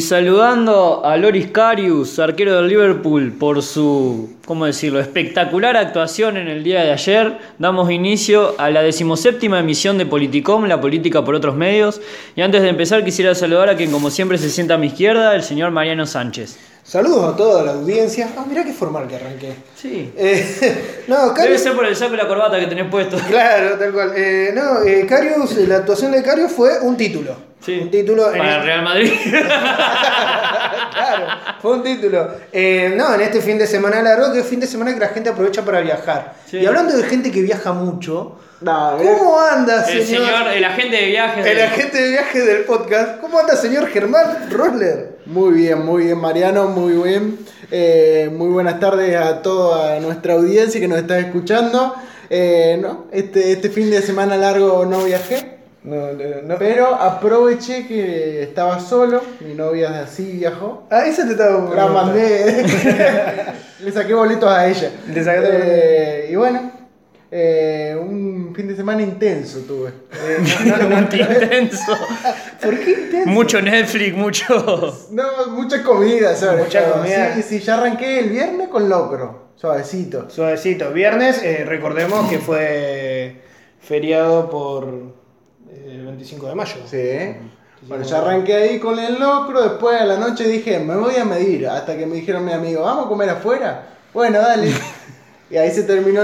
saludando a Loris Karius, arquero del Liverpool, por su, ¿cómo decirlo?, espectacular actuación en el día de ayer, damos inicio a la 17ª emisión de Politicom, la política por otros medios. Y antes de empezar quisiera saludar a quien como siempre se sienta a mi izquierda, el señor Mariano Sánchez. Saludos a toda la audiencia. Mirá qué formal que arranqué. Sí. Karius... Debe ser por el saco y la corbata que tenés puesto. Claro, tal cual. Karius, la actuación de Karius fue un título. Sí. Un título para el Real Madrid. Claro, fue un título. En este fin de semana largo, que es fin de semana que la gente aprovecha para viajar. Sí. Y hablando de gente que viaja mucho, ¿cómo anda, señor? El agente de viajes. El agente de viajes del podcast. ¿Cómo anda, señor Germán Rosler? Muy bien, Mariano, muy bien. Muy buenas tardes a toda nuestra audiencia que nos está escuchando. Este fin de semana largo no viajé. No. Pero aproveché que estaba solo, mi novia así viajó. Ah, esa te estaba... La mandé. Le saqué boletos a ella. Y bueno, un fin de semana intenso tuve. Intenso. ¿Por qué intenso? Mucho Netflix, mucho... No, mucha comida, ¿sabes? Mucha comida. Sí, ya arranqué el viernes con locro, suavecito. Viernes, recordemos que fue feriado por... el 25 de mayo. Sí. Bueno, ya arranqué ahí con el locro, después a la noche dije, me voy a medir, hasta que me dijeron mi amigo, ¿vamos a comer afuera? Bueno, dale. Y ahí se terminó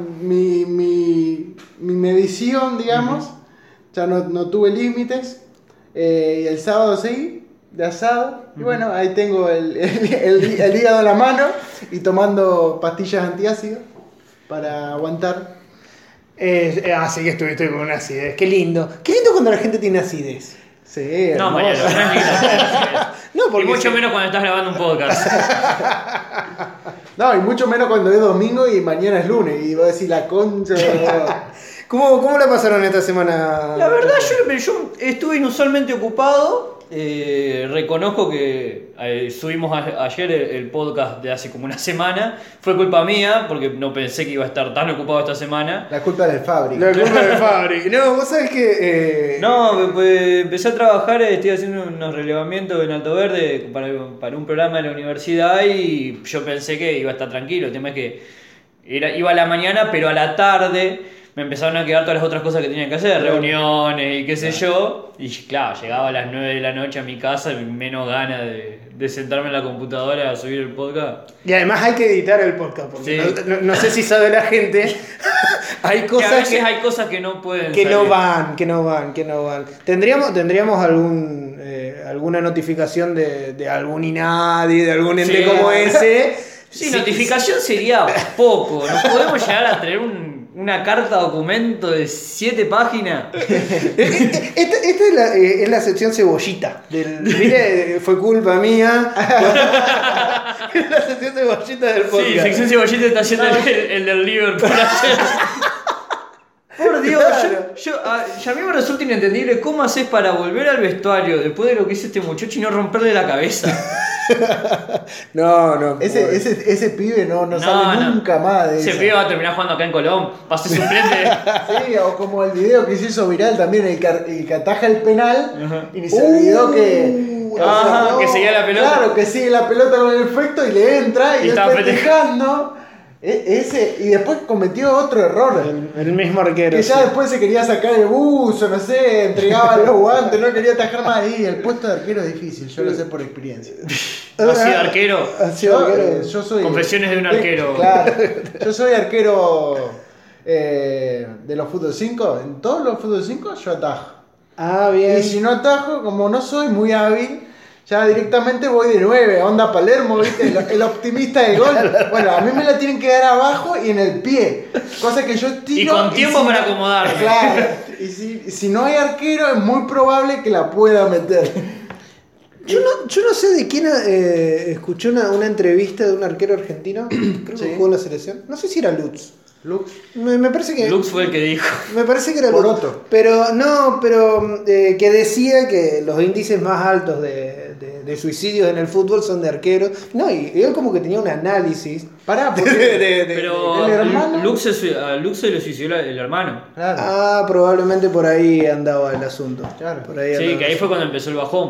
mi medición, digamos. Ya no tuve límites. Y el sábado seguí de asado. Y bueno, ahí tengo el hígado en la mano y tomando pastillas antiácido para aguantar. Sí, que estuviste con una acidez. Qué lindo. Qué lindo cuando la gente tiene acidez. Sí, no, Mariano, no es lindo. No, porque y mucho menos cuando estás grabando un podcast. No, y mucho menos cuando es domingo y mañana es lunes. Y vos decís la concha. ¿Cómo la pasaron esta semana? La verdad, yo estuve inusualmente ocupado. Reconozco que subimos ayer el podcast de hace como una semana. Fue culpa mía, porque no pensé que iba a estar tan ocupado esta semana. La culpa del Fabri. La culpa del Fabri. No, vos sabés que... No, pues empecé a trabajar, estoy haciendo unos relevamientos en Alto Verde para un programa de la universidad y yo pensé que iba a estar tranquilo. El tema es que iba a la mañana, pero a la tarde me empezaron a quedar todas las otras cosas que tenía que hacer, reuniones y qué sé yo. Y claro, llegaba a las 9 de la noche a mi casa y menos ganas de sentarme en la computadora a subir el podcast. Y además hay que editar el podcast, porque sí. no sé si sabe la gente, hay cosas que a veces hay cosas que no pueden que salir. no van. ¿Tendríamos alguna notificación de algún INADI, de algún ente como ese? Sí, notificación sería poco. Nos podemos llegar a traer una carta documento de 7 páginas. Esta es la sección cebollita. Mire, fue culpa mía. Es la sección cebollita del podcast. Sí, sección cebollita está haciendo el del Liverpool. Por Dios, a mí me resulta inentendible cómo haces para volver al vestuario después de lo que hizo este muchacho y no romperle la cabeza. No. Ese pibe no sale nunca más de eso. Ese pibe va a terminar jugando acá en Colón. Va a ser suplente. Sí, o como el video que se hizo viral también, el que ataja el penal. Y ni se olvidó que seguía la pelota. Claro, que sigue la pelota con el efecto y le entra y está festejando. Y después cometió otro error. El mismo arquero. Que ya después se quería sacar el buzo, no sé, entregaba los guantes, no quería atajar más ahí. El puesto de arquero es difícil, yo lo sé por experiencia. ¿Has sido arquero? Yo soy. Confesiones de un arquero. Claro, yo soy arquero de los fútbol 5. En todos los fútbol 5 yo atajo. Ah, bien. Y si no atajo, como no soy muy hábil, ya directamente voy de 9, onda Palermo, ¿viste? El optimista del gol. Bueno, a mí me la tienen que dar abajo y en el pie. Cosa que yo tiro. Y con tiempo para acomodarme. Claro. Y si no hay arquero, es muy probable que la pueda meter. Yo no sé de quién escuché una entrevista de un arquero argentino. Creo que jugó en la selección. No sé si era Lutz. Me parece que Lux fue el que dijo. Me parece que era Poroto. Pero que decía que los índices más altos de suicidios en el fútbol son de arqueros. No, y él como que tenía un análisis. Pero a Lux se lo suicidó el hermano. Claro. Ah, probablemente por ahí andaba el asunto. Claro. Por ahí Sí, andaba que ahí fue cuando empezó el bajón.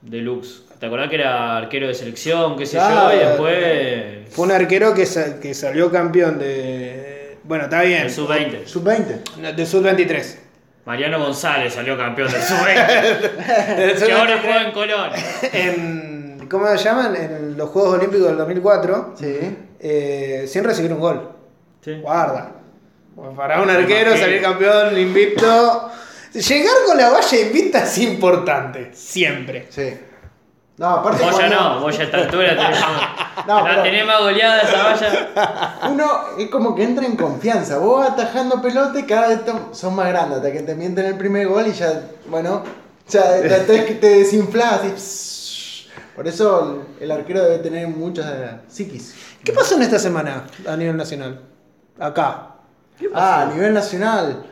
Lux. ¿Te acordás que era arquero de selección, qué sé Claro, yo? Y después... Fue un arquero que salió campeón de... Bueno, está bien. El sub-20. Sub-20. De sub-23. Mariano González salió campeón del sub-20. Que ahora juega en Colón. ¿Cómo se llaman? En los Juegos Olímpicos del 2004. Sí. Sin recibir un gol. Sí. Guarda. Para un arquero salir campeón invicto. Llegar con la valla invicta es importante. Siempre. Sí. No, aparte Vos ya cuando- no, vos ya a esta altura tenés, No, pero- tenés más goleada esa valla. Uno es como que entra en confianza. Vos vas atajando pelota y cada vez son más grandes. Hasta que te mienten el primer gol y ya, bueno, ya te desinflas. Y por eso el arquero debe tener muchas psiquis. ¿Qué pasó en esta semana a nivel nacional? Acá. A nivel nacional.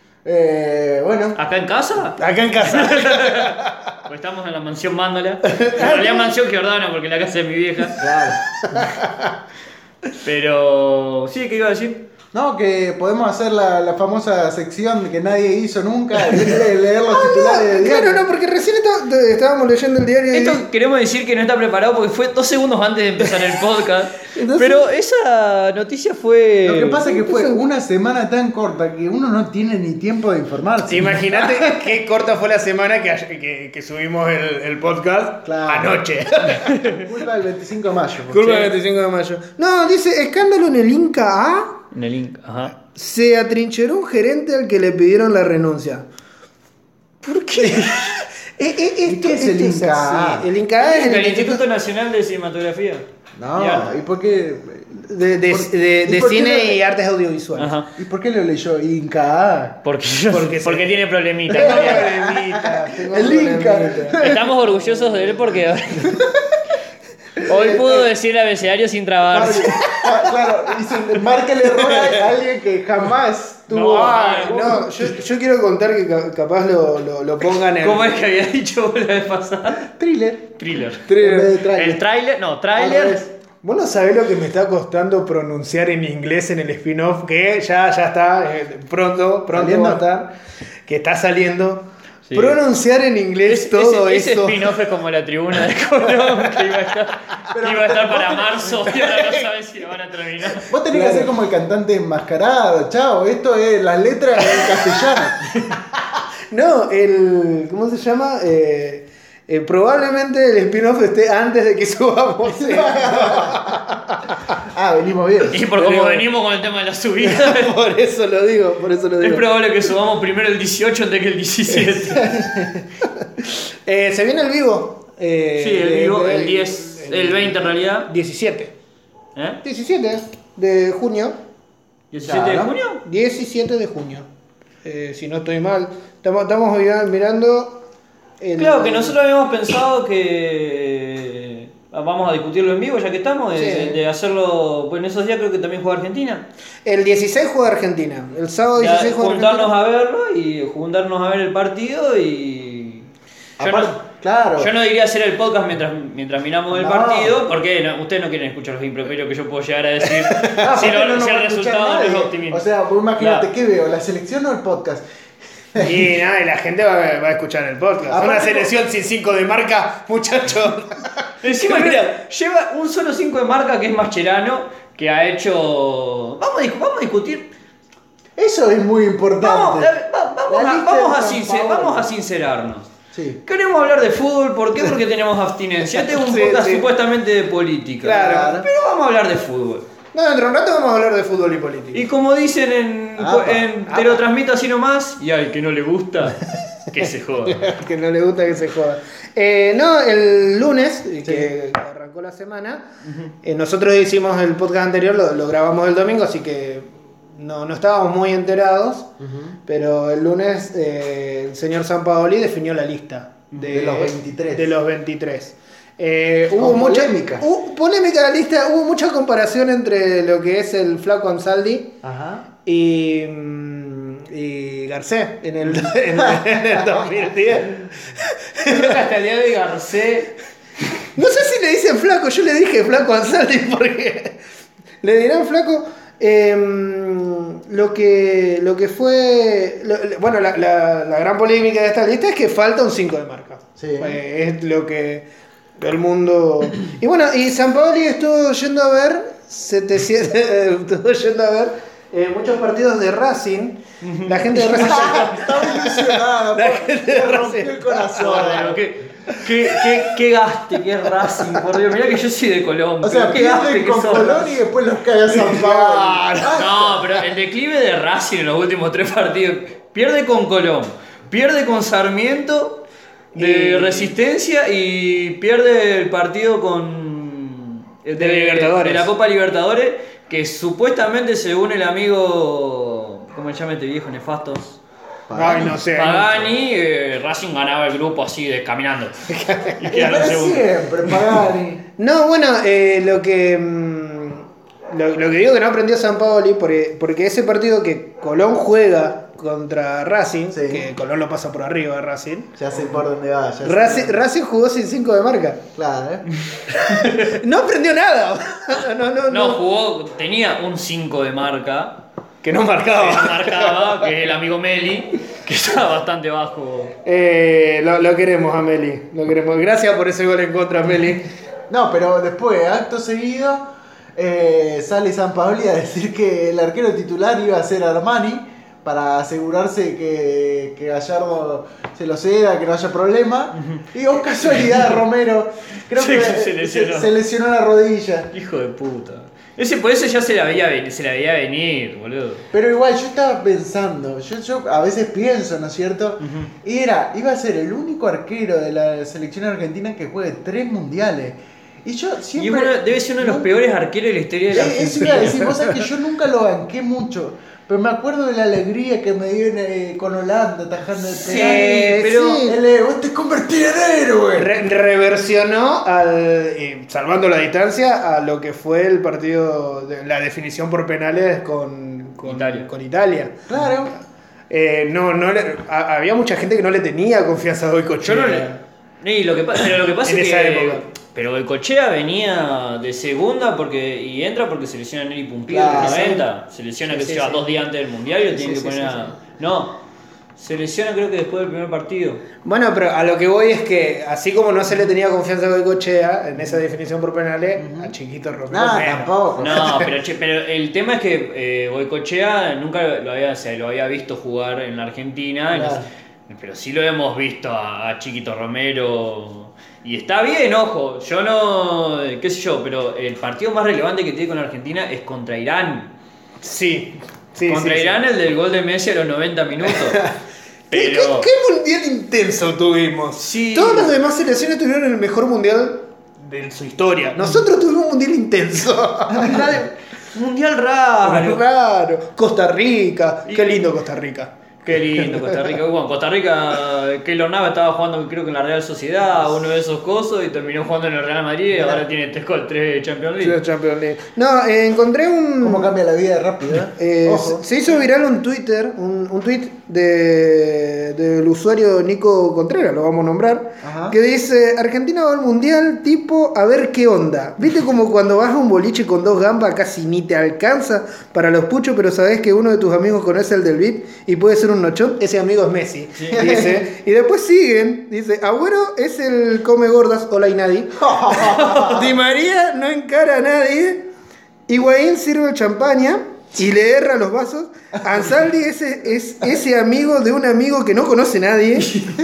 Bueno. ¿Acá en casa? Acá en casa. Pues estamos en la mansión Mándola. En realidad mansión Giordano porque es la casa de mi vieja. Claro. Pero... Sí, ¿qué iba a decir? No, que podemos hacer la famosa sección que nadie hizo nunca, de leer los titulares del diario. Claro, no, porque recién estábamos leyendo el diario. Esto queremos decir que no está preparado porque fue 2 segundos antes de empezar el podcast. Entonces- Pero esa noticia fue... Lo que pasa es que fue una semana tan corta que uno no tiene ni tiempo de informarse. Imagínate qué corta fue la semana que subimos el podcast Claro. anoche. Culpa del 25 de mayo. Curva del 25 de mayo. No, dice, escándalo en el Inca A. En el link, ajá. Se atrincheró un gerente al que le pidieron la renuncia. ¿Por qué? ¿Y qué es el Inca A? así. El Inca A es El Instituto Nacional de Cinematografía. No, Y arte. ¿y por qué? de ¿Y por qué cine no- y artes audiovisuales. Ajá. ¿Y por qué lo leyó Inca A? Porque Porque tiene problemitas. Tengo El Inca. problemita. Estamos orgullosos de él porque hoy pudo decir abecedario sin trabarse. Claro, y se marca el error a alguien que jamás tuvo. No, Ah, no, yo quiero contar que capaz lo pongan en... ¿Cómo es que había dicho la vez pasada? Thriller. Thriller. En vez de tráiler. El tráiler, no, Al tráiler. revés. Vos no sabés lo que me está costando pronunciar en inglés en el spin-off, que ya está, pronto ¿Saliendo? va a estar, que está saliendo. Sí. Pronunciar en inglés todo ese eso. spin-off es como la tribuna de Colón que iba a estar para marzo y ahora no saben si lo van a terminar. Vos tenés que Claro. hacer como el cantante enmascarado, chao, esto es las letras en castellano. No, ¿cómo se llama? Probablemente el spin-off esté antes de que subamos. Ah, venimos bien. Y por como venimos con el tema de la subida, Por eso lo digo. es probable que subamos primero el 18 antes que el 17. Se viene el vivo. Sí, el vivo, el 10, el 20 en realidad. 17. ¿Eh? 17 de junio. ¿17 de Claro. junio? 17 de junio. Si no estoy mal. Estamos mirando. Claro, que nosotros habíamos pensado que vamos a discutirlo en vivo ya que estamos, Sí. de hacerlo, pues en esos días creo que también juega Argentina. El 16 juega Argentina. El sábado Ya 16 juega juntarnos Argentina. a verlo y juntarnos a ver el partido y... Claro. Yo no diría hacer el podcast mientras miramos el No. partido, porque ustedes no quieren escuchar los improperios que yo puedo llegar a decir Ah, si, porque no, nos si va el a escuchar resultado no es nadie. optimista. O sea, vos imagínate, Claro. ¿qué veo? ¿La selección o el podcast? Y nada, y la gente va a escuchar el podcast. Aparte, Una selección sin 5 de marca, muchachos. Encima, mira, lleva un solo 5 de marca que es Mascherano, que ha hecho... Vamos a discutir... Eso es muy importante. Vamos La lista de San Paolo. vamos a sincerarnos. Sí. Queremos hablar de fútbol, ¿por qué? Porque tenemos abstinencia. Este es un Sí, podcast sí. supuestamente de política. Claro. Pero vamos a hablar de fútbol. No, dentro de un rato vamos a hablar de fútbol y política. Y como dicen Apa, te lo transmito así nomás, y al que no le gusta, que se joda. Que no le gusta que se joda. No, el lunes, que arrancó la semana, nosotros hicimos el podcast anterior, lo grabamos el domingo, así que no estábamos muy enterados, pero el lunes el señor Sampaoli definió la lista De los 23. De los 23. Con Hubo mucha polémica. polémica la lista, hubo mucha comparación entre lo que es el Flaco Ansaldi Ajá. y Garcés en el 2010. Creo que hasta el día de hoy Garcés. No sé si le dicen flaco, yo le dije flaco a Ansaldi porque le dirán flaco. lo que fue. Bueno, la gran polémica de esta lista es que falta un 5 de marca. Sí. Es lo que el mundo. Y bueno, y Sampaoli estuvo yendo a ver. Estuvo yendo a ver. Muchos partidos de Racing. La gente de Racing. Estaba ilusionada. La gente de Me rompió Racing. el corazón. Joder, qué gaste, qué Racing, por Dios. Mirá que yo soy de Colón. O sea, qué gaste pierden que con son. Colón y después los cae a San Paolo. No, pero el declive de Racing en los últimos 3 partidos. Pierde con Colón, pierde con Sarmiento de Resistencia y pierde el partido con de Libertadores. de la Copa Libertadores, que supuestamente, según el amigo, ¿cómo se llama este viejo nefasto? Ay, no sé. Pagani, Racing ganaba el grupo así de caminando. Y Pero quedaron segundos. siempre, Pagani. No, bueno, lo que digo que no aprendió Sampaoli, porque ese partido que Colón juega contra Racing, Sí. que Colón lo pasa por arriba de Racing, Ya sé por dónde va. Ya sé. Racing jugó sin 5 de marca. Claro, No aprendió nada. No, jugó, tenía un 5 de marca. Que no Que marcaba. marcaba, que es el amigo Meli, que está bastante bajo. Lo queremos a Meli. Lo queremos. Gracias por ese gol en contra, Meli. No, pero después, acto seguido, sale Sampaoli a decir que el arquero titular iba a ser Armani para asegurarse que Gallardo se lo ceda, que no haya problema. Y oh, casualidad, Romero. Creo Sí, que se lesionó. se lesionó la rodilla. Hijo de puta. Por eso ya se la veía venir, boludo. Pero igual, yo estaba pensando, yo a veces pienso, ¿no es cierto? Y iba a ser el único arquero de la selección argentina que juegue 3 mundiales. Y yo siempre... Debe ser uno de los peores arqueros de la historia de la Eso iba a decir, vos sabés que yo nunca lo banqué mucho. Pero me acuerdo de la alegría que me dio con Holanda atajando el penal. pero- Sí, vos te convertí en héroe. Reversionó salvando la distancia a lo que fue el partido de la definición por penales con Italia. con Italia. Claro. Había mucha gente que no le tenía confianza a Yo Goicoechea. no le. Pero lo que pasa En es esa que. época. Pero Goicoechea venía de segunda y entra porque se lesiona Nelly Pumpido en Claro, el 90. Se lesiona Sí, que sí, se lleva sí. 2 días antes del mundial y lo tienen Sí, que sí, poner sí, a. sí. No, se lesiona creo que después del primer partido. Bueno, pero a lo que voy es que, así como no se le tenía confianza a Goicoechea en esa definición por penales, a Chiquito Romero. No, menos. tampoco. No, pero el tema es que Goicoechea nunca lo había visto jugar en la Argentina. Claro. Pero sí lo hemos visto a Chiquito Romero. Y está bien, ojo. Yo no. Qué sé yo, pero el partido más relevante que tiene con la Argentina es contra Irán. Sí. Contra Irán, el del gol de Messi a los 90 minutos. Pero. ¿Qué mundial intenso tuvimos? Sí. Todas las demás selecciones tuvieron el mejor mundial de su historia. Nosotros tuvimos un mundial intenso. Mundial raro. Raro. Costa Rica. Qué lindo Costa Rica. Qué lindo Costa Rica. Bueno, Costa Rica, Keylor Navas estaba jugando creo que en la Real Sociedad, uno de esos cosos, y terminó jugando en el Real Madrid y ahora tiene 3 Champions League. Champions League. No, encontré un... ¿Cómo cambia la vida rápido? Ojo. Se hizo viral un Twitter, un tweet del usuario Nico Contreras, lo vamos a nombrar, Ajá. que dice: Argentina va al mundial, tipo, a ver qué onda. ¿Viste como cuando vas a un boliche con 2 gambas casi ni te alcanza para los puchos, pero sabes que uno de tus amigos conoce el del VIP y puede ser un nochón? Ese amigo es Messi. Dice, y después siguen, dice: Agüero es el come gordas, hola y nadie. Di María no encara a nadie. Higuaín sirve el champaña y le erra los vasos. Ansaldi es ese amigo de un amigo que no conoce nadie.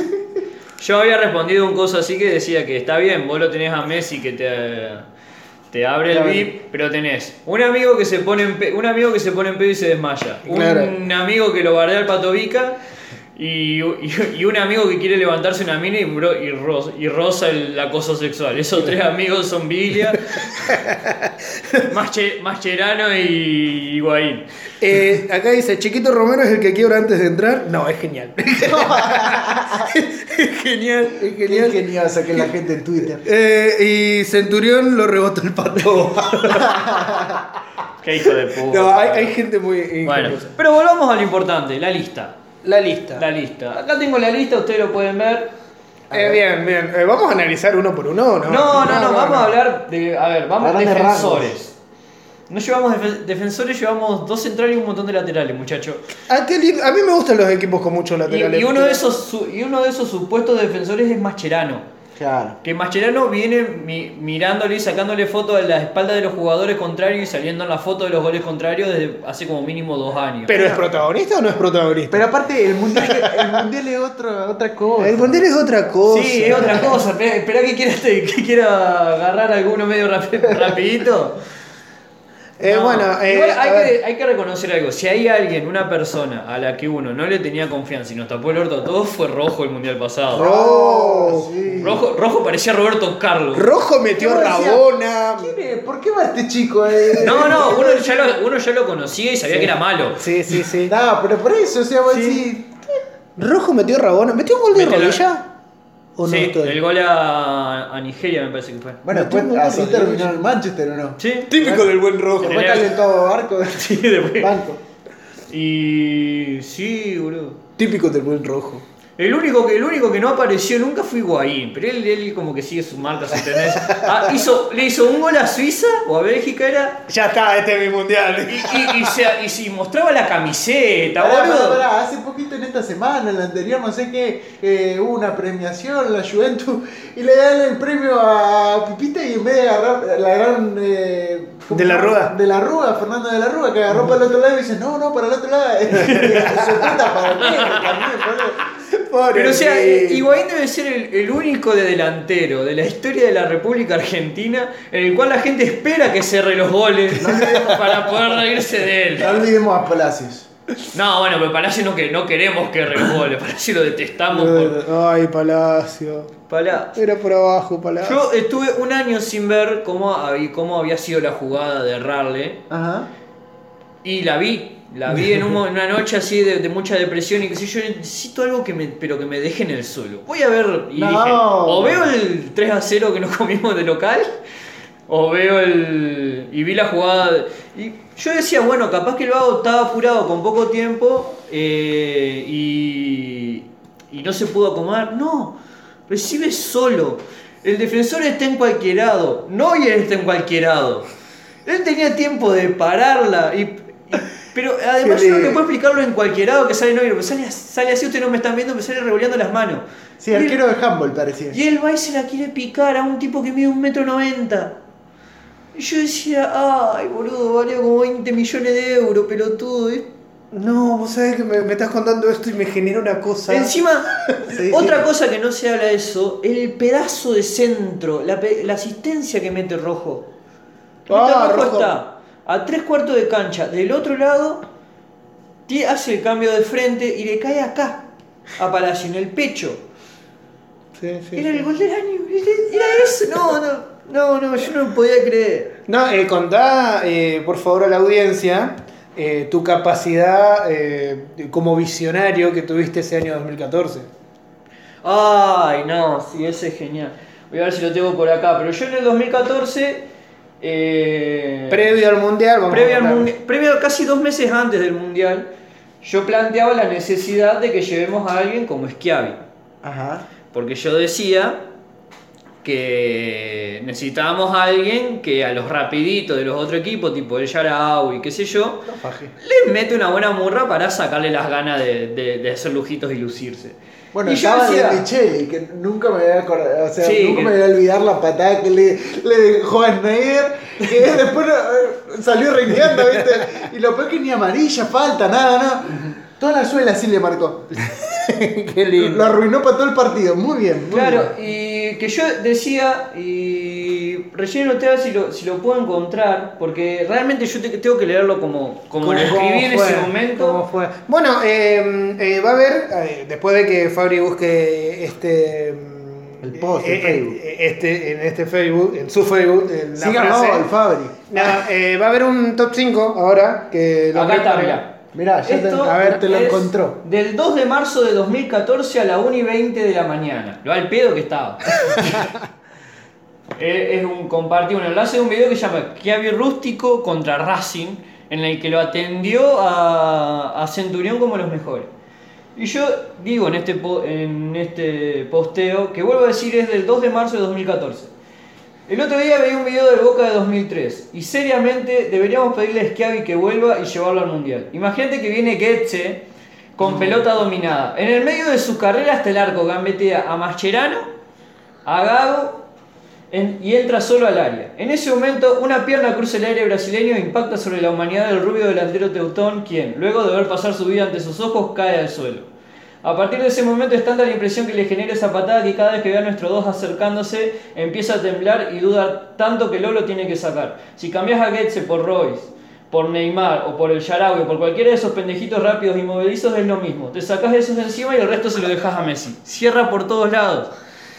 Yo había respondido un coso así que decía que está bien, vos lo tenés a Messi que te abre el Claro. VIP, pero tenés un amigo que se pone en pedo y se desmaya, Claro. un amigo que lo bardea al Pato Vica y un amigo que quiere levantarse una mina y roza el acoso sexual. Esos 3 amigos son Biglia, Mascherano y Higuaín. Acá dice: Chiquito Romero es el que quiebra antes de entrar. No, es genial. Es genial, es Qué genial. ingeniosa que es la gente en Twitter. Y Centurión lo rebotó el pato. Qué hijo de puta. No, hay gente muy Bueno, ingeniosa. pero volvamos a lo importante, la lista. La lista. La lista. Acá tengo la lista, ustedes lo pueden ver. Bien, bien. Vamos a analizar uno por uno, ¿no? No, vamos a hablar de. A ver, vamos A a grandes defensores. No llevamos defensores, llevamos 2 centrales y un montón de laterales, muchachos. A mí me gustan los equipos con muchos laterales. Y uno de esos supuestos defensores es Mascherano. Claro. Que Mascherano viene mirándole y sacándole fotos a la espalda de los jugadores contrarios y saliendo en la foto de los goles contrarios desde hace como mínimo 2 años. ¿Pero es protagonista o no es protagonista? Pero aparte, el mundial es otra cosa. El mundial es otra cosa. Sí, es otra cosa. Esperá que quiera agarrar alguno medio rapidito. No, Bueno, igual hay que reconocer algo. Si hay alguien, una persona a la que uno no le tenía confianza y nos tapó el orto a todos, fue Rojo el mundial pasado. Sí. Rojo parecía Roberto Carlos. Rojo metió Yo decía, Rabona. ¿Quién es? ¿Por qué va este chico? No, uno ya lo conocía y sabía que era malo. Sí. No, pero por eso, o sea, vos decís, Rojo metió Rabona. ¿Metió un gol de Metió la- rodilla? ¿O no Sí, estoy? el gol a Nigeria me parece que fue. bueno, después así terminó el Manchester, ¿o no? Sí. Típico del buen Rojo. Después calentó barco Sí, después. banco. Y sí, boludo. Típico del buen Rojo. El único que no apareció nunca fue Higuaín, pero él como que sigue su marca, su tendencia. Le hizo un gol a Suiza o a Bélgica era. Ya está, este es mi mundial. Y si mostraba la camiseta, Pará, boludo. hace poquito en esta semana, en la anterior, no sé qué, hubo una premiación, la Juventus, y le dan el premio a Pipita y en vez de agarrar, le agarraron ¿cómo De la se llama? Rúa. De la Rúa, Fernando de la Rúa, que agarró para el otro lado y dice, no, para el otro lado. Se puta para mí, también, boludo. Pero o sea, Pobre Higuaín debe ser el único de delantero de la historia de la República Argentina en el cual la gente espera que cerre los goles para poder reírse de él. No olvidemos a Palacios. No, bueno, pero Palacio no queremos que regole, Palacio lo detestamos Ay, Palacio. Era por abajo, Palacio. Yo estuve un año sin ver cómo había sido la jugada de errarle Ajá. y la vi en una noche así de mucha depresión y qué sé yo, necesito algo pero que me deje en el suelo. Voy a ver y No. dije, o veo el 3-0 que nos comimos de local, o veo y vi la jugada. Y yo decía, bueno, capaz que el vago estaba apurado con poco tiempo y no se pudo acomodar. No, recibe solo. El defensor está en cualquier lado. Neuer está en cualquier lado. Él tenía tiempo de pararla pero además yo no te puedo explicarlo en cualquier lado que sale Neuer, porque sale así, ustedes no me están viendo, me sale revoleando las manos. Sí, arquero de handball parecía. Y él va y se la quiere picar a un tipo que mide 1,90 m. Y yo decía, ay boludo, valió como 20 millones de euros, pelotudo. No, vos sabés que me estás contando esto y me genera una cosa. Encima, Sí, otra sí. cosa que no se habla de eso, el pedazo de centro, la asistencia que mete Rojo. Rojo está a 3/4 de cancha, del otro lado, hace el cambio de frente y le cae acá, a Palacio, en el pecho. Sí. Era el gol del año, era eso, no, yo no podía creer. No, contá, por favor, a la audiencia tu capacidad como visionario que tuviste ese año 2014. Ay, no, sí, ese es genial. Voy a ver si lo tengo por acá, pero yo en el 2014... Previo al mundial, previo casi 2 meses antes del mundial, yo planteaba la necesidad de que llevemos a alguien como Schiavi. Ajá. Porque yo decía que necesitábamos a alguien que a los rapiditos de los otros equipos, tipo el Yarao y qué sé yo, les mete una buena murra para sacarle las ganas de hacer lujitos y lucirse. Bueno, Y yo estaba decía- de Micheli, que nunca me voy a acordar, o sea, Sí, nunca que- me voy a olvidar la patada que le dejó a Snyder, que después salió rengueando, ¿viste? Y lo peor que ni amarilla, falta, nada, ¿no? Toda la suela así le marcó. Qué lindo. Lo arruinó para todo el partido, muy bien. Muy Claro, bien. y que yo decía, y relleno te si lo puedo encontrar, porque realmente yo tengo que leerlo como lo escribí en ese momento. ¿Cómo fue? Bueno, va a haber, después de que Fabri busque El post de Facebook. en Facebook, en su Facebook, en la Síganlo frase. al Fabri. No, va a haber un top 5 ahora que lo Acá está, preparé. mirá. Mirá, ya Esto a ver, te lo es encontró. Del 2 de marzo de 2014 a la 1:20 de la mañana. Lo al pedo que estaba. Compartí un enlace de un video que se llama Schiavi Rústico contra Racing, en el que lo atendió a Centurión como los mejores. Y yo digo en este posteo, que vuelvo a decir es del 2 de marzo de 2014. El otro día veía un video del Boca de 2003 y seriamente deberíamos pedirle a Schiavi que vuelva y llevarlo al Mundial. Imagínate que viene Goetze con pelota dominada. En el medio de su carrera hasta el arco gambetea a Mascherano, a Gago y entra solo al área. En ese momento una pierna cruza el aire brasileño e impacta sobre la humanidad del rubio delantero teutón, quien, luego de ver pasar su vida ante sus ojos, cae al suelo. A partir de ese momento es tanta la impresión que le genera esa patada que cada vez que ve a nuestro 2 acercándose empieza a temblar y duda tanto que lo tiene que sacar. Si cambias a Goetze por Royce, por Neymar o por el Sharawi o por cualquiera de esos pendejitos rápidos y movedizos es lo mismo. Te sacás de esos de encima y el resto se lo dejas a Messi. Cierra por todos lados.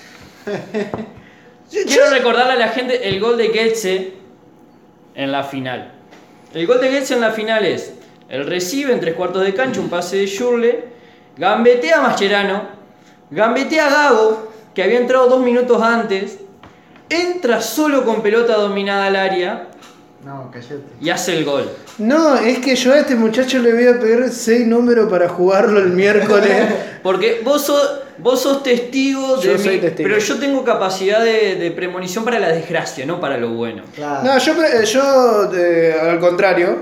Quiero recordarle a la gente el gol de Goetze en la final. El gol de Goetze en la final es: él recibe en 3/4 de cancha un pase de Schürrle, gambetea a Mascherano, gambetea a Gago, que había entrado 2 minutos antes, entra solo con pelota dominada al área. No, cállate. Y hace el gol. No, es que yo a este muchacho le voy a pedir 6 números para jugarlo el miércoles. Porque vos sos testigo de Yo soy testigo. Pero yo tengo capacidad de premonición para la desgracia, no para lo bueno. Claro. No, yo al contrario,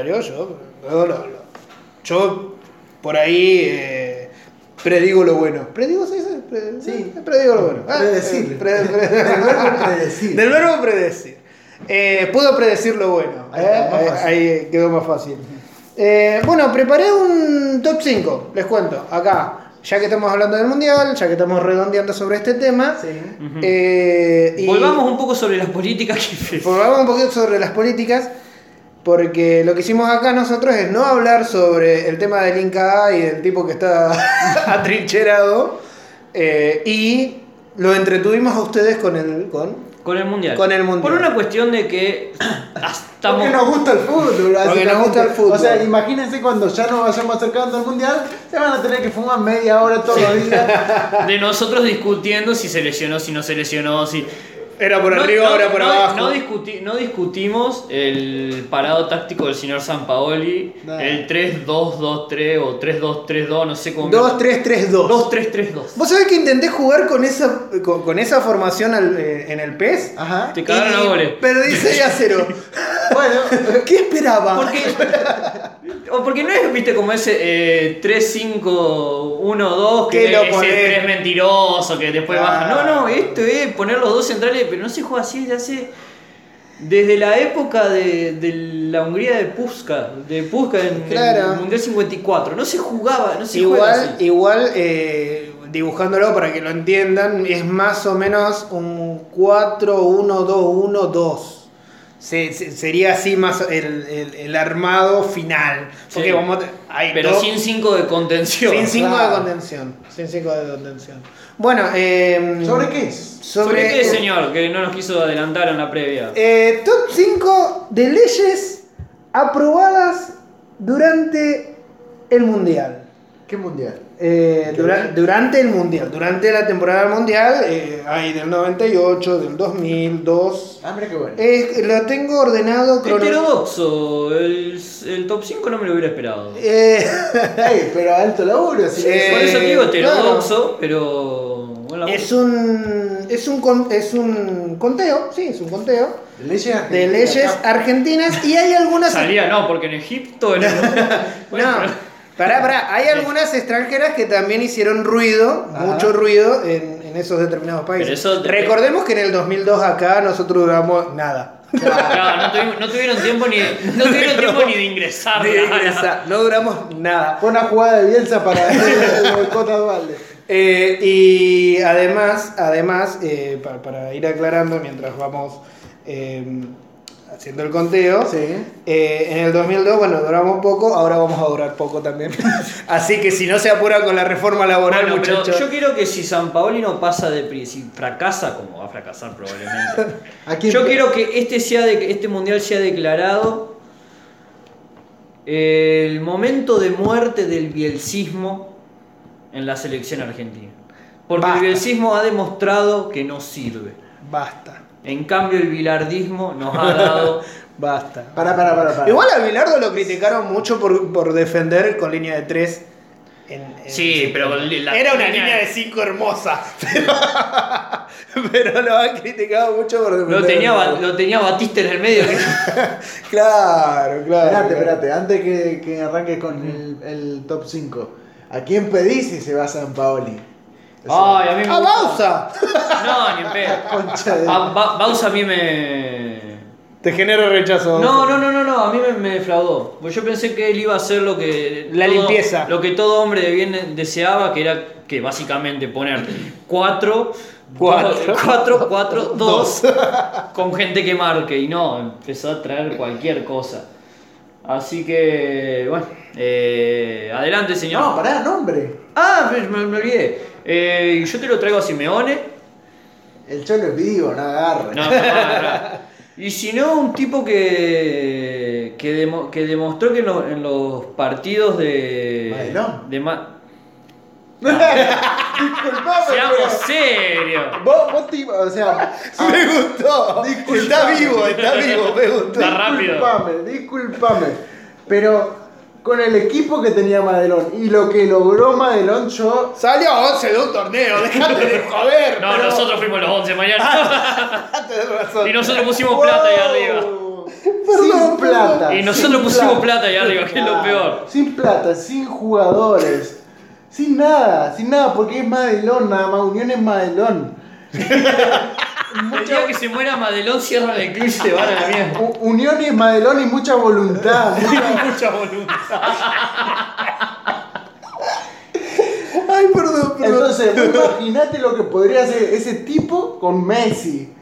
yo por ahí predigo lo bueno. ¿Predigo se dice? Sí. Predigo lo bueno. Predecir. Del verbo predecir. Del verbo predecir. Puedo predecir lo bueno. Ahí quedó más fácil. Bueno, preparé un top 5, les cuento, acá. Ya que estamos hablando del Mundial, ya que estamos redondeando sobre este tema. Sí. Y volvamos un poco sobre las políticas volvamos un poquito sobre las políticas. Porque lo que hicimos acá nosotros es no hablar sobre el tema del Inca A y del tipo que está atrincherado. Y lo entretuvimos a ustedes con el Mundial. Con el Mundial. Por una cuestión de que estamos... Porque nos gusta el fútbol. Porque nos gusta el fútbol. O sea, imagínense cuando ya nos vayamos acercando al mundial, se van a tener que fumar media hora todos los días. De nosotros discutiendo si se lesionó, si no se lesionó, si... Era por arriba, era por abajo. No discutimos el parado táctico del señor Sampaoli, el 3-2-2-3 o 3-2-3-2, no sé cómo. 2-3-3-2. 2-3-3-2. ¿Vos sabés que intenté jugar con esa formación en el PES? Ajá. Te cagaron a goles. Perdí 6-0. Bueno, ¿qué esperaba? Porque no es, viste, como ese 3-5-1-2 que lo ese ponés? 3 mentiroso que después baja. No, esto es poner los dos centrales, pero no se juega así desde la época de la Hungría de Puska en Claro. el Mundial 54. No se jugaba, no se juega así. Igual dibujándolo para que lo entiendan, es más o menos un 4-1-2-1-2. Sería así más el armado final. Porque Sí. hay Pero sin 5 de contención. Sin 5 Claro. de contención. Sin 5 de contención. Bueno, ¿sobre qué es? ¿Sobre qué, señor? Que no nos quiso adelantar en la previa. Top 5 de leyes aprobadas durante el Mundial. ¿Qué mundial? Durante el Mundial, durante la temporada del Mundial, hay del 98, del 2002. Ah, mira qué bueno. Lo tengo ordenado Heterodoxo, el top 5 no me lo hubiera esperado. Ey, pero alto laburo. Si Por eso te digo heterodoxo, claro. pero... Bueno, es un conteo, sí, es un conteo de leyes argentinas y hay algunas... salía, no, porque en Egipto... Bueno, No. Pará, hay algunas extranjeras que también hicieron ruido, Ajá. mucho ruido en esos determinados países. Pero eso Recordemos que en el 2002 acá nosotros duramos nada. Claro, no tuvieron tiempo ni de ingresar. De ingresar, no duramos nada. Fue una jugada de Bielsa para el Cota Dualde. Y además para ir aclarando mientras vamos haciendo el conteo, Sí. en el 2002, bueno, duramos poco, ahora vamos a durar poco también. Así que si no se apura con la reforma laboral, Bueno, pero muchachos. yo quiero que si Sampaoli no pasa si fracasa, como va a fracasar probablemente, yo quiero que este mundial sea declarado el momento de muerte del bielcismo en la selección argentina. Porque Basta. el bielcismo ha demostrado que no sirve. Basta. En cambio el bilardismo nos ha dado... Basta. Para. Igual a Bilardo lo criticaron mucho por defender con línea de 3. Sí, pero era una línea de 5 hermosa. Pero lo han criticado mucho por Lo tenía Batista en el medio. Claro. Espérate, antes que arranques con el top 5. ¿A quién pedís si se va a San Paoli? Ay, a mí me ¡A gusta. Bausa! No, ni en pedo. Concha de... Bausa a mí me... Te genera rechazo. No, a mí me defraudó. Pues yo pensé que él iba a hacer lo que... Limpieza. Lo que todo hombre de bien deseaba, que era que básicamente poner 4, 2 con gente que marque. Y no, empezó a traer cualquier cosa. Así que, bueno, adelante, señor. No, pará, nombre. Ah, me olvidé. Yo te lo traigo a Simeone. El Cholo es vivo, no agarra. No. Y si no, un tipo que demostró que en los partidos de... Madelón. Disculpame, Seamos serios. Vos o sea... Me gustó. Está vivo, me gustó. Está rápido. Disculpame. Pero con el equipo que tenía Madelón y lo que logró Madelón, yo... Salió 11 de un torneo, dejate de joder. No, pero... nosotros fuimos los 11 mañana. Tenés razón. Y nosotros pusimos plata ahí arriba. Sin plata. Y nosotros pusimos plata ahí arriba, que es lo peor. Sin plata, sin jugadores. Sin nada, porque es Madelón nada más, Unión es Madelón. El día que se muera Madelón cierran el club y se van a la mierda. Unión es Madelón y mucha voluntad. Mucha voluntad. Ay, perdón. Entonces, imagínate lo que podría hacer ese tipo con Messi.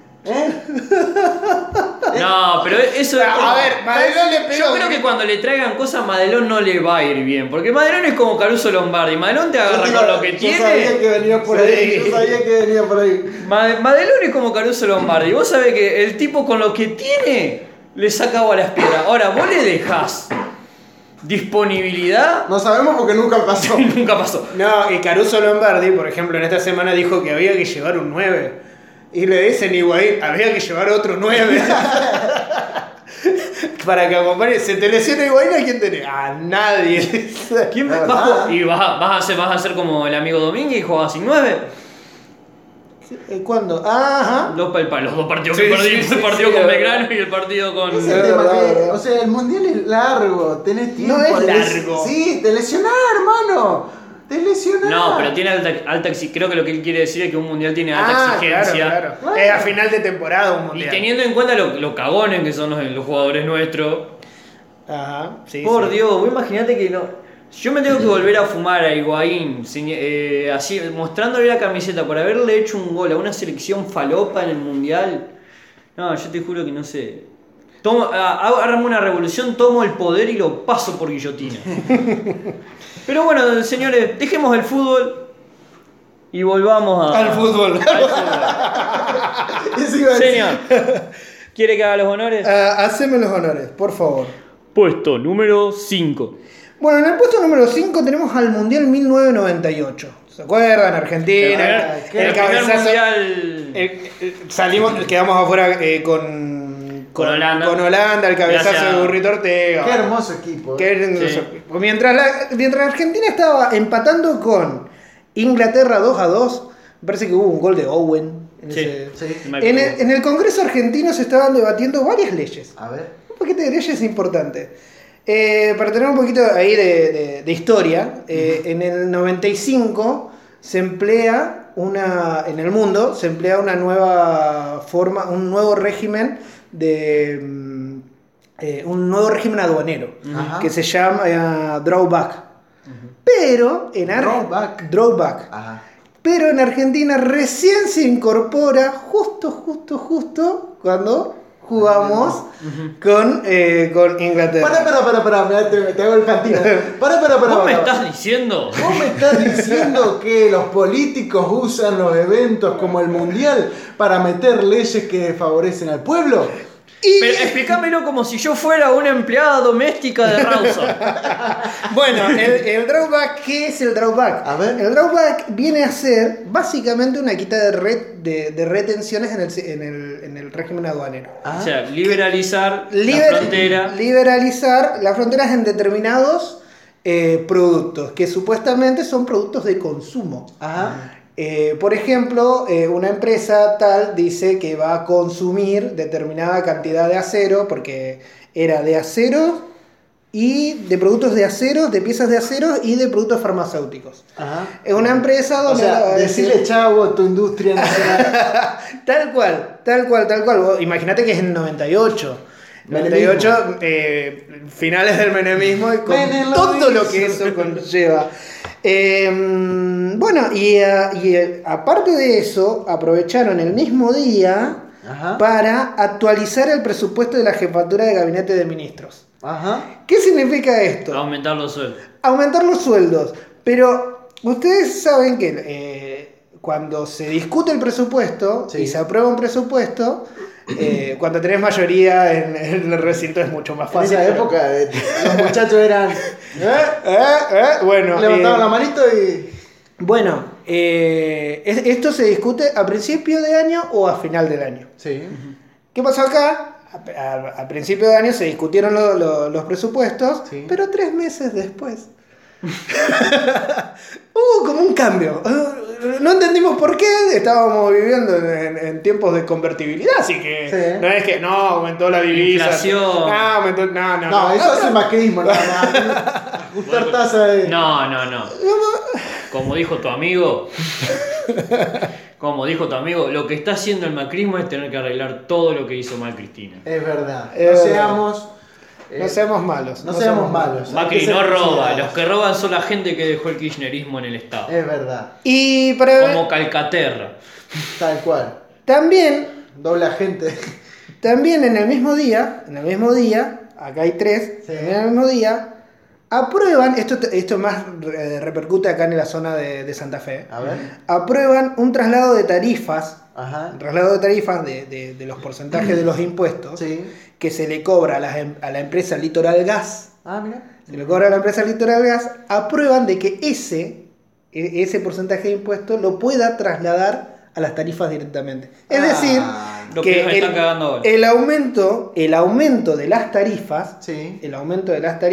No, pero eso es. A ver, Madelón le pegó. Yo creo que cuando le traigan cosas a Madelón no le va a ir bien. Porque Madelón es como Caruso Lombardi. Madelón te agarra con lo que Yo tiene. sabía que venía por ahí. Madelón es como Caruso Lombardi. Vos sabés que el tipo con lo que tiene le saca agua a las piedras. Ahora, vos le dejás disponibilidad. No sabemos porque nunca pasó. Nunca pasó. No, y Caruso Lombardi, por ejemplo, en esta semana dijo que había que llevar un 9. Y le dicen Higuaín, había que llevar otro 9. Para que acompañe. Se te lesiona Higuaín, ¿a quién tenés? A nadie. ¿Quién La vas verdad. y vas a ser como el amigo Domínguez y jugás sin 9? ¿Cuándo? Ajá. Los dos partidos Sí, que perdí, sí, el partido sí, con es Belgrano y el partido con... Es Es el tema verdad, que, verdad. o sea, el mundial es largo, tenés tiempo. No es te largo. Sí, te lesionás, hermano. Te lesionás. No, pero tiene alta exigencia. Creo que lo que él quiere decir es que un mundial tiene alta exigencia. Claro. Claro. Es a final de temporada un Y mundial. teniendo en cuenta lo cagones que son los jugadores nuestros. Ajá, sí. Por sí. Dios, vos imaginate que no. Yo me tengo que volver a fumar a Higuaín, así, mostrándole la camiseta por haberle hecho un gol a una selección falopa en el mundial. No, yo te juro que no sé. Armo una revolución, tomo el poder y lo paso por guillotina. Pero bueno, señores, dejemos el fútbol y volvamos Al fútbol. Eso iba a decir. Señor, ¿quiere que haga los honores? Haceme los honores, por favor. Puesto número 5. Bueno, en el puesto número 5 tenemos al Mundial 1998. ¿Se acuerdan? Argentina, ¿Qué? el El primer cabezazo. mundial. Quedamos afuera con Holanda, el cabezazo Gracias. de Burrito Ortega. Qué hermoso equipo. Qué hermoso Sí. equipo. Mientras Argentina estaba empatando con Inglaterra 2-2, me parece que hubo un gol de Owen. Sí. Sí. En el Congreso argentino se estaban debatiendo varias leyes. A ver. Un paquete de leyes importante. Para tener un poquito ahí de historia, en el 95 se emplea en el mundo se emplea una nueva forma, un nuevo régimen aduanero, Ajá. que se llama drawback. Pero drawback. Ajá. Pero en Argentina recién se incorpora justo cuando jugamos con Inglaterra. Para, mirá, te hago el pantino. Para. ¿Vos me estás diciendo? ¿Vos me estás diciendo que los políticos usan los eventos como el mundial para meter leyes que favorecen al pueblo? Pero explícamelo como si yo fuera una empleada doméstica de Rawson. Bueno, el drawback, ¿qué es el drawback? A ver. El drawback viene a ser básicamente una quita de retenciones en el régimen aduanero. O sea, liberalizar la frontera. Liberalizar las fronteras en determinados productos, que supuestamente son productos de consumo. Ajá. Por ejemplo, una empresa tal dice que va a consumir determinada cantidad de acero, porque era de acero y de productos de acero, de piezas de acero y de productos farmacéuticos. Ajá. Es una empresa donde... O sea, decirle chavo a tu industria nacional. Tal cual, tal cual, tal cual. Vos Imagínate que es en 98. 98, finales del menemismo y con todo lo que eso conlleva. Bueno, y aparte de eso, aprovecharon el mismo día para actualizar el presupuesto de la jefatura de gabinete de ministros. Ajá. ¿Qué significa esto? Aumentar los sueldos. Aumentar los sueldos. Pero ustedes saben que cuando se discute el presupuesto y se aprueba un presupuesto, cuando tenés mayoría en el recinto es mucho más fácil. En esa época los muchachos eran... Bueno, levantaban la manito y... Bueno, esto se discute a principio de año o a final del año. Sí. ¿Qué pasó acá? A principio de año se discutieron los presupuestos, pero 3 meses después hubo como un cambio. No entendimos por qué, estábamos viviendo en tiempos de convertibilidad, así que no es que aumentó la divisa. Inflación. Aumentó, No, eso hace macrismo, ajustar tasa de... No. Como dijo tu amigo, lo que está haciendo el macrismo es tener que arreglar todo lo que hizo mal Cristina. Es verdad. No seamos malos. No seamos malos. Macri no roba, los que roban son la gente que dejó el kirchnerismo en el Estado. Es verdad. Y como Calcaterra. Tal cual. También doble agente. También en el mismo día, acá hay 3, en el mismo día, aprueban, esto más repercute acá en la zona de Santa Fe, aprueban un traslado de tarifas, de los porcentajes de los impuestos, que se le cobra a la empresa Litoral Gas. Mira. Se le cobra a la empresa Litoral Gas, aprueban de que ese porcentaje de impuestos lo pueda trasladar a las tarifas directamente. Es decir, que el aumento de las tarifas, el aumento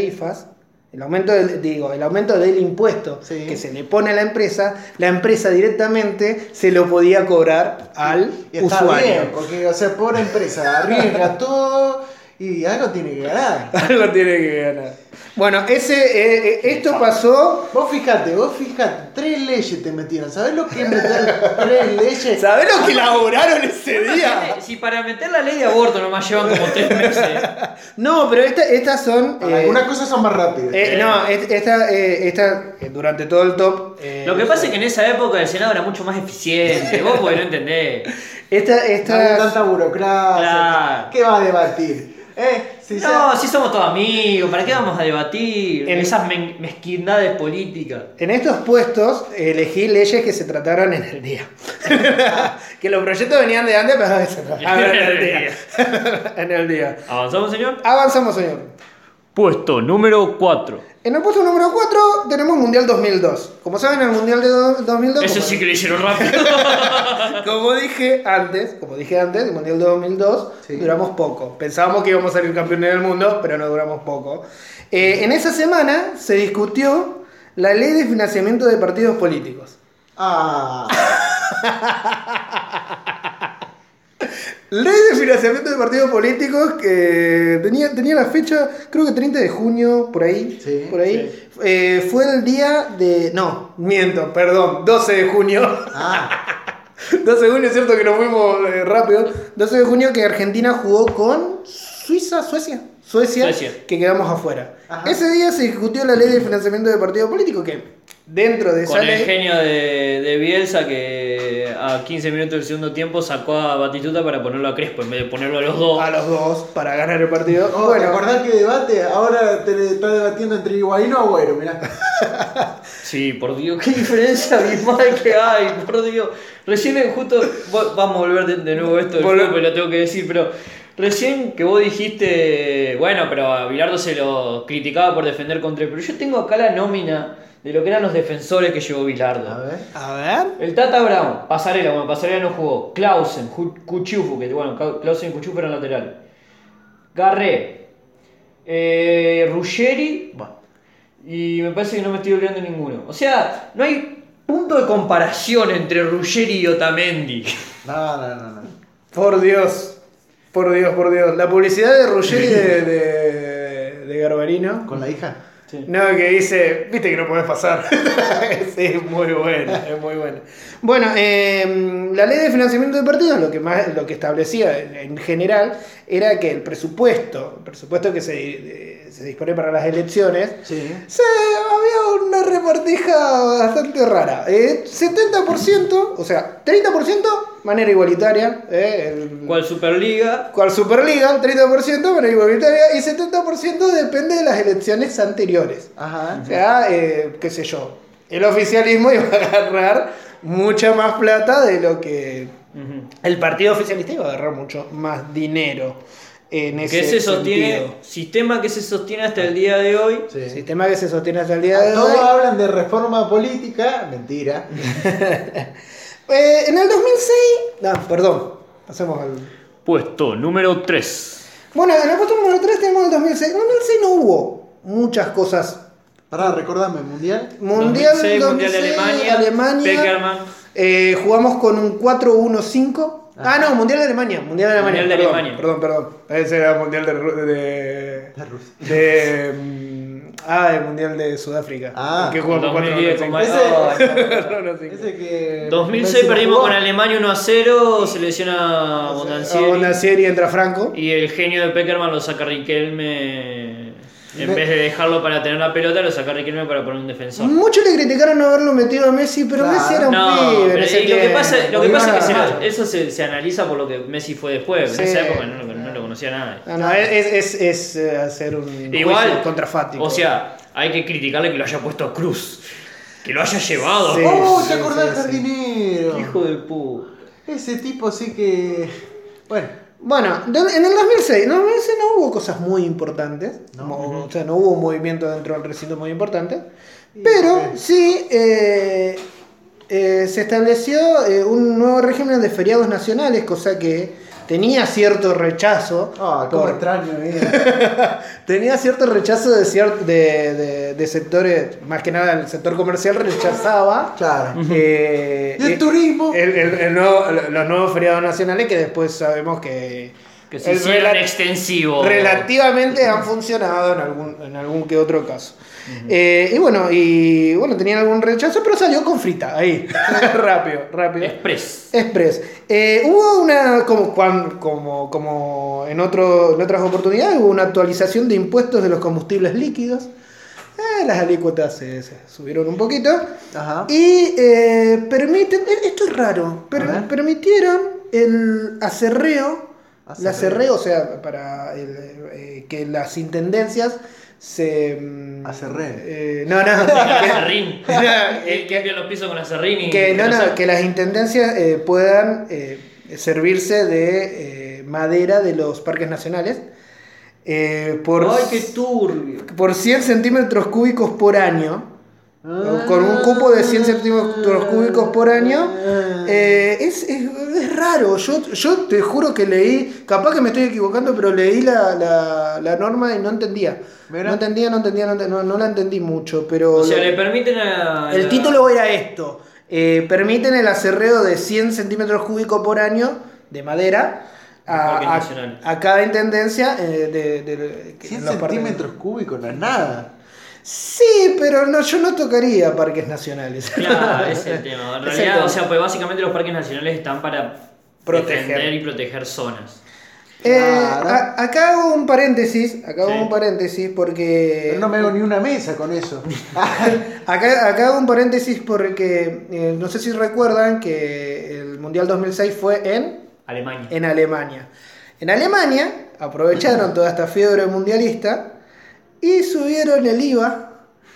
del impuesto que se le pone a la empresa directamente se lo podía cobrar al usuario. Bien, porque, pobre empresa, arriesga todo y algo tiene que ganar. Bueno, esto pasó. Vos fijate, 3 leyes te metieron. ¿Sabés lo que es meter 3 leyes? ¿Sabés lo que elaboraron ese día? Si para meter la ley de aborto nomás llevan como 3 meses. No, pero estas son. Algunas cosas son más rápidas. Esta durante todo el top. Lo que pasa es que en esa época el Senado era mucho más eficiente. Vos porque no entendés. No hay tanta burocracia. Claro. ¿Qué va a debatir? Si somos todos amigos, ¿para qué vamos a debatir esas mezquindades políticas? En estos puestos elegí leyes que se trataron en el día. Que los proyectos venían de antes, pero se trataron en el día. ¿Avanzamos, señor? Avanzamos, señor. Puesto número 4. En el puesto número 4 tenemos Mundial 2002. Como saben, el Mundial de 2002... Eso sí que lo hicieron rápido. Como dije antes, el Mundial de 2002 duramos poco. Pensábamos que íbamos a salir campeones del mundo, pero no duramos poco. En esa semana se discutió la ley de financiamiento de partidos políticos. Ley de financiamiento de partidos políticos que tenía la fecha, creo que 30 de junio, por ahí. Fue el día de... No, miento, perdón, 12 de junio. 12 de junio, es cierto que nos fuimos rápido. 12 de junio que Argentina jugó con Suecia, que quedamos afuera. Ese día se discutió la ley de financiamiento de partidos políticos que... Dentro de esa ley... Con el genio de Bielsa que a 15 minutos del segundo tiempo sacó a Batistuta para ponerlo a Crespo en vez de ponerlo a los dos. A los dos para ganar el partido. ¿Te acordás que debate? Ahora te está debatiendo entre Higuaín o Agüero, mirá. Sí, por Dios, qué diferencia abismal que hay, por Dios. Recién justo... Vamos a volver de nuevo a esto del fútbol, lo tengo que decir, pero... Recién que vos dijiste... Bueno, pero a Bilardo se lo criticaba por defender contra él. Pero yo tengo acá la nómina... de lo que eran los defensores que llevó Bilardo. A ver. El Tata Brown, Pasarela no jugó. Clausen, Cuchufu, Clausen y Cuchufu eran laterales. Garré, Ruggeri, y me parece que no me estoy olvidando ninguno. O sea, no hay punto de comparación entre Ruggeri y Otamendi. No. Por Dios. La publicidad de Ruggeri de Garbarino. ¿Con la hija? Sí. No, que dice, viste que no podés pasar. Sí, es muy buena. Bueno, la ley de financiamiento de partidos lo que establecía en general era que el presupuesto que se dispone para las elecciones, Sí. había una repartija bastante rara. 70%, o sea, 30% manera igualitaria. ¿Cuál Superliga? Cual Superliga, 30% manera igualitaria y 70% depende de las elecciones anteriores. Ajá. O sea, qué sé yo, el oficialismo iba a agarrar mucha más plata de lo que el partido oficialista iba a agarrar mucho más dinero en ese Que se sostiene, sentido. sistema que se sostiene hasta el día de hoy. Sí. Sistema que se sostiene hasta el día de Todos hoy. hablan de reforma política, mentira. En el 2006, perdón, pasemos al... Puesto número 3. Bueno, en el puesto número 3 tenemos el 2006. En el 2006 no hubo muchas cosas. Pará, recordame, mundial. Mundial 2006, 2006, Mundial de Alemania. Peckerman. Jugamos con un 4-1-5. No, Mundial de Alemania. Mundial de Alemania. Mundial de Alemania. Perdón. Ese era el Mundial De Rusia. el Mundial de Sudáfrica. En Que jugamos 2010, 4-1-5. como- Ese- Ay, Ese que. 2006 Messi perdimos jugó. con Alemania 1-0, se lesiona Bondancieri. Una serie entra Franco. Y el genio de Peckerman lo saca Riquelme. En vez de dejarlo para tener la pelota, lo saca Riquelme para poner un defensor. Muchos le criticaron no haberlo metido a Messi, pero Claro. Messi era un No, pibe. en pero ese y lo que tiempo. pasa es que Iban a eso se analiza por lo que Messi fue después. Sí. En esa época no lo conocía nadie. No, es hacer un Igual, juicio contrafáctico. o sea, hay que criticarle que lo haya puesto a Cruz. Que lo haya llevado. Sí. ¡Oh, te sí, acordás del sí. jardinero! Hijo de puta. Ese tipo sí que. Bueno, Bueno, en el 2006 no hubo cosas muy importantes, o sea, no hubo un movimiento dentro del recinto muy importante, pero sí se estableció un nuevo régimen de feriados nacionales, cosa que tenía cierto rechazo. cómo extraño, Tenía cierto rechazo de sectores, más que nada el sector comercial rechazaba. Claro. Y ¿Y el turismo? los nuevos feriados nacionales que después sabemos que se hicieron extensivos. relativamente han funcionado en algún que otro caso. Y bueno, tenían algún rechazo, pero salió con frita, ahí, rápido. Express. Hubo una, como en otras oportunidades, hubo una actualización de impuestos de los combustibles líquidos. Las alícuotas se subieron un poquito. Ajá. Y permiten, esto es raro, permitieron el acerreo, o sea, para que las intendencias se... Acerreen. No. Acerrín. que- Que los pisos con acerrín y... que las intendencias puedan servirse de madera de los parques nacionales por, Ay, qué turbio. por 100 centímetros cúbicos por año. Con un cupo de 100 centímetros cúbicos por año. Es raro. Yo te juro que leí, capaz que me estoy equivocando, pero leí la norma y no entendía. Mira. No la entendí mucho, pero... O sea, le permiten El título era esto. Permiten el acerreo de 100 centímetros cúbicos por año de madera a cada intendencia de 100 en los parques. centímetros cúbicos, no es nada. Sí, pero yo no tocaría parques nacionales. Claro, ese es el tema. En Es el realidad, tema. o sea, pues básicamente los parques nacionales están para Proteger. defender y proteger zonas. Claro. Acá hago un paréntesis, porque... Pero no me hago ni una mesa con eso. Acá hago un paréntesis porque no sé si recuerdan que el Mundial 2006 fue en Alemania. Alemania. En Alemania aprovecharon toda esta fiebre mundialista y subieron el IVA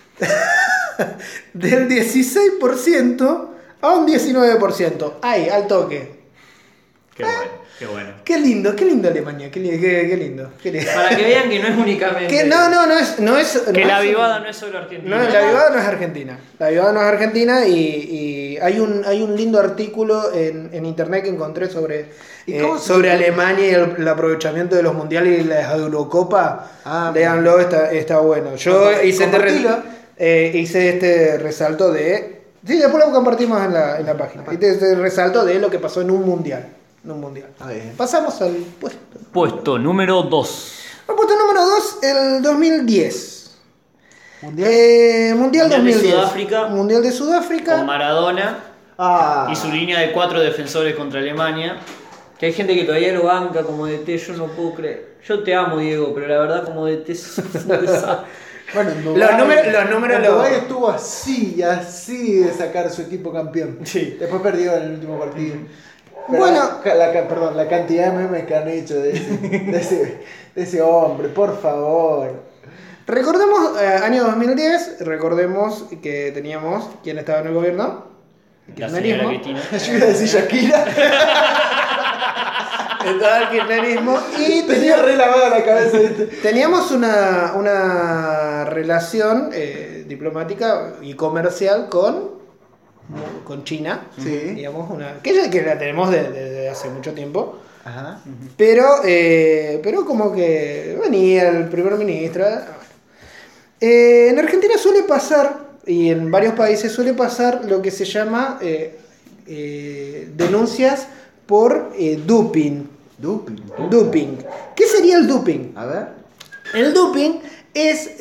del 16% a un 19%. Ahí, al toque. Qué bueno, qué bueno. Qué lindo Alemania, qué lindo. Para que vean que no es únicamente... Que no es Que no la es- vivada no es solo Argentina. No, la Vivada no es Argentina. La Vivada no es Argentina y hay un lindo artículo en internet que encontré sobre Alemania y el aprovechamiento de los mundiales y las Eurocopas. Léanlo, está bueno. Yo hice Compartilo. hice este resalto de Sí, después lo compartimos en la página. Y te resalto de lo que pasó en un mundial. Pasamos al puesto. Puesto número 2. El puesto número 2, el 2010. ¿Mundial? Mundial de 2010. Sudáfrica. Mundial de Sudáfrica. Con Maradona y su línea de 4 defensores contra Alemania. Que hay gente que todavía lo banca como DT, yo no puedo creer. Yo te amo, Diego, pero la verdad como DT es un desastre. Bueno, en Los números en Dubái estuvo así de sacar su equipo campeón. Sí. Después perdió en el último partido. Pero Bueno. la cantidad de memes que han hecho de ese hombre, por favor. Recordemos, año 2010, recordemos que teníamos, ¿quién estaba en el gobierno? El La señora kirchnerismo. Cristina. Yo iba a decir Shakira. Estaba el kirchnerismo y Tenía re lavada la cabeza. teníamos una relación diplomática y comercial con China. Sí. Digamos, que la tenemos desde hace mucho tiempo. Ajá. Pero como que venía el primer ministro. En Argentina suele pasar, y en varios países suele pasar, lo que se llama denuncias por doping. Doping. ¿Qué sería el doping? A ver. El doping es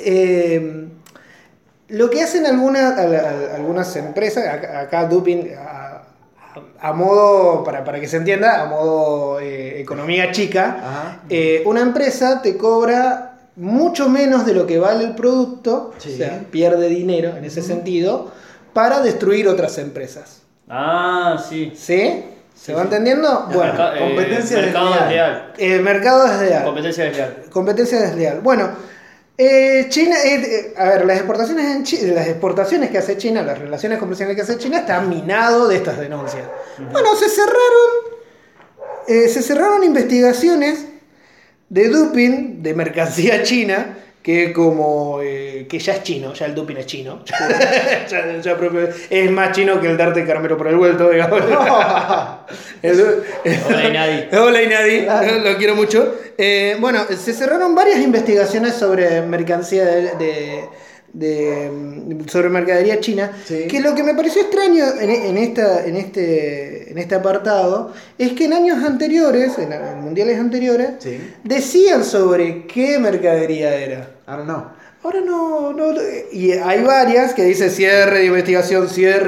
lo que hacen algunas empresas, acá doping a modo, para que se entienda, a modo economía chica. Ajá. Una empresa te cobra mucho menos de lo que vale el producto, Sí. o sea, pierde dinero en ese sentido, para destruir otras empresas. Ah, sí. ¿Sí? ¿Se Sí, va sí. entendiendo? Bueno, competencia mercado desleal. desleal. mercado desleal. Competencia desleal. Competencia desleal. Bueno, China, a ver, las exportaciones que hace China, las relaciones comerciales que hace China, están minado de estas denuncias. Bueno, se cerraron investigaciones de doping de mercancía china, que que ya es chino, ya el doping es chino. Ya es más chino que el darte caramelo por el vuelto, digamos. Hola Inadi. Hola Inadi, lo quiero mucho. Bueno, se cerraron varias investigaciones sobre mercancía sobre mercadería china. Sí. Que lo que me pareció extraño en este apartado es que en años anteriores, en mundiales anteriores, Sí. decían sobre qué mercadería era. Ahora no. Ahora no, y hay varias que dice cierre de investigación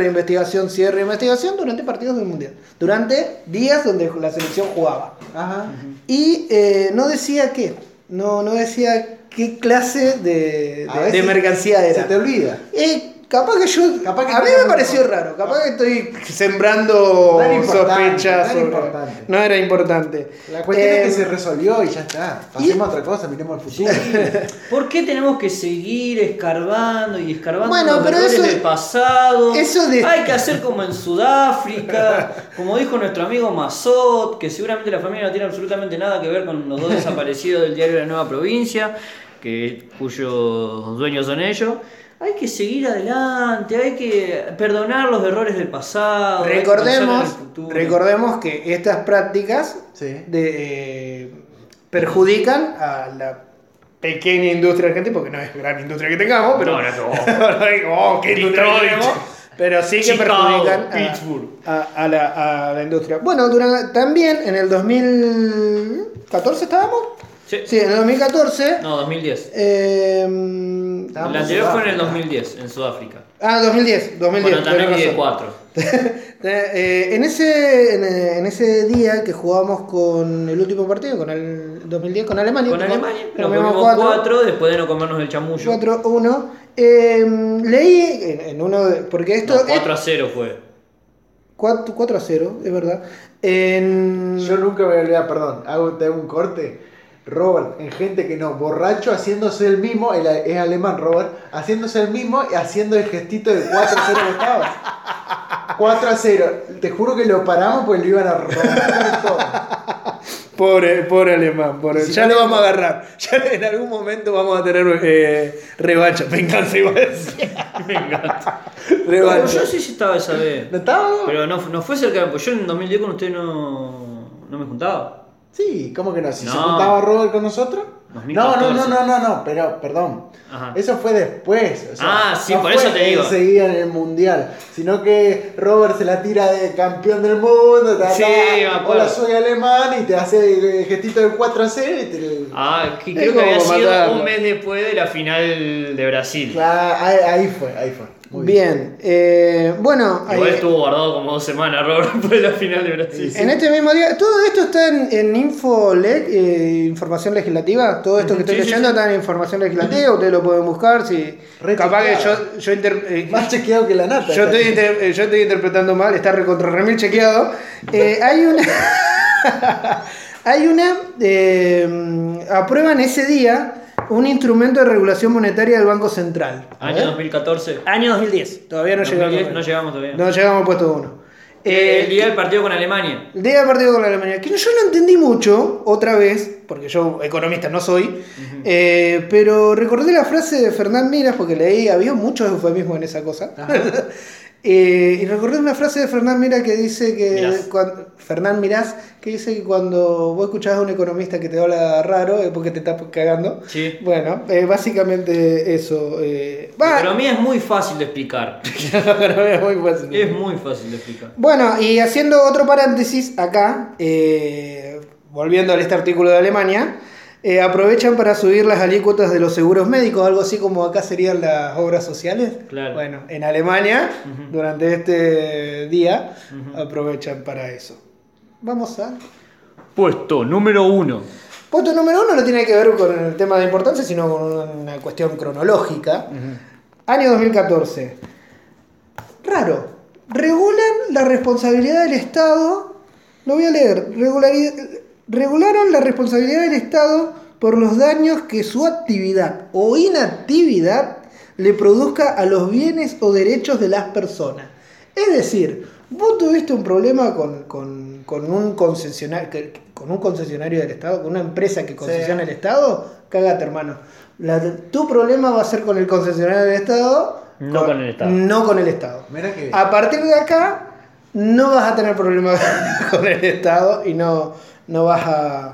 durante partidos del mundial, durante días donde la selección jugaba. Ajá. Y no decía qué, no decía qué clase de mercancía era. Se te olvida. Capaz que a mí me pareció raro, capaz que estoy sembrando No era importante, sospechas. no era importante. No era importante. La cuestión es que se resolvió y ya está. Pasemos a otra cosa, miremos el futuro. ¿Por qué tenemos que seguir escarbando Bueno, los pero errores eso- del pasado? eso de- Hay que hacer como en Sudáfrica, como dijo nuestro amigo Mazot, que seguramente la familia no tiene absolutamente nada que ver con los dos desaparecidos del diario La Nueva Provincia, cuyos dueños son ellos. Hay que seguir adelante, hay que perdonar los errores del pasado. hay que pensar en el futuro. Recordemos que estas prácticas Sí. perjudican a la pequeña industria argentina, porque no es gran industria que tengamos, pero qué industria que tenemos, pero sí que Chicago, perjudican Pittsburgh. a la industria. Bueno, también en el 2014 estábamos. Sí, en el 2014. No, 2010. Estábamos La anterior en fue en el Sudáfrica. 2010, en Sudáfrica. 2010. Bueno, también tenés vi de razón. 4. En ese día que jugamos con el último partido, con el 2010 con Alemania. Con Alemania, nos comimos comimos 4 después de no comernos el chamullo. 4-1. Leí en uno de. Porque esto. No, 4-0 fue. 4-0, es verdad. Yo nunca me voy a olvidar, perdón, te hago un corte. Robert, en gente que no, borracho haciéndose el mismo, es alemán Robert, haciéndose el mismo y haciendo el gestito de 4-0 que estaba. 4-0, te juro que lo paramos porque lo iban a romper todo. Pobre alemán, Si ya no- lo vamos a agarrar. Ya en algún momento vamos a tener revancha. Venganza igual. Me encanta. Revancha. Yo sí estaba esa vez. ¿No estaba? Pero no fue cerca, pues yo en 2010 con usted no me juntaba. Sí, ¿cómo que no? Si se No. juntaba Robert con nosotros. No, pero, perdón. Ajá. Eso fue después. O sea, Sí, por eso te digo. Seguía en el mundial. Sino que Robert se la tira de campeón del mundo. Sí, me acuerdo. Hola, soy alemán. Y te hace el gestito del 4-0. Que creo que había sido un mes después de la final de Brasil. Claro, ahí fue. Muy bien. Bueno, igual estuvo guardado como 2 semanas, Robert, después de la final de Brasil. En este mismo día, todo esto está en InfoLeg, información legislativa. Todo esto que estoy leyendo está en información legislativa. Ustedes lo pueden buscar. Si capaz que más chequeado que la nata. Yo estoy interpretando mal, está recontra remil chequeado. Hay una. Aprueban ese día un instrumento de regulación monetaria del Banco Central. Año 2014. Año 2010. Todavía no llegamos. No llegamos todavía. No llegamos al puesto 1. El día del partido con Alemania. El día del partido con Alemania. Que yo no entendí mucho, otra vez, porque yo economista no soy, pero recordé la frase de Fernán Miras, porque leí, había muchos eufemismos en esa cosa. Y recordé una frase de Fernán Miras que dice que Fernán Mirás, que dice que cuando vos escuchás a un economista que te habla raro es porque te está cagando. Sí. Bueno, básicamente eso. La economía es muy fácil de explicar. Es muy fácil de explicar. Bueno, y haciendo otro paréntesis acá, volviendo a este artículo de Alemania, aprovechan para subir las alícuotas de los seguros médicos, algo así como acá serían las obras sociales. Claro. Bueno, en Alemania, durante este día, aprovechan para eso. Vamos a... Puesto número 1. Puesto número 1 no tiene que ver con el tema de importancia, sino con una cuestión cronológica. Año 2014. Raro. Regulan la responsabilidad del Estado. Lo voy a leer. Regularon la responsabilidad del Estado por los daños que su actividad o inactividad le produzca a los bienes o derechos de las personas. Es decir, vos tuviste un problema con un concesionario del Estado, con una empresa que concesiona el Estado, cágate, hermano. Tu problema va a ser con el concesionario del Estado, no con el Estado. No con el Estado. Mira que... A partir de acá no vas a tener problemas con el Estado y no vas a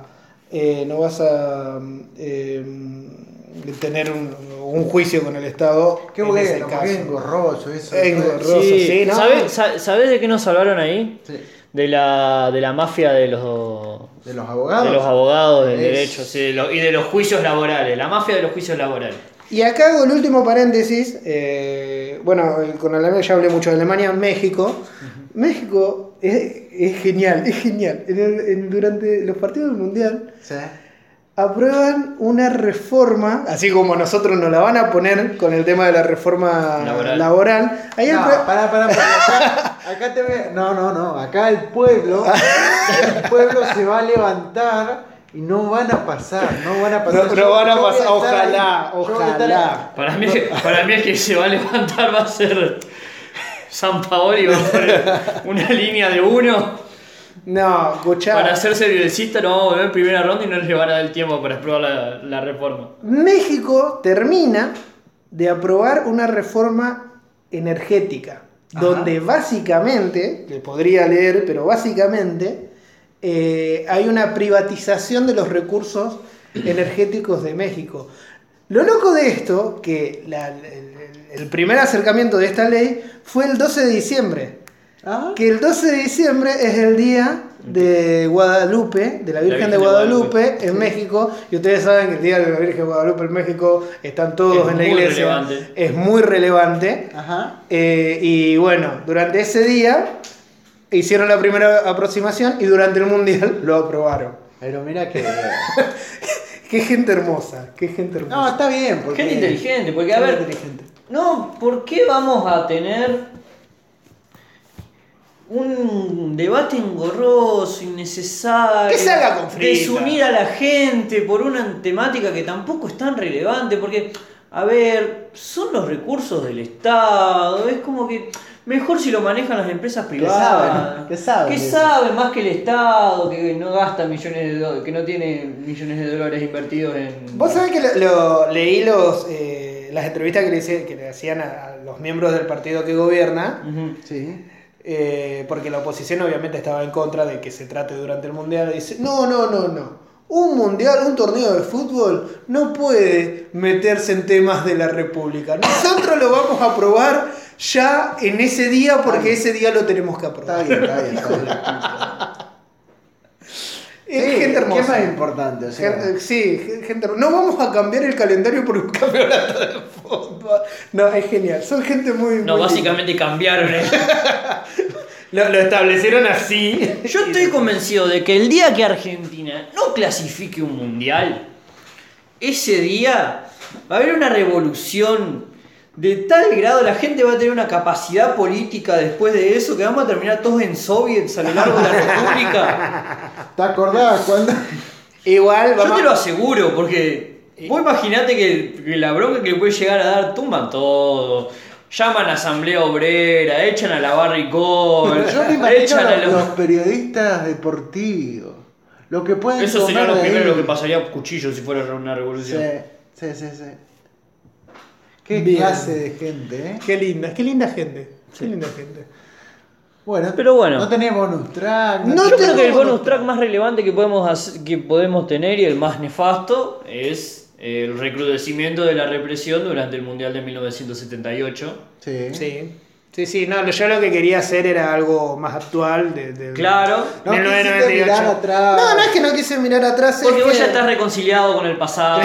tener un juicio con el Estado. Qué bueno, qué engorroso eso. Engorroso, sí, ¿no? ¿Sabés de qué nos hablaron ahí? Sí. De la mafia de los abogados. De los abogados del derecho, sí, y de los juicios laborales. La mafia de los juicios laborales. Y acá hago el último paréntesis. Bueno, con Alemania ya hablé mucho de Alemania. México. México es genial, es genial. Durante los partidos del Mundial aprueban una reforma, así como nosotros nos la van a poner con el tema de la reforma laboral. Ahí pará. Acá te ve. No. Acá el pueblo se va a levantar. Y no van a pasar. No van a pasar. Ojalá. Para mí el que se va a levantar va a ser Sampaoli, va a poner una línea de 1. No, escuchá. Para hacerse bielcista nos vamos a volver en primera ronda y no les van a dar el tiempo para aprobar la reforma. México termina de aprobar una reforma energética. Donde básicamente, le podría leer, pero básicamente hay una privatización de los recursos energéticos de México. Lo loco de esto, que el primer acercamiento de esta ley fue el 12 de diciembre. Que el 12 de diciembre es el día de Guadalupe, de la Virgen de Guadalupe en México. Y ustedes saben que el día de la Virgen de Guadalupe en México están todos en la iglesia. Es muy relevante. Y bueno, durante ese día hicieron la primera aproximación y durante el Mundial lo aprobaron. Pero mira que... Qué gente hermosa, qué gente hermosa. No, está bien. Porque... Gente inteligente, porque a ver... No, ¿por qué vamos a tener un debate engorroso, innecesario, que salga con frita, desunir a la gente por una temática que tampoco es tan relevante? Porque, a ver, son los recursos del Estado, es como que mejor si lo manejan las empresas privadas, que saben más que el Estado, que no gasta millones de dólares, que no tiene millones de dólares invertidos en... Vos sabés que leí las entrevistas que le hacían a los miembros del partido que gobierna. Sí. Porque la oposición obviamente estaba en contra de que se trate durante el Mundial. Y dice, no. un mundial, un torneo de fútbol no puede meterse en temas de la República. Nosotros lo vamos a aprobar ya en ese día porque ese día lo tenemos que aprobar. Está bien. Es gente hermosa. ¿Qué es más importante? O sea, Gente hermosa. No vamos a cambiar el calendario por un campeonato de fútbol. No, es genial. Son gente muy... No, muy básicamente cambiaron lo establecieron así. Yo estoy convencido de que el día que Argentina no clasifique un mundial, ese día va a haber una revolución de tal grado, la gente va a tener una capacidad política después de eso, que vamos a terminar todos en soviets a lo largo de la República. ¿te acordás cuando? Igual, Yo te lo aseguro, porque vos imaginate que la bronca que le puede llegar a dar, tumban todo. Llaman a Asamblea Obrera, echan a la Barricón, Yo me imagino echan a los periodistas deportivos. Lo que pueden Eso sería tomar lo de primero ahí. que pasaría a cuchillo si fuera una revolución. Sí. Qué Bien. clase de gente, ¿eh? Qué linda gente. Qué linda gente. Bueno, Pero bueno. no tenemos bonus track. No Yo creo que el tenemos bonus track más relevante que podemos tener y el más nefasto es el recrudecimiento de la represión durante el Mundial de 1978. Sí. Sí, no, yo lo que quería hacer era algo más actual Claro, No del quisiste 1998. mirar atrás. No es que no quise mirar atrás. porque es vos que... ya estás reconciliado con el pasado.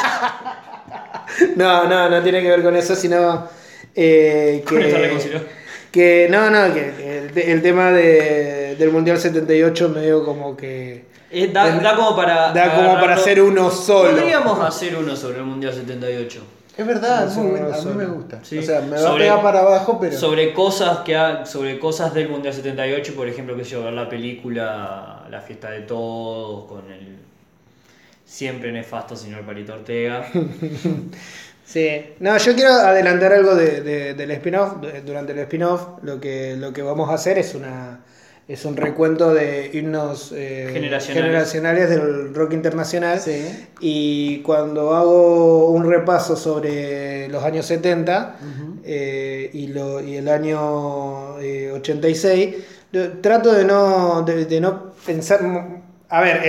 No tiene que ver con eso, sino Con esta reconciliación. que el tema del Mundial 78 medio como que Da como para agarrarlo. hacer uno solo. Podríamos hacer uno sobre el Mundial 78. Es verdad, No sé, muy bueno, no a mí sé. me gusta. Sí. O sea, me va a Sobre- pegar para abajo, pero. Sobre cosas del Mundial 78, por ejemplo, que sé yo, ver la película La Fiesta de Todos con el siempre nefasto señor Palito Ortega. Sí, no, yo quiero adelantar algo del spin-off. Durante el spin-off lo que vamos a hacer es un recuento de himnos generacionales del rock internacional. Sí. Y cuando hago un repaso sobre los años 70 y el año 86, trato de no pensar... A ver,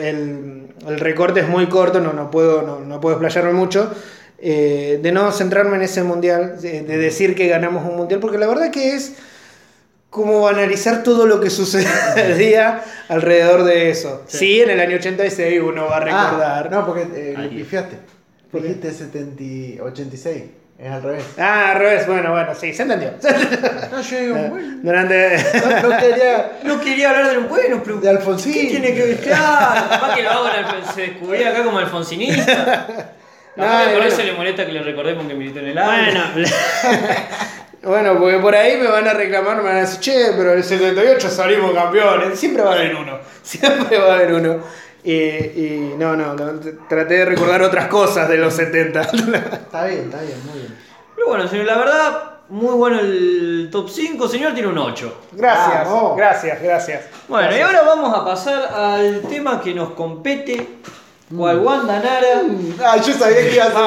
el recorte es muy corto, no puedo explayarme mucho. De no centrarme en ese mundial, de decir que ganamos un mundial, porque la verdad que es como analizar todo lo que sucedía alrededor de eso. Sí, en el año 86 uno va a recordar. No, porque le Ahí. pifiaste. ¿Por qué? Dijiste 86. Es al revés. Al revés, bueno, sí, se entendió. No, yo digo, bueno. Durante... No quería. No quería hablar del bueno, pero De Alfonsín. ¿qué tiene que ver? Claro, capaz que lo hago se descubría acá como alfonsinista. No, Capaz que por bueno. eso le molesta que le recordemos que militó en el ALBA. Bueno, porque por ahí me van a reclamar, me van a decir, che, pero en el 78 salimos campeones. Siempre va a haber uno. Siempre va a haber uno. Y no, traté de recordar otras cosas de los 70. Está bien, muy bien. Pero bueno, señor, la verdad, muy bueno el top 5. Señor, tiene un 8. Gracias, Vamos. gracias. Bueno, y ahora vamos a pasar al tema que nos compete. Cual Wanda Nara. Yo sabía que ibas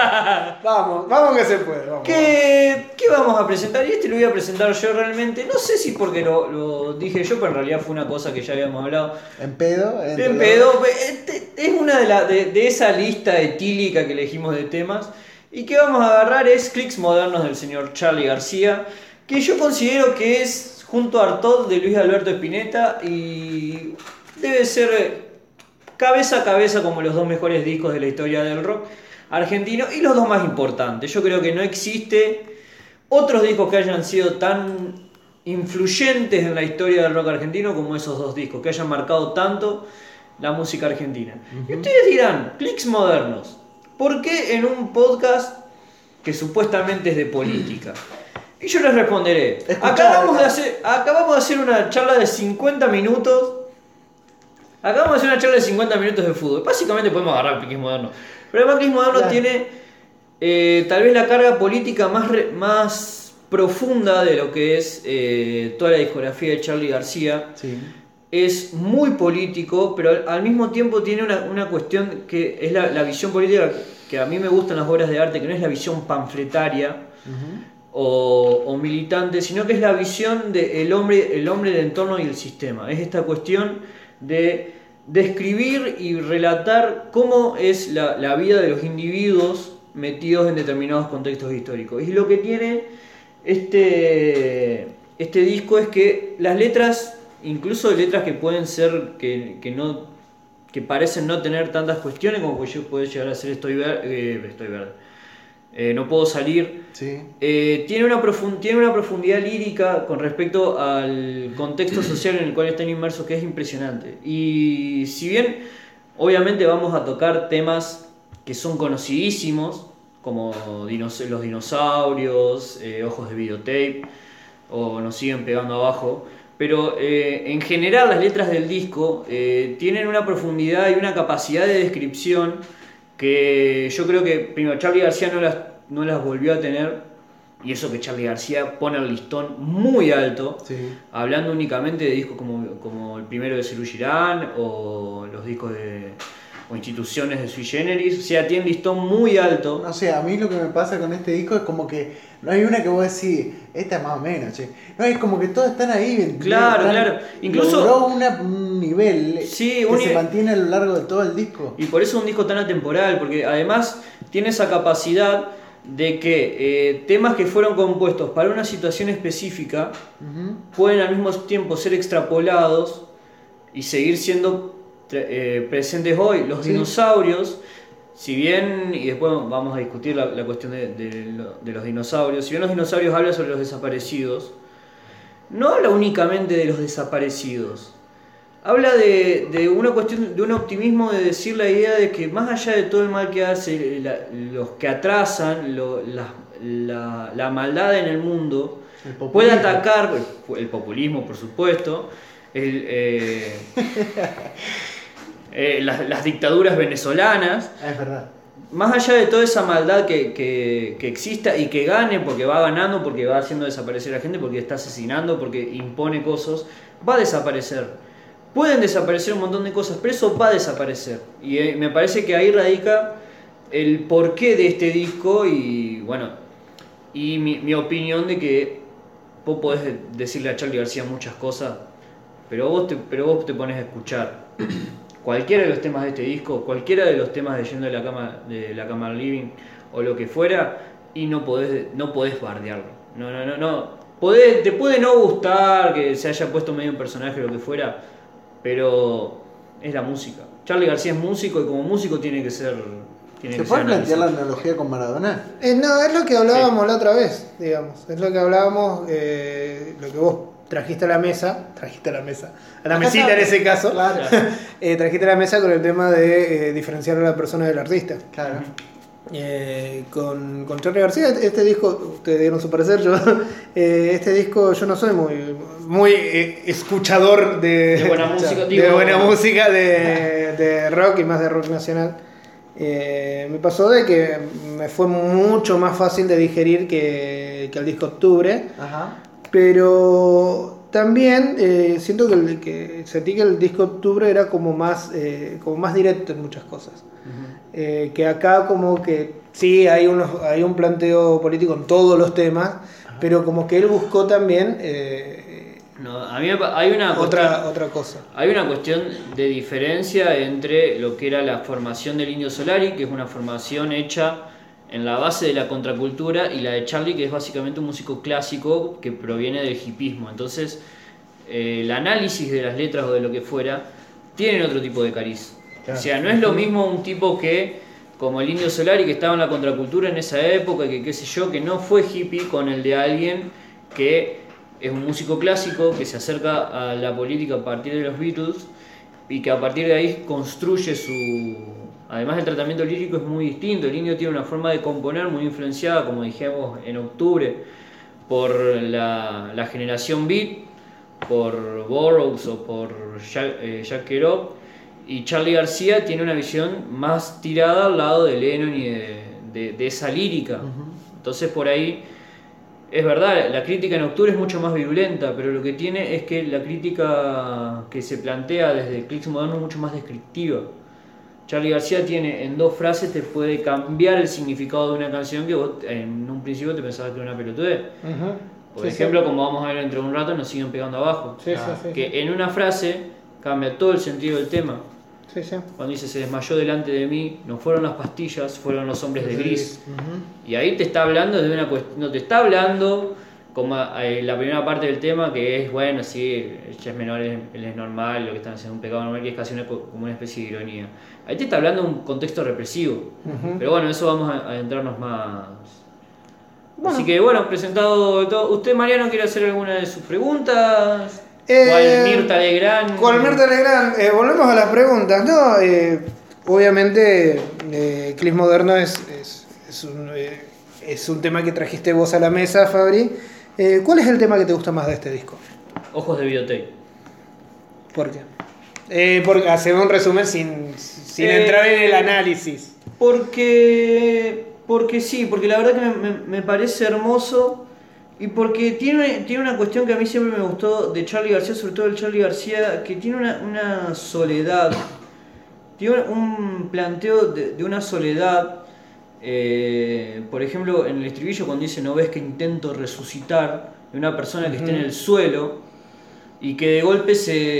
Vamos que se puede. Vamos. ¿Qué vamos a presentar? Y este lo voy a presentar yo realmente. No sé si porque lo dije yo, pero en realidad fue una cosa que ya habíamos hablado. En pedo. En pedo. Es una de esa lista etílica que elegimos de temas. Y que vamos a agarrar es Clics Modernos del señor Charly García. Que yo considero que es junto a Artaud de Luis Alberto Spinetta. Y debe ser cabeza a cabeza como los dos mejores discos de la historia del rock argentino. Y los dos más importantes. Yo creo que no existe otros discos que hayan sido tan influyentes en la historia del rock argentino como esos dos discos. Que hayan marcado tanto la música argentina. Y ustedes dirán, Clics Modernos. ¿Por qué en un podcast que supuestamente es de política? Y yo les responderé. Acabamos de hacer una charla de 50 minutos. Acabamos de hacer una charla de 50 minutos de fútbol. Básicamente podemos agarrar Clics Modernos. Pero además Clics Modernos tiene tal vez la carga política más profunda de lo que es toda la discografía de Charly García. Sí. Es muy político, pero al mismo tiempo tiene una cuestión que es la visión política que a mí me gustan las obras de arte, que no es la visión panfletaria o militante, sino que es la visión del hombre del entorno y el sistema. Es esta cuestión de describir y relatar cómo es la vida de los individuos metidos en determinados contextos históricos. Y lo que tiene este disco es que las letras, incluso letras que pueden ser que parecen no tener tantas cuestiones como puede llegar a ser Estoy verde. No puedo salir. Sí. Tiene una profundidad lírica con respecto al contexto social en el cual están inmersos que es impresionante. Y si bien obviamente vamos a tocar temas que son conocidísimos, como los dinosaurios, ojos de videotape, o nos siguen pegando abajo, pero en general las letras del disco tienen una profundidad y una capacidad de descripción que yo creo que primero Charly García no las volvió a tener, y eso que Charly García pone el listón muy alto, Sí. hablando únicamente de discos como el primero de Serú Girán o los discos o instituciones de Sui Generis, o sea, tiene un listón muy alto. No sé, a mí lo que me pasa con este disco es como que no hay una que vos decís, esta es más o menos, che. No, es como que todos están ahí, ¿entendés? Claro. Incluso logró un nivel Sí, que se mantiene a lo largo de todo el disco. y por eso es un disco tan atemporal, porque además tiene esa capacidad de que temas que fueron compuestos para una situación específica Ujú. pueden al mismo tiempo ser extrapolados y seguir siendo presentes hoy. Los Sí. dinosaurios, si bien, y después vamos a discutir la cuestión de los dinosaurios, si bien los dinosaurios hablan sobre los desaparecidos, no habla únicamente de los desaparecidos. Habla de una cuestión, de un optimismo de decir la idea de que más allá de todo el mal que hace, los que atrasan, la maldad en el mundo, El populismo. puede atacar el populismo, por supuesto, las dictaduras venezolanas, Es verdad. más allá de toda esa maldad que exista y que gane, porque va ganando, porque va haciendo desaparecer a la gente, porque está asesinando, porque impone cosas, va a desaparecer. Pueden desaparecer un montón de cosas, pero eso va a desaparecer. Y me parece que ahí radica el porqué de este disco y bueno, y mi opinión de que vos podés decirle a Charly García muchas cosas, pero vos te pones a escuchar cualquiera de los temas de este disco, cualquiera de los temas de Yendo de la cama al living o lo que fuera, y no podés bardearlo. No. Te puede no gustar que se haya puesto medio un personaje o lo que fuera, pero es la música. Charly García es músico y como músico tiene que ser. ¿Se puede plantear la analogía con Maradona? No, es lo que hablábamos la otra vez, digamos. Es lo que hablábamos, lo que vos trajiste a la mesa, a la mesita en ese caso, Claro. trajiste a la mesa con el tema de diferenciar a la persona del artista. Claro. Con Charly García, este disco, ustedes dieron su parecer, este disco yo no soy muy escuchador de buena música, de rock y más de rock nacional. Me pasó de que me fue mucho más fácil de digerir que el disco Octubre, Ajá. pero también siento que sentí que el disco Octubre era como más directo en muchas cosas. Que acá como que sí hay un planteo político en todos los temas, pero como que él buscó también No, a mí hay una otra cosa. Hay una cuestión de diferencia entre lo que era la formación del Indio Solari, que es una formación hecha en la base de la contracultura, y la de Charly, que es básicamente un músico clásico que proviene del hipismo. Entonces, el análisis de las letras o de lo que fuera tienen otro tipo de cariz. Claro. O sea, no es lo mismo un tipo que, como el Indio Solari, que estaba en la contracultura en esa época, que qué sé yo, que no fue hippie, con el de alguien que es un músico clásico que se acerca a la política a partir de los Beatles y que a partir de ahí construye su... Además el tratamiento lírico es muy distinto, el Indio tiene una forma de componer muy influenciada, como dijimos en Octubre, por la generación beat, por Burroughs o por Jack Kerouac, y Charly García tiene una visión más tirada al lado de Lennon y de esa lírica. Entonces por ahí... Es verdad, la crítica en Octubre es mucho más virulenta, pero lo que tiene es que la crítica que se plantea desde Clicks Moderno es mucho más descriptiva. Charly García tiene en 2 frases, te puede cambiar el significado de una canción que vos en un principio te pensabas que era una pelotudez. Por ejemplo, como vamos a ver dentro de un rato, nos siguen pegando abajo. Sí. Que en una frase cambia todo el sentido del tema. Sí, sí. Cuando dice se desmayó delante de mí, no fueron las pastillas, fueron los hombres de gris. Ujú. Y ahí te está hablando de una cuestión, no te está hablando como la primera parte del tema, que es, bueno, sí, ella es menor, él es normal, lo que están haciendo es un pecado normal, que es casi como una especie de ironía. Ahí te está hablando de un contexto represivo. Pero bueno, eso vamos a adentrarnos más. Bueno. Así que bueno, presentado todo. ¿Usted, Mariano, quiere hacer alguna de sus preguntas? ¿Cuál Mirta Legrand? ¿Cuál Mirta Legrand? Volvemos a las preguntas, ¿no? Obviamente, Eclipse Moderno es un tema que trajiste vos a la mesa, Fabri. ¿Cuál es el tema que te gusta más de este disco? Ojos de videotape. ¿Por qué? Porque hacemos un resumen sin entrar en el análisis. Porque sí, porque la verdad que me parece hermoso y porque tiene una cuestión que a mí siempre me gustó de Charly García, sobre todo el Charly García, que tiene una soledad, tiene un planteo de una soledad. Por ejemplo, en el estribillo cuando dice no ves que intento resucitar, de una persona que esté en el suelo y que de golpe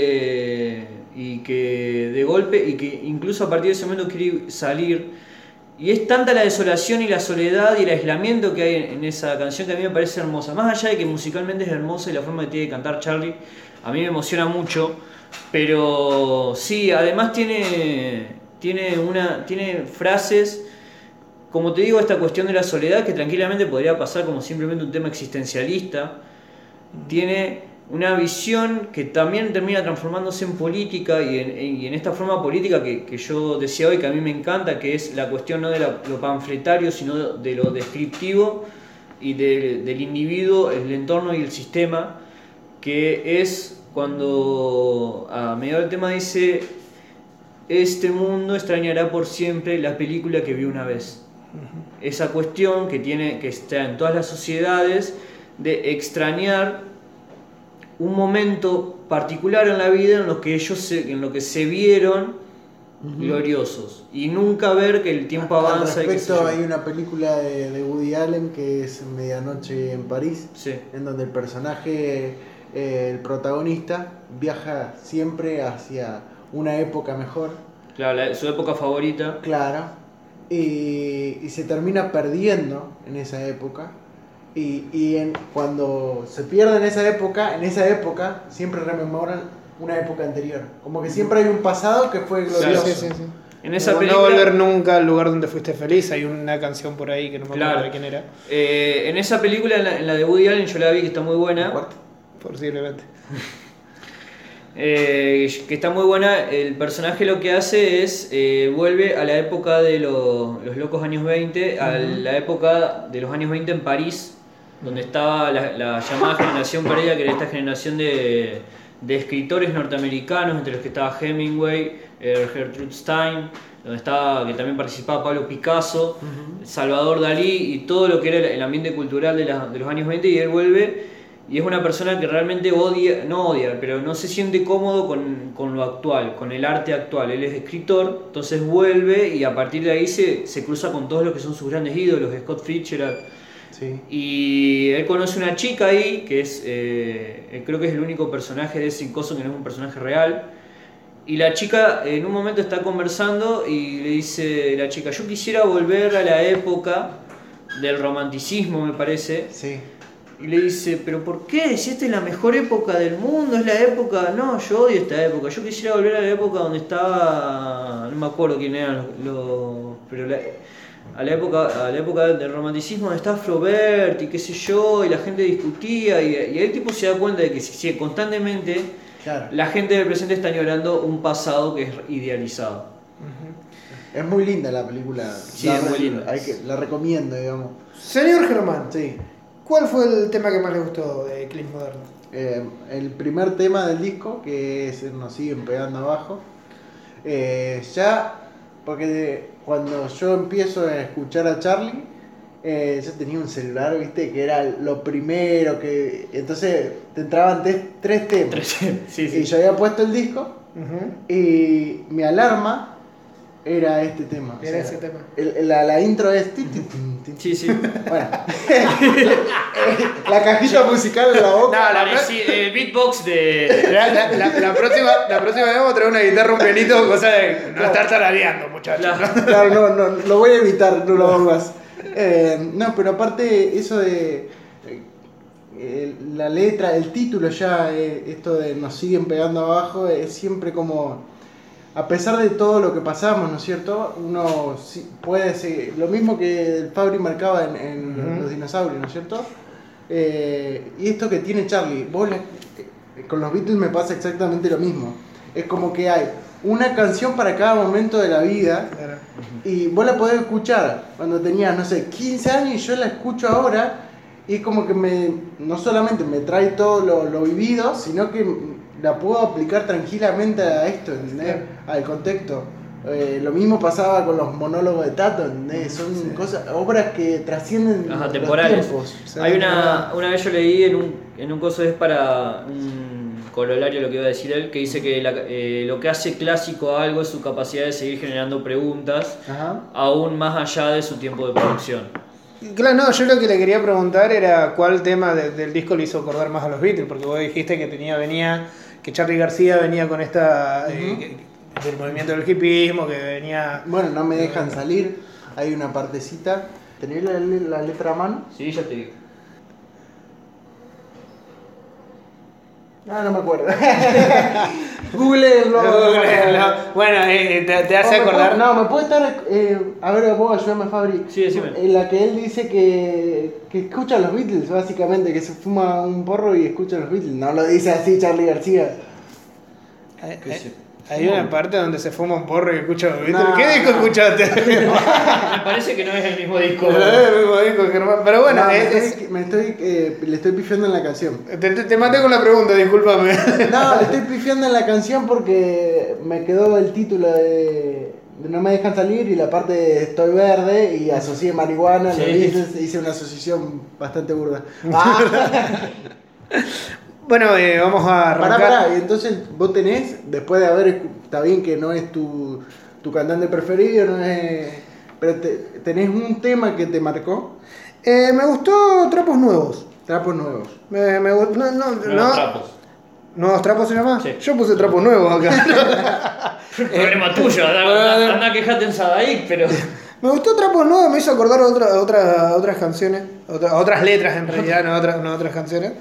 y que incluso a partir de ese momento quiere salir, y es tanta la desolación y la soledad y el aislamiento que hay en esa canción que a mí me parece hermosa, más allá de que musicalmente es hermosa y la forma que tiene de cantar Charly a mí me emociona mucho, pero sí, además tiene frases, como te digo, esta cuestión de la soledad que tranquilamente podría pasar como simplemente un tema existencialista. Tiene una visión que también termina transformándose en política y en esta forma política que yo decía hoy, que a mí me encanta, que es la cuestión no de lo panfletario, sino de lo descriptivo y del individuo, el entorno y el sistema, que es cuando a medio del tema dice: este mundo extrañará por siempre la película que vio una vez. Esa cuestión que está en todas las sociedades de extrañar un momento particular en la vida en lo que se vieron gloriosos y nunca ver que el tiempo avanza. Al respecto, hay una película de Woody Allen que es Medianoche en París, sí, en donde el personaje, el protagonista, viaja siempre hacia una época mejor. Claro, su época favorita. Claro. Y se termina perdiendo en esa época. Cuando se pierde en esa época siempre rememoran una época anterior. Como que siempre hay un pasado que fue glorioso. Sí. En esa Como película, no volver nunca al lugar donde fuiste feliz. Hay una canción por ahí que no me acuerdo de quién era. En esa película, en la de Woody Allen, yo la vi, que está muy buena. Posiblemente. Que está muy buena. El personaje lo que hace es vuelve a la época de los locos años 20, a la época de los años 20 en París, donde estaba la llamada generación parecida, que era esta generación de escritores norteamericanos, entre los que estaba Hemingway, Gertrude Stein, que también participaba Pablo Picasso, Salvador Dalí y todo lo que era el ambiente cultural de los años 20, y él vuelve. Y es una persona que realmente pero no se siente cómodo con lo actual, con el arte actual. Él es escritor, entonces vuelve y a partir de ahí se cruza con todos los que son sus grandes ídolos, Scott Fitzgerald. Sí. Y él conoce una chica ahí, que es creo que es el único personaje de ese coso que no es un personaje real. Y la chica en un momento está conversando y le dice la chica: yo quisiera volver a la época del romanticismo, me parece. Sí. Y le dice: ¿pero por qué? Si esta es la mejor época del mundo, es la época... No, yo odio esta época. Yo quisiera volver a la época donde estaba... No me acuerdo quién eran pero a la época del romanticismo, donde estaba Flaubert y qué sé yo, y la gente discutía, y ahí el tipo se da cuenta de que si constantemente la gente del presente está añorando un pasado que es idealizado. Es muy linda la película. Sí, es muy linda. La recomiendo, digamos. Señor Germán, Sí. ¿cuál fue el tema que más le gustó de Eclipse Moderno? El primer tema del disco, que es Nos siguen pegando abajo. Porque cuando yo empiezo a escuchar a Charly, yo tenía un celular, viste, que era lo primero que... Entonces te entraban tres temas. Sí. Y yo había puesto el disco y mi alarma era este tema. Era ese tema. La intro es... Sí. Bueno. La cajita musical en la boca. No, El beatbox de. La próxima vez vamos a traer una guitarra, un pianito, cosa de no estar tarareando, muchachos. Claro, no, lo voy a evitar, no lo hago más. No, pero aparte eso de la letra, el título ya, esto de nos siguen pegando abajo, es siempre como, a pesar de todo lo que pasamos, ¿no es cierto? Uno puede seguir, lo mismo que el Fabri marcaba en los dinosaurios, ¿no es cierto? Y esto que tiene Charlie, con los Beatles me pasa exactamente lo mismo. Es como que hay una canción para cada momento de la vida. Claro. Y vos la podés escuchar cuando tenías, no sé, 15 años y yo la escucho ahora y es como que no solamente me trae todo lo vivido, sino que la puedo aplicar tranquilamente a esto, ¿entendés? Al contexto. Lo mismo pasaba con los monólogos de Tato, ¿entendés? Son obras que trascienden los temporales. tiempos. Hay una vez yo leí en un coso, es para un corolario lo que iba a decir él, que dice que lo que hace clásico a algo es su capacidad de seguir generando preguntas, aún más allá de su tiempo de producción. Claro, no, yo lo que le quería preguntar era cuál tema del disco le hizo acordar más a los Beatles, porque vos dijiste que que Charly García venía con esta del movimiento del hipismo, que venía... Bueno, no me dejan salir, hay una partecita. ¿Tenés la letra a mano? Sí, ya te digo. No me acuerdo. Googleenlo. Bueno, te hace acordar... Me puede estar... a ver, vos ayúdame, Fabri. Sí, decime. En la que él dice que escucha a los Beatles, básicamente, que se fuma un porro y escucha a los Beatles. No lo dice así Charly García. Hay una parte donde se fuma un porro y escucha a los Beatles. No. ¿Qué disco escuchaste? Me parece que no es el mismo disco. No es el mismo disco, Germán. Pero bueno, No, le estoy pifiando en la canción. te maté con la pregunta, discúlpame. No, le estoy pifiando en la canción porque me quedó el título de No me dejan salir y la parte de Estoy verde y asocié marihuana, Sí. los Beatles, hice una asociación bastante burda. Bueno, vamos a arrancar. Pará, y entonces vos tenés, después de haber, está bien que no es tu cantante preferido, no es, pero tenés un tema que te marcó. Me gustó Trapos Nuevos. Trapos nuevos. Me gustó. Nuevos trapos. ¿Nuevos trapos se llama? Sí. Yo puse Trapos Nuevos acá. Problema tuyo, anda a quejarte en Sadaic, pero. Me gustó Trapos Nuevos, me hizo acordar a otras canciones, a otras letras en realidad, no a otras canciones.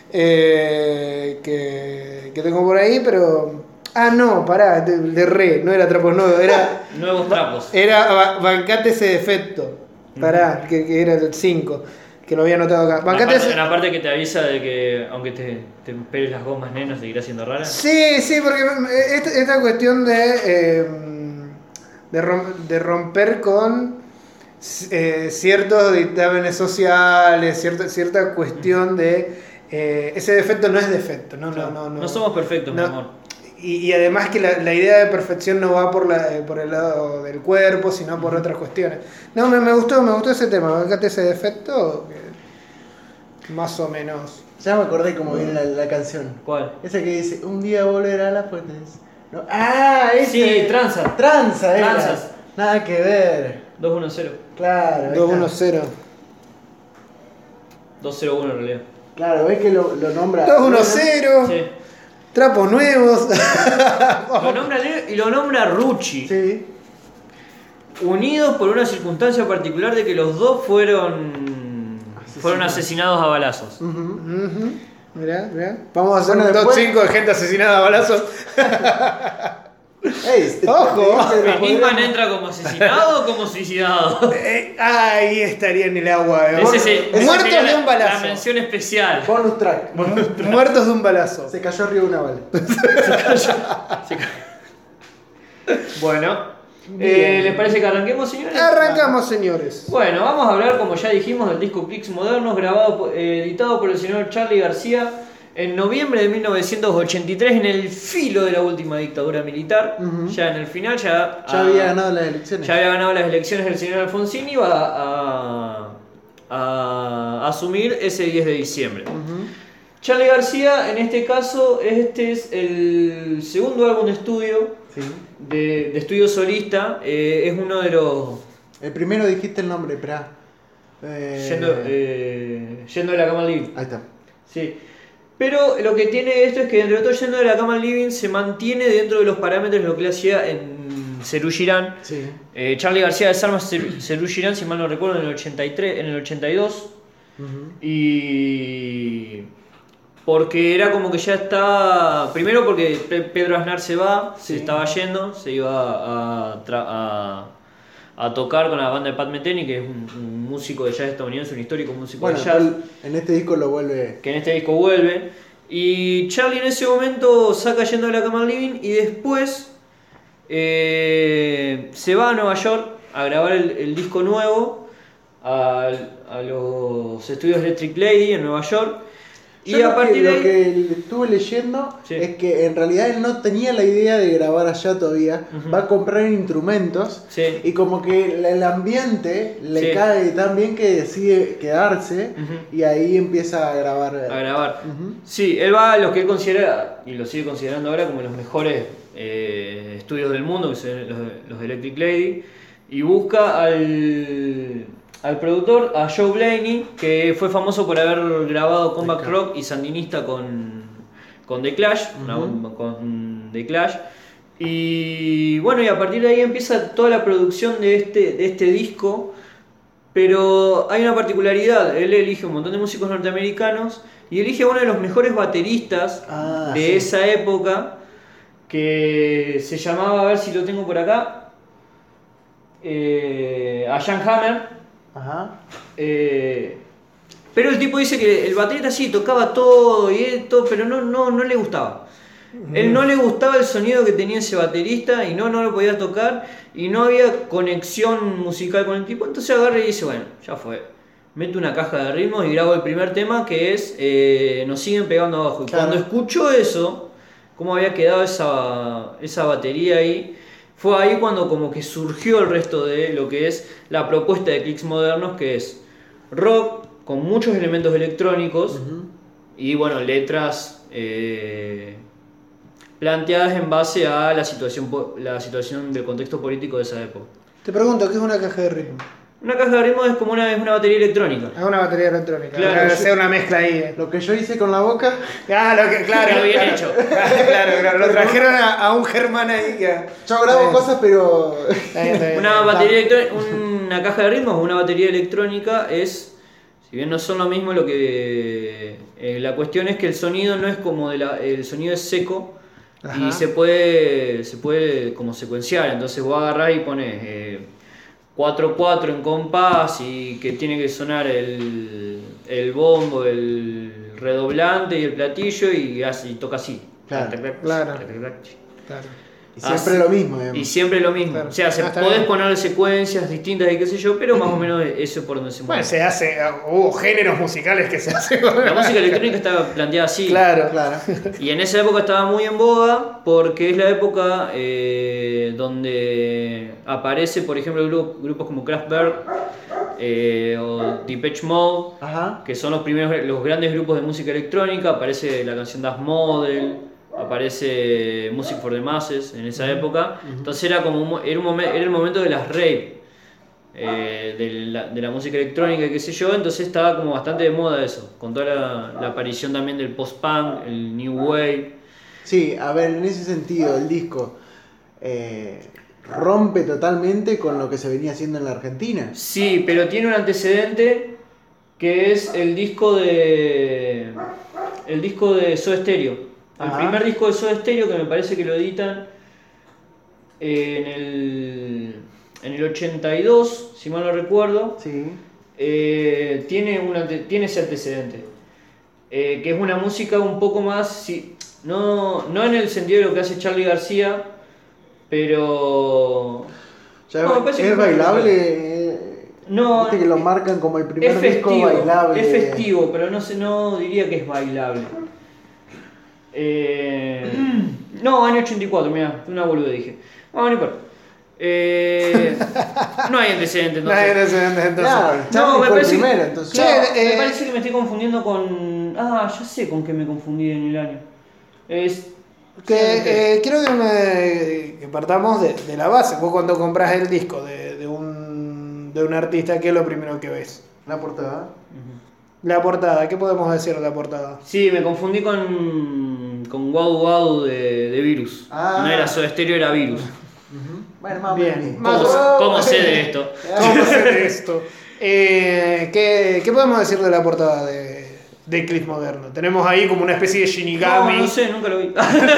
Que tengo por ahí, pero... no, pará, no era Trapos Nuevos, era... Nuevos trapos. Era Bancate ese defecto, pará, que era el 5, que lo había anotado acá. Una parte que te avisa de que aunque te peles las gomas, neno, seguirá siendo rara. Sí, porque esta cuestión de romper con ciertos dictámenes sociales, cierta cuestión de... ese defecto no es defecto, No somos perfectos, mi amor. Y además que la idea de perfección no va por el lado del cuerpo, sino por otras cuestiones. No, me gustó ese tema, bancate ese defecto, que más o menos. Ya me acordé cómo viene la canción. ¿Cuál? Esa que dice, un día volverá a las fuentes. ¿No? Ese. Sí, Tranza. Tranza, era. Tranzas. Nada que ver. 210. Claro. 2-1-0. 201 en realidad. Claro, ves que lo nombra. 2-1-0. Sí. Trapos nuevos. Lo nombra Rucci. Sí. Unidos por una circunstancia particular de que los dos fueron asesinados a balazos. Mirá. Vamos a hacer Bueno, un top después- 5 de gente asesinada a balazos. Ey, Ojo. ¿Enigman entra como asesinado o como suicidado? Ahí estaría en el agua. Ese Muertos sería de un la balazo. mención especial. Bonus track. Muertos de un balazo. Se cayó arriba una bala. Bueno, Bien. ¿les parece que arranquemos, señores? Arrancamos, señores. Bueno, vamos a hablar, como ya dijimos, del disco Clicks Modernos, editado por el señor Charly García en noviembre de 1983, en el filo de la última dictadura militar. Ya en el final, ya había ganado las elecciones. Ya había ganado las elecciones el señor Alfonsín y iba a asumir ese 10 de diciembre. Charly García, en este caso, este es el segundo álbum de estudio Sí. de estudio solista. Es uno de los... El primero dijiste el nombre, espera. Yendo de la cama al living. Ahí está. Sí. Pero lo que tiene esto es que dentro de todo Yendo de la cama al living se mantiene dentro de los parámetros de lo que le hacía en Serú Girán. Sí. Charly García desarma Serú Girán, si mal no recuerdo, en el 83, en el 82. Y porque era como que ya está. Primero porque Pedro Aznar se va, se estaba yendo, se iba a tocar con la banda de Pat Metheny, que es un músico de jazz estadounidense, un histórico músico de jazz. En este disco lo vuelve. Que en este disco vuelve. Y Charly en ese momento saca Yendo de la cama al living y después se va a Nueva York a grabar el disco nuevo a los estudios Electric Lady en Nueva York. Y a partir de ahí, lo que estuve leyendo es que en realidad él no tenía la idea de grabar allá todavía. Va a comprar instrumentos y como que el ambiente le cae tan bien que decide quedarse y ahí empieza a grabar. Sí, él va a los que él considera, y lo sigue considerando ahora, como los mejores estudios del mundo, que son los Electric Lady, y busca al productor, a Joe Blaney, que fue famoso por haber grabado Comeback Rock y Sandinista con The Clash, con The Clash. Y bueno, y a partir de ahí empieza toda la producción de este disco. Pero hay una particularidad, él elige un montón de músicos norteamericanos y elige a uno de los mejores bateristas de esa época, que se llamaba, a ver si lo tengo por acá, a Jan Hammer. Pero el tipo dice que el baterista sí tocaba todo y esto, pero no le gustaba. Él no le gustaba el sonido que tenía ese baterista y no lo podía tocar y no había conexión musical con el tipo. Entonces agarra y dice, bueno, ya fue. Meto una caja de ritmos y grabo el primer tema, que es Nos siguen pegando abajo. Y cuando escuchó eso, cómo había quedado esa batería ahí, fue ahí cuando como que surgió el resto de lo que es la propuesta de Clicks Modernos, que es rock con muchos elementos electrónicos y bueno, letras planteadas en base a la situación del contexto político de esa época. Te pregunto, ¿qué es una caja de ritmo? Una caja de ritmo es como una batería electrónica. Es una batería electrónica. Claro, sea una mezcla ahí. Lo que yo hice con la boca. Claro, Pero bien hecho. Claro. Lo trajeron a un germán ahí que. Yo grabo cosas, pero. Una caja de ritmos o una batería electrónica es. Si bien no son lo mismo, lo que la cuestión es que el sonido no es como el sonido es seco. Y se puede como secuenciar. Entonces vos agarrás y pones 4/4 en compás y que tiene que sonar el bombo, el redoblante y el platillo y toca así. Claro. Y siempre lo mismo, digamos. Y siempre lo mismo. Claro. O sea, podés poner secuencias distintas y qué sé yo, pero más o menos eso es por donde se mueve. Bueno, hubo géneros musicales que se hacen con la música electrónica estaba planteada así. Claro. Y en esa época estaba muy en boga porque es la época donde aparece, por ejemplo, grupos como Kraftwerk o Depeche Mode, que son los grandes grupos de música electrónica. Aparece la canción Das Model, aparece Music for the Masses en esa época. Entonces era el momento de las rave, de la música electrónica y qué sé yo. Entonces estaba como bastante de moda eso, con toda la aparición también del post-punk, el new wave. Sí, a ver, en ese sentido el disco rompe totalmente con lo que se venía haciendo en la Argentina. Sí, pero tiene un antecedente que es el disco de Soda Stereo. El primer disco de Soda Stereo, que me parece que lo editan en el 82, si mal no recuerdo. Sí. Tiene ese antecedente. Que es una música un poco más, no en el sentido de lo que hace Charly García, pero... ¿Es bailable? No, viste que lo marcan como el primer disco festivo, bailable. Es festivo, pero no diría que es bailable. No, año 84, mira, una boluda dije. No importa. No hay antecedentes entonces. No, me parece primero, entonces. me parece que me estoy confundiendo con... ya sé con qué me confundí en el año. Quiero que partamos de la base. Vos cuando compras el disco de un artista, ¿qué es lo primero que ves? La portada. La portada, ¿qué podemos decir de la portada? Sí, me confundí con Wow Wow de Virus. Ah. No era Soda Stereo, era Virus. Bueno, más o Bien. menos. Más- ¿Cómo sé de esto? ¿Cómo hacer esto? ¿Qué podemos decir de la portada de Eclipse Moderno? Tenemos ahí como una especie de Shinigami. No sé, nunca lo vi.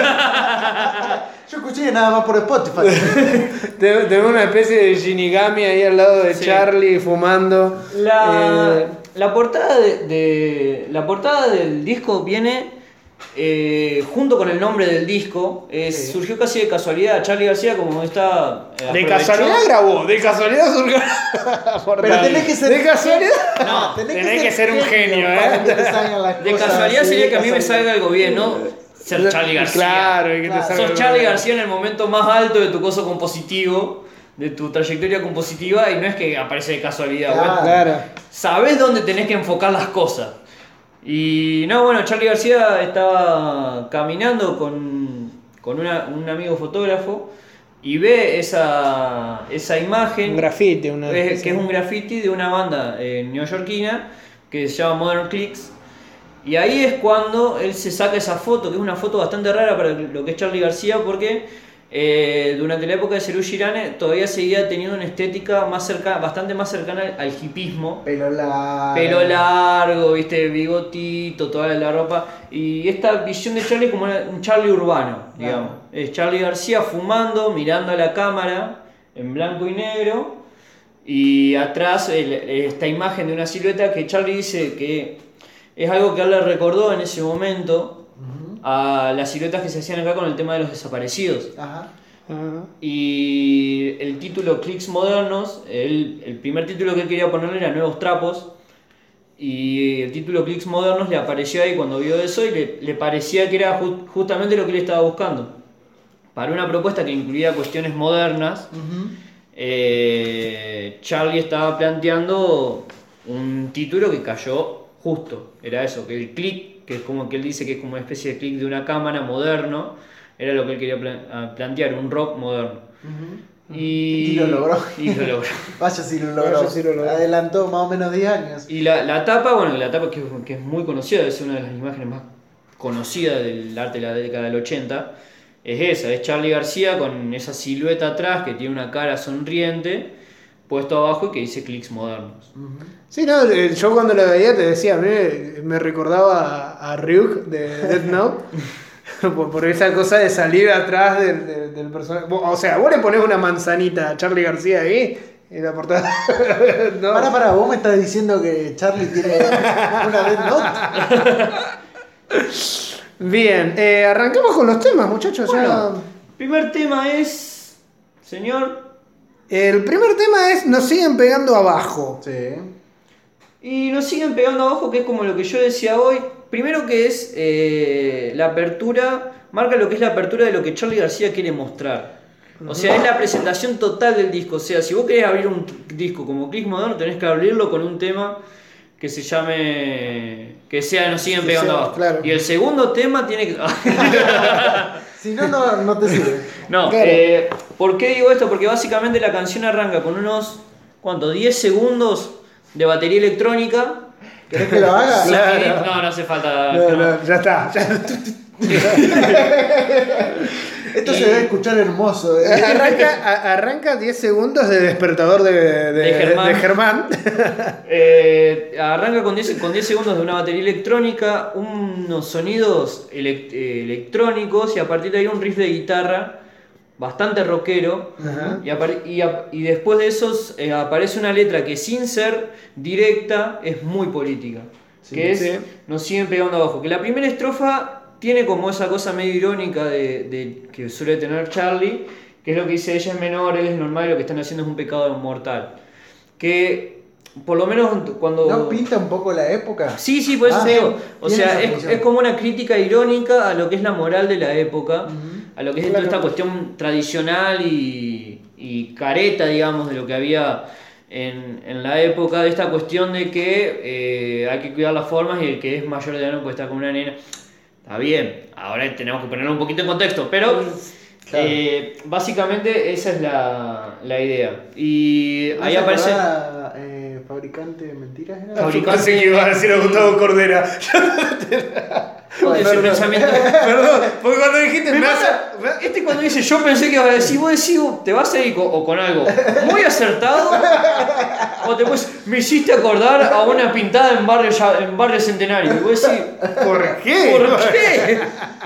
Yo escuché nada más por Spotify. Tenemos una especie de Shinigami ahí al lado de Sí. Charlie fumando. La portada la portada del disco viene junto con el nombre del disco. Sí. Surgió casi de casualidad. Charlie García, como está. De casualidad grabó, de casualidad surgió la portada. Pero tenés que ser. De casualidad. No, tenés que ser un genio, para que te salgan las De cosas casualidad así, sería que a mí me casualidad. salga algo bien, ¿no? Ser Charlie García. Claro, y que te Claro. salga Sos algo Charlie bien. García en el momento más alto de tu coso compositivo, de tu trayectoria compositiva, y no es que aparece de casualidad. Claro. Bueno, Claro. sabés dónde tenés que enfocar las cosas. Y no, bueno, Charlie García estaba caminando con un amigo fotógrafo y ve esa imagen. Un grafiti, Que es un graffiti de una banda neoyorquina que se llama Modern Clicks. Y ahí es cuando él se saca esa foto, que es una foto bastante rara para lo que es Charlie García, porque durante la época de Serú Girane todavía seguía teniendo una estética bastante más cercana al hipismo. Pelo largo. Pelo largo, viste, bigotito, toda la ropa. Y esta visión de Charlie es como un Charlie urbano, digamos. Es Charlie García fumando, mirando a la cámara, en blanco y negro. Y atrás esta imagen de una silueta que Charlie dice que es algo que él le recordó en ese momento a las siluetas que se hacían acá con el tema de los desaparecidos. Ajá. Ajá. Y el título Clicks Modernos, el primer título que él quería ponerle era Nuevos Trapos. Y el título Clicks Modernos le apareció ahí cuando vio eso y le parecía que era justamente lo que él estaba buscando. Para una propuesta que incluía cuestiones modernas, Charlie estaba planteando un título que cayó justo. Era eso, que el click, que es como que él dice que es como una especie de click de una cámara moderno, era lo que él quería plantear, un rock moderno. Y lo logró. Y lo logró. Vaya si lo logró. Vaya si lo logró. Adelantó más o menos 10 años. Y la tapa, bueno, la tapa que es muy conocida, es una de las imágenes más conocidas del arte de la década del 80, es esa, es Charlie García con esa silueta atrás que tiene una cara sonriente, puesto abajo y que dice Clicks Modernos. Sí, no, yo cuando lo veía te decía, a mí me recordaba a Ryuk de Death Note. por esa cosa de salir atrás del personaje. O sea, vos le ponés una manzanita a Charlie García ahí y la portada. No. Para, vos me estás diciendo que Charlie tiene una Death Note. Bien, arrancamos con los temas, muchachos. Bueno, primer tema es, señor, El primer tema es Nos siguen pegando abajo. Sí. y nos siguen pegando abajo, que es como lo que yo decía hoy. Primero que es la apertura, marca lo que es la apertura de lo que Charlie García quiere mostrar. O sea, es la presentación total del disco. O sea, si vos querés abrir un disco como Clicks Moderno, tenés que abrirlo con un tema que se llame, que sea Nos siguen pegando abajo. Claro. Y el segundo tema tiene que... Si no, no te sirve. No, Claro. ¿Por qué digo esto? Porque básicamente la canción arranca con unos, ¿cuánto? 10 segundos de batería electrónica. ¿Querés que lo haga? Claro. No hace falta. No, ya está. Esto se debe escuchar hermoso. Arranca 10 segundos de despertador de Germán. Germán. Arranca con 10 segundos de una batería electrónica, unos sonidos electrónicos y a partir de ahí un riff de guitarra bastante rockero. Ajá. Y después de eso aparece una letra que sin ser directa es muy política. Sí, que es sí. Nos siguen pegando abajo. Que la primera estrofa tiene como esa cosa medio irónica de que suele tener Charlie, que es lo que dice: ella es menor, él es normal y lo que están haciendo es un pecado mortal. Que por lo menos cuando... ¿No pinta un poco la época? Sí, por eso Ah, digo. O tiene sea, esa función. es como una crítica irónica a lo que es la moral de la época, a lo que es Claro. toda esta cuestión tradicional y careta, digamos, de lo que había en la época, de esta cuestión de que hay que cuidar las formas y el que es mayor de edad no puede estar con una nena. Está bien, ahora tenemos que ponerlo un poquito en contexto, pero Claro. básicamente esa es la idea. Y ahí aparece... Fabricante de mentiras, ¿era? Fabricante- Pensé que iba a decir a Gustavo Cordera. Ese pensamiento... Perdón, porque cuando dijiste Me pasa, cuando dice yo pensé que iba a decir, vos decís, te vas a ir con algo muy acertado, o te pues me hiciste acordar a una pintada en barrio Centenario. Y vos decís, ¿por qué? ¿por qué?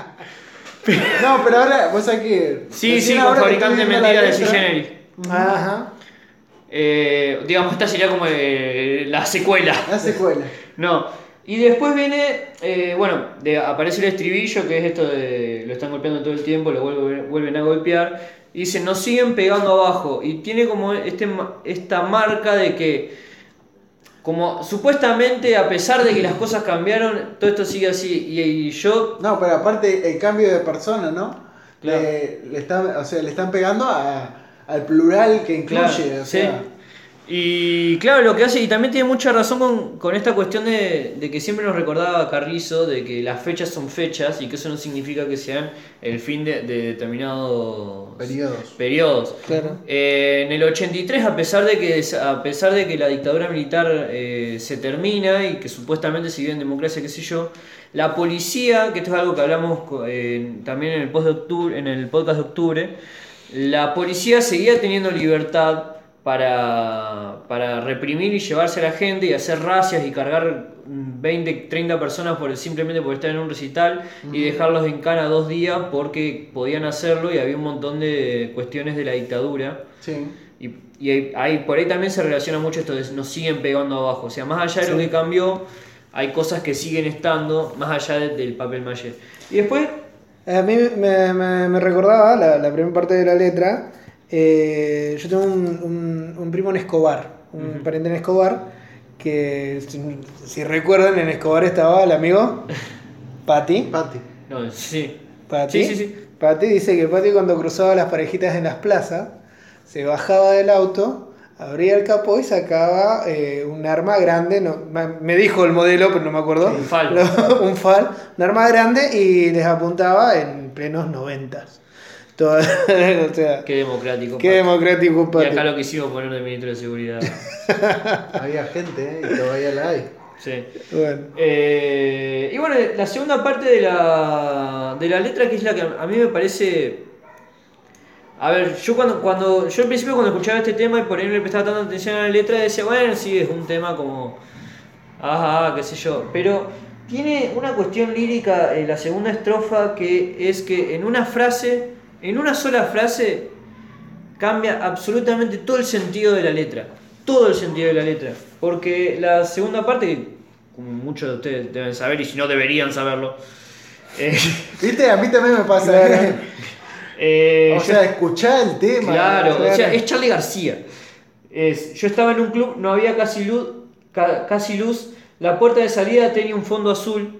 No, pero ahora, vos sabés que. Sí, recién con ahora que fabricante de estoy viendo mentiras de la letra- Cigeneri. Ajá. Digamos, esta sería como la secuela. La secuela. No. Y después viene, aparece el estribillo, que es esto de lo están golpeando todo el tiempo, lo vuelven a golpear, y dice, nos siguen pegando abajo, y tiene como esta marca de que, como supuestamente a pesar de que las cosas cambiaron, todo esto sigue así, y yo... No, pero aparte el cambio de persona, ¿no? Claro. Le están pegando al plural que incluye, Claro, o sea. sí. Y claro, lo que hace, y también tiene mucha razón con esta cuestión de que siempre nos recordaba Carrizo, de que las fechas son fechas y que eso no significa que sean el fin de determinados periodos. Claro. En el 83, a pesar de que la dictadura militar se termina y que supuestamente se vive en democracia, qué sé yo, la policía, que esto es algo que hablamos también en el podcast de octubre, la policía seguía teniendo libertad para reprimir y llevarse a la gente y hacer racias y cargar 20, 30 personas simplemente por estar en un recital y dejarlos en cana 2 días porque podían hacerlo y había un montón de cuestiones de la dictadura. Sí. Y ahí, por ahí también se relaciona mucho esto de nos siguen pegando abajo. O sea, más allá de lo que cambió, hay cosas que siguen estando más allá del papel maché. Y después... A mí me recordaba la primera parte de la letra. Yo tengo un primo en Escobar, un pariente en Escobar, que si recuerdan, en Escobar estaba el amigo Pati. No, sí. Pati. Sí. Pati dice que Pati, cuando cruzaba las parejitas en las plazas, se bajaba del auto, abría el capó y sacaba un arma grande, me dijo el modelo, pero no me acuerdo. Un FAL. Un arma grande, y les apuntaba en plenos 90s. O sea, Qué democrático. qué democrático, Y Pati. acá lo quisimos poner de ministro de seguridad. Había gente, y todavía la hay. Sí. Bueno. Y bueno, la segunda parte de la letra, que es la que a mí me parece... A ver, yo al principio cuando escuchaba este tema y por ahí no le prestaba tanta atención a la letra, decía, bueno, sí, es un tema como... qué sé yo. Pero tiene una cuestión lírica en la segunda estrofa, que es que en una sola frase, cambia absolutamente todo el sentido de la letra. Todo el sentido de la letra. Porque la segunda parte, que como muchos de ustedes deben saber, y si no deberían saberlo, ¿Viste? A mí también me pasa. Claro. O sea, escuchá el tema. claro, claro. o sea, es Charly García. Yo estaba en un club, no había casi luz, la puerta de salida tenía un fondo azul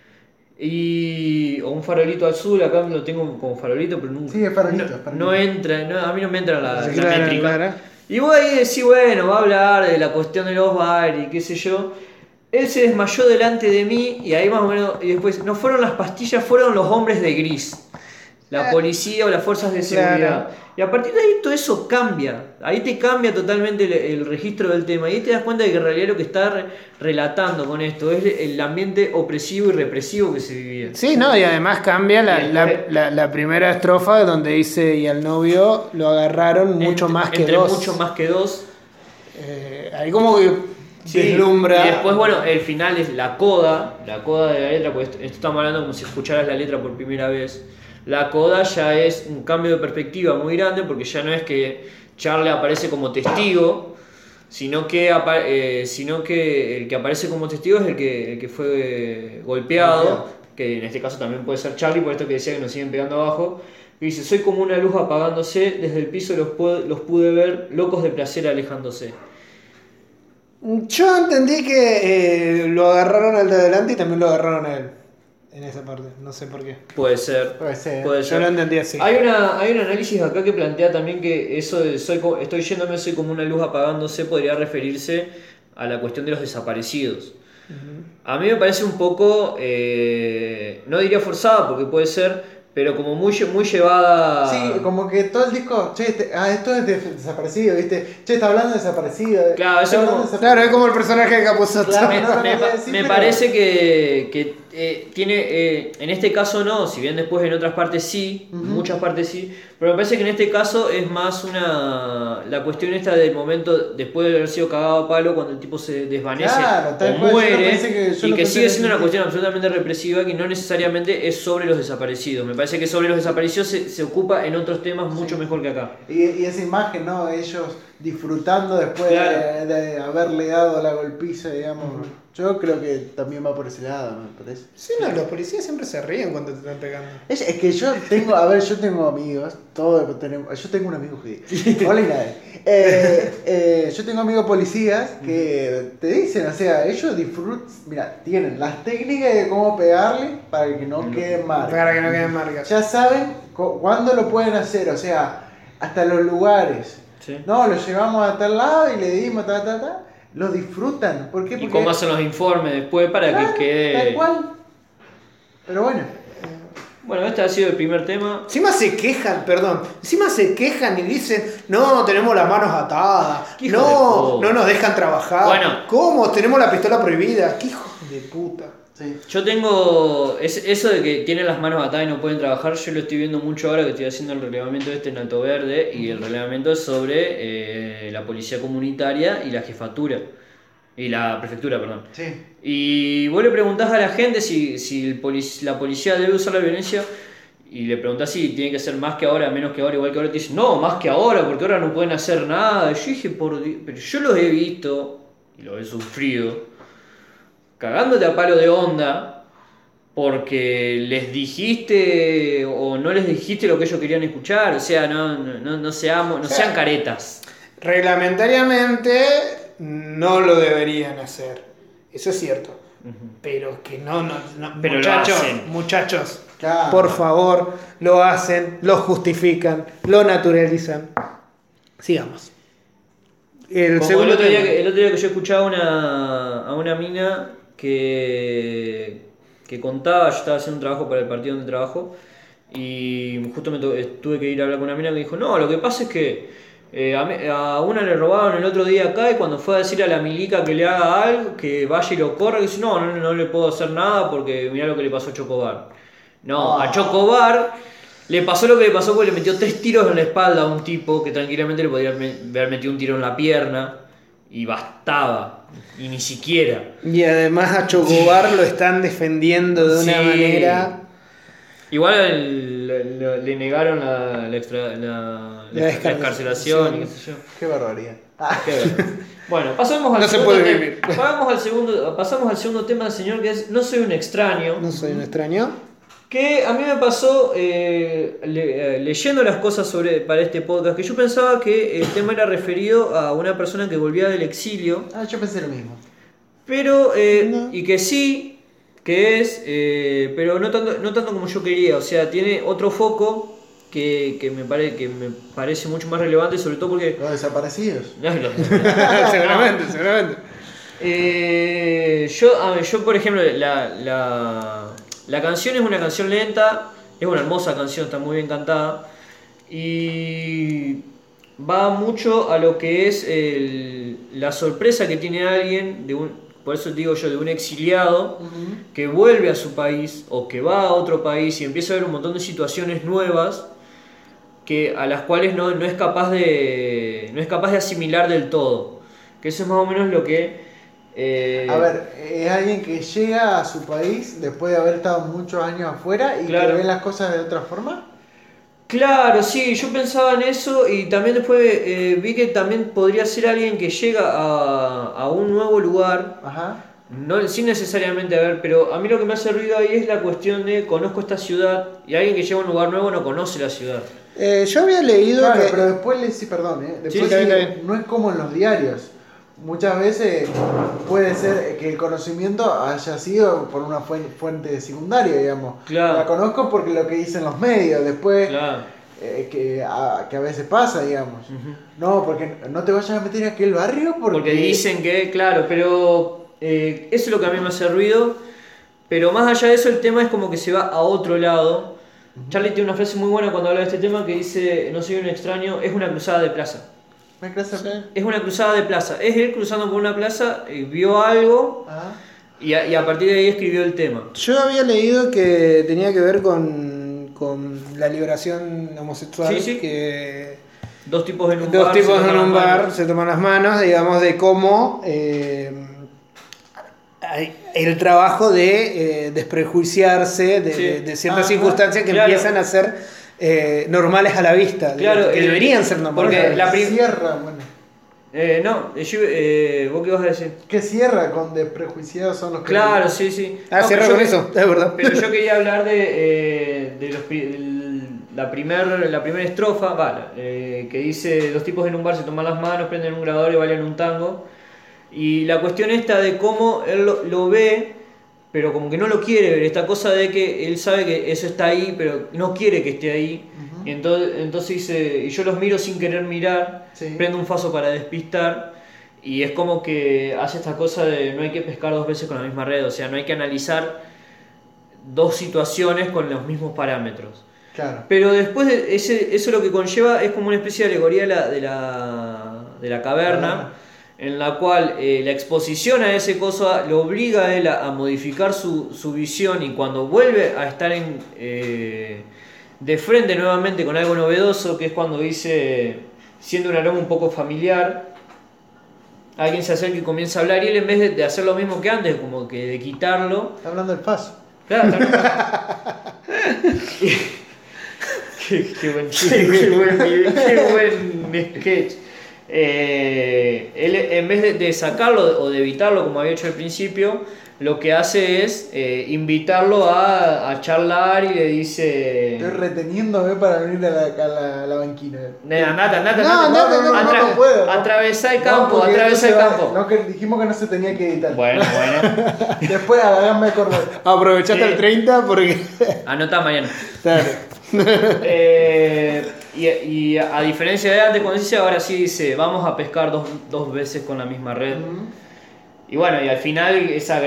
o un farolito azul, acá lo tengo como farolito, pero nunca, Sí, es farolito, no, farolito. no entra, a mí no me entra la Claro, métrica. claro. Y vos ahí decís, bueno, va a hablar de la cuestión de los bailes y qué sé yo. Él se desmayó delante de mí y ahí más o menos, y después, no fueron las pastillas, fueron los hombres de gris. La policía o las fuerzas de seguridad. Claro. Y a partir de ahí todo eso cambia. Ahí te cambia totalmente el registro del tema. Y ahí te das cuenta de que en realidad lo que está relatando con esto es el ambiente opresivo y represivo que se vivía. Sí, no, y además cambia Y después- la primera estrofa, donde dice, y al novio lo agarraron mucho más que entre dos. mucho más que dos. Ahí como que Sí, deslumbra. y después, bueno, el final es la coda de la letra, porque esto estamos hablando como si escucharas la letra por primera vez. La coda ya es un cambio de perspectiva muy grande, porque ya no es que Charlie aparece como testigo, sino que el que aparece como testigo es el que fue golpeado, que en este caso también puede ser Charlie, por esto que decía que nos siguen pegando abajo. Y dice, soy como una luz apagándose, desde el piso los pude ver, locos de placer alejándose. Yo entendí que lo agarraron al de adelante y también lo agarraron a él. En esa parte, no sé por qué. Puede ser. Puede ser. Yo lo entendí así. Hay un análisis acá que plantea también que eso de estoy yéndome, soy como una luz apagándose, podría referirse a la cuestión de los desaparecidos. A mí me parece un poco, no diría forzada porque puede ser, pero como muy llevada... Sí, como que todo el disco, che, esto es desaparecido, ¿viste? Che, está hablando de desaparecido. Claro, eso está hablando como- de Claro, es como el personaje de Capuzotto. Claro. Me, No lo me quería pa- decir, me pero- parece que tiene, en este caso no, si bien después en otras partes sí, Ujú. muchas partes sí, pero me parece que en este caso es más la cuestión esta del momento después de haber sido cagado a palo cuando el tipo se desvanece Claro, tal o cual, yo lo muere pensé que- yo y lo que pensé sigue en siendo ese una cuestión sentido. absolutamente represiva que no necesariamente es sobre los desaparecidos. Me parece que sobre los desaparecidos se ocupa en otros temas mucho mejor que acá. Y esa imagen, ¿no? Ellos disfrutando después Claro. de haberle dado la golpiza, digamos. Yo creo que también va por ese lado, me parece. Sí, no, los policías siempre se ríen cuando te están pegando. Es que yo tengo, a ver, yo tengo amigos, todos tenemos, yo tengo un amigo judío. Hola Inae. Yo tengo amigos policías que te dicen, o sea, ellos disfrutan, mira, tienen las técnicas de cómo pegarle para que no queden marcas. Para que no queden marcas. Ya saben cuándo lo pueden hacer, o sea, hasta los lugares. Sí. No, lo llevamos a tal lado y le dimos lo disfrutan. ¿Por qué? Y Porque cómo hacen los informes después para claro, que quede... tal cual. Pero bueno. Bueno, este ha sido el primer tema. Encima se quejan, perdón. Encima se quejan y dicen, no, tenemos las manos atadas. Qué hijo No, de puta. no nos dejan trabajar. Bueno. ¿Cómo? Tenemos la pistola prohibida. Qué hijo de puta. Sí. Yo tengo eso de que tienen las manos atadas y no pueden trabajar, yo lo estoy viendo mucho ahora que estoy haciendo el reglamento este en Alto Verde y el reglamento es sobre la policía comunitaria y la jefatura y la prefectura, perdón. Sí. Y vos le preguntás a la gente si la policía debe usar la violencia y le preguntás si tiene que ser más que ahora, menos que ahora, igual que ahora, te dicen no, más que ahora porque ahora no pueden hacer nada. Y yo dije, por Dios, pero yo los he visto y los he sufrido cagándote a palo de onda porque les dijiste o no les dijiste lo que ellos querían escuchar, o sea, no sean caretas. Reglamentariamente no lo deberían hacer. Eso es cierto. Pero que no, Pero lo muchachos, hacen. muchachos, Claro. por favor, lo hacen, lo justifican, lo naturalizan. Sigamos. El Como segundo el otro día tema. que yo escuchaba a una mina que contaba, yo estaba haciendo un trabajo para el partido donde trabajo y justo tuve que ir a hablar con una mina que dijo, no, lo que pasa es que a una le robaron el otro día acá y cuando fue a decir a la milica que le haga algo, que vaya y lo corra, y dice, no le puedo hacer nada porque mirá lo que le pasó a Chocobar. No, a Chocobar le pasó lo que le pasó porque le metió 3 tiros en la espalda a un tipo que tranquilamente le podría haber metido un tiro en la pierna y bastaba, y ni siquiera. Y además a Chocobar lo están defendiendo de una Sí. manera. Igual le negaron la excarcelación y qué sé yo. Qué barbaridad. Qué ver. Bueno, pasamos al No se segundo puede tema. vivir. Pasamos al segundo tema del señor que es No soy un extraño. No soy un extraño. Que a mí me pasó leyendo las cosas para este podcast que yo pensaba que el tema era referido a una persona que volvía del exilio. Yo pensé lo mismo. Pero, No. y que sí, que es, pero no tanto como yo quería, o sea, tiene otro foco que me parece mucho más relevante, sobre todo porque... Los desaparecidos. seguramente. Yo, por ejemplo, la canción es una canción lenta, es una hermosa canción, está muy bien cantada, y va mucho a lo que es la sorpresa que tiene alguien por eso digo yo, de un exiliado que vuelve a su país o que va a otro país y empieza a ver un montón de situaciones nuevas a las cuales no es capaz de asimilar del todo. Que eso es más o menos lo que... A ver, es alguien que llega a su país después de haber estado muchos años afuera y Claro. que ve las cosas de otra forma. Claro, sí, yo pensaba en eso y también después vi que también podría ser alguien que llega a un nuevo lugar, Ajá. no, sin necesariamente pero a mí lo que me hace ruido ahí es la cuestión de conozco esta ciudad y alguien que llega a un lugar nuevo no conoce la ciudad. Yo había leído Claro, que. pero después le sí, perdón, después Sí, está bien. no es como en los diarios. Muchas veces puede ser que el conocimiento haya sido por una fuente secundaria, digamos. Claro. La conozco porque lo que dicen los medios, después Claro. que a veces pasa, digamos. No, porque no te vayas a meter en aquel barrio Porque dicen que, claro, pero eso es lo que a mí me hace ruido, pero más allá de eso el tema es como que se va a otro lado. Charlie tiene una frase muy buena cuando habla de este tema que dice, no soy un extraño, es una cruzada de plaza. Es una cruzada de plaza, es él cruzando por una plaza, vio algo y a partir de ahí escribió el tema. Yo había leído que tenía que ver con la liberación homosexual, Sí. que Dos tipos en un dos bar, tipos se toman en un las bar manos. se toman las manos, digamos, de cómo el trabajo de desprejuiciarse de ciertas circunstancias que claro. empiezan a ser normales a la vista, Claro, que deberían ser normales. porque la cierra, bueno. ¿Vos qué vas a decir? Que cierra con desprejuiciados son los que... Claro, sí. Cierra con eso, es verdad. Pero yo quería hablar la primera estrofa, que dice, dos tipos en un bar se toman las manos, prenden un grabador y bailan un tango. Y la cuestión esta de cómo él lo ve, pero como que no lo quiere ver, esta cosa de que él sabe que eso está ahí, pero no quiere que esté ahí. Y entonces dice, y yo los miro sin querer mirar, prendo un faso para despistar, y es como que hace esta cosa de no hay que pescar dos veces con la misma red, o sea, no hay que analizar dos situaciones con los mismos parámetros. Claro. Pero después de eso lo que conlleva es como una especie de alegoría de la caverna, en la cual la exposición a ese cosa lo obliga a él a modificar su visión, y cuando vuelve a estar de frente nuevamente con algo novedoso, que es cuando dice, siendo un aroma un poco familiar, alguien se acerca y comienza a hablar, y él en vez de hacer lo mismo que antes, como que de quitarlo... Está hablando del paso. Claro, qué buen sketch. Él, en vez de sacarlo o de evitarlo como había hecho al principio, lo que hace es invitarlo a charlar, y le dice... Estoy reteniéndome para venir a la banquina. Andate, No puedo. Atravesá el campo, porque atravesá el no se va- campo. No, que dijimos que no se tenía que editar. Bueno. Después háganme acordar. Aprovechaste el 30 porque... Anotá, Mariano. Claro. Y a diferencia de antes, cuando dice, ahora sí dice, vamos a pescar dos veces con la misma red. Y bueno, y al final esa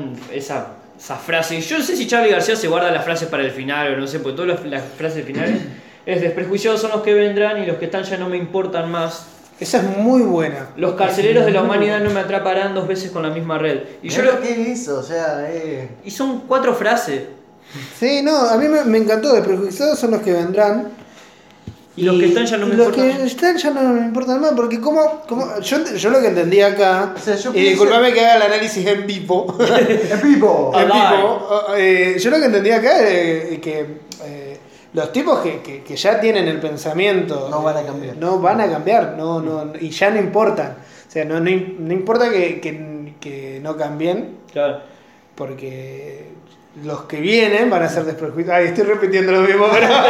frase, yo no sé si Charly García se guarda las frases para el final o no sé, porque todas las frases finales es desprejuiciados son los que vendrán y los que están ya no me importan más. Esa es muy buena. Los carceleros de la humanidad no me atraparán dos veces con la misma red. Y yo ¿Qué es eso? O sea, Y son 4 frases. Sí, no, a mí me encantó. Desprejuiciados son los que vendrán. Y los que están ya no me los importan. que están ya no me importan más, porque yo lo que entendí acá, O sea, yo y pienso- disculpame que haga el análisis en vivo, ¡en vivo! Ah, yo lo que entendí acá es que los tipos que ya tienen el pensamiento No van a cambiar. no van a cambiar, y ya no importan. O sea, no importa que no cambien, Claro. porque los que vienen van a ser desprejuiciados. Ay, estoy repitiendo lo mismo,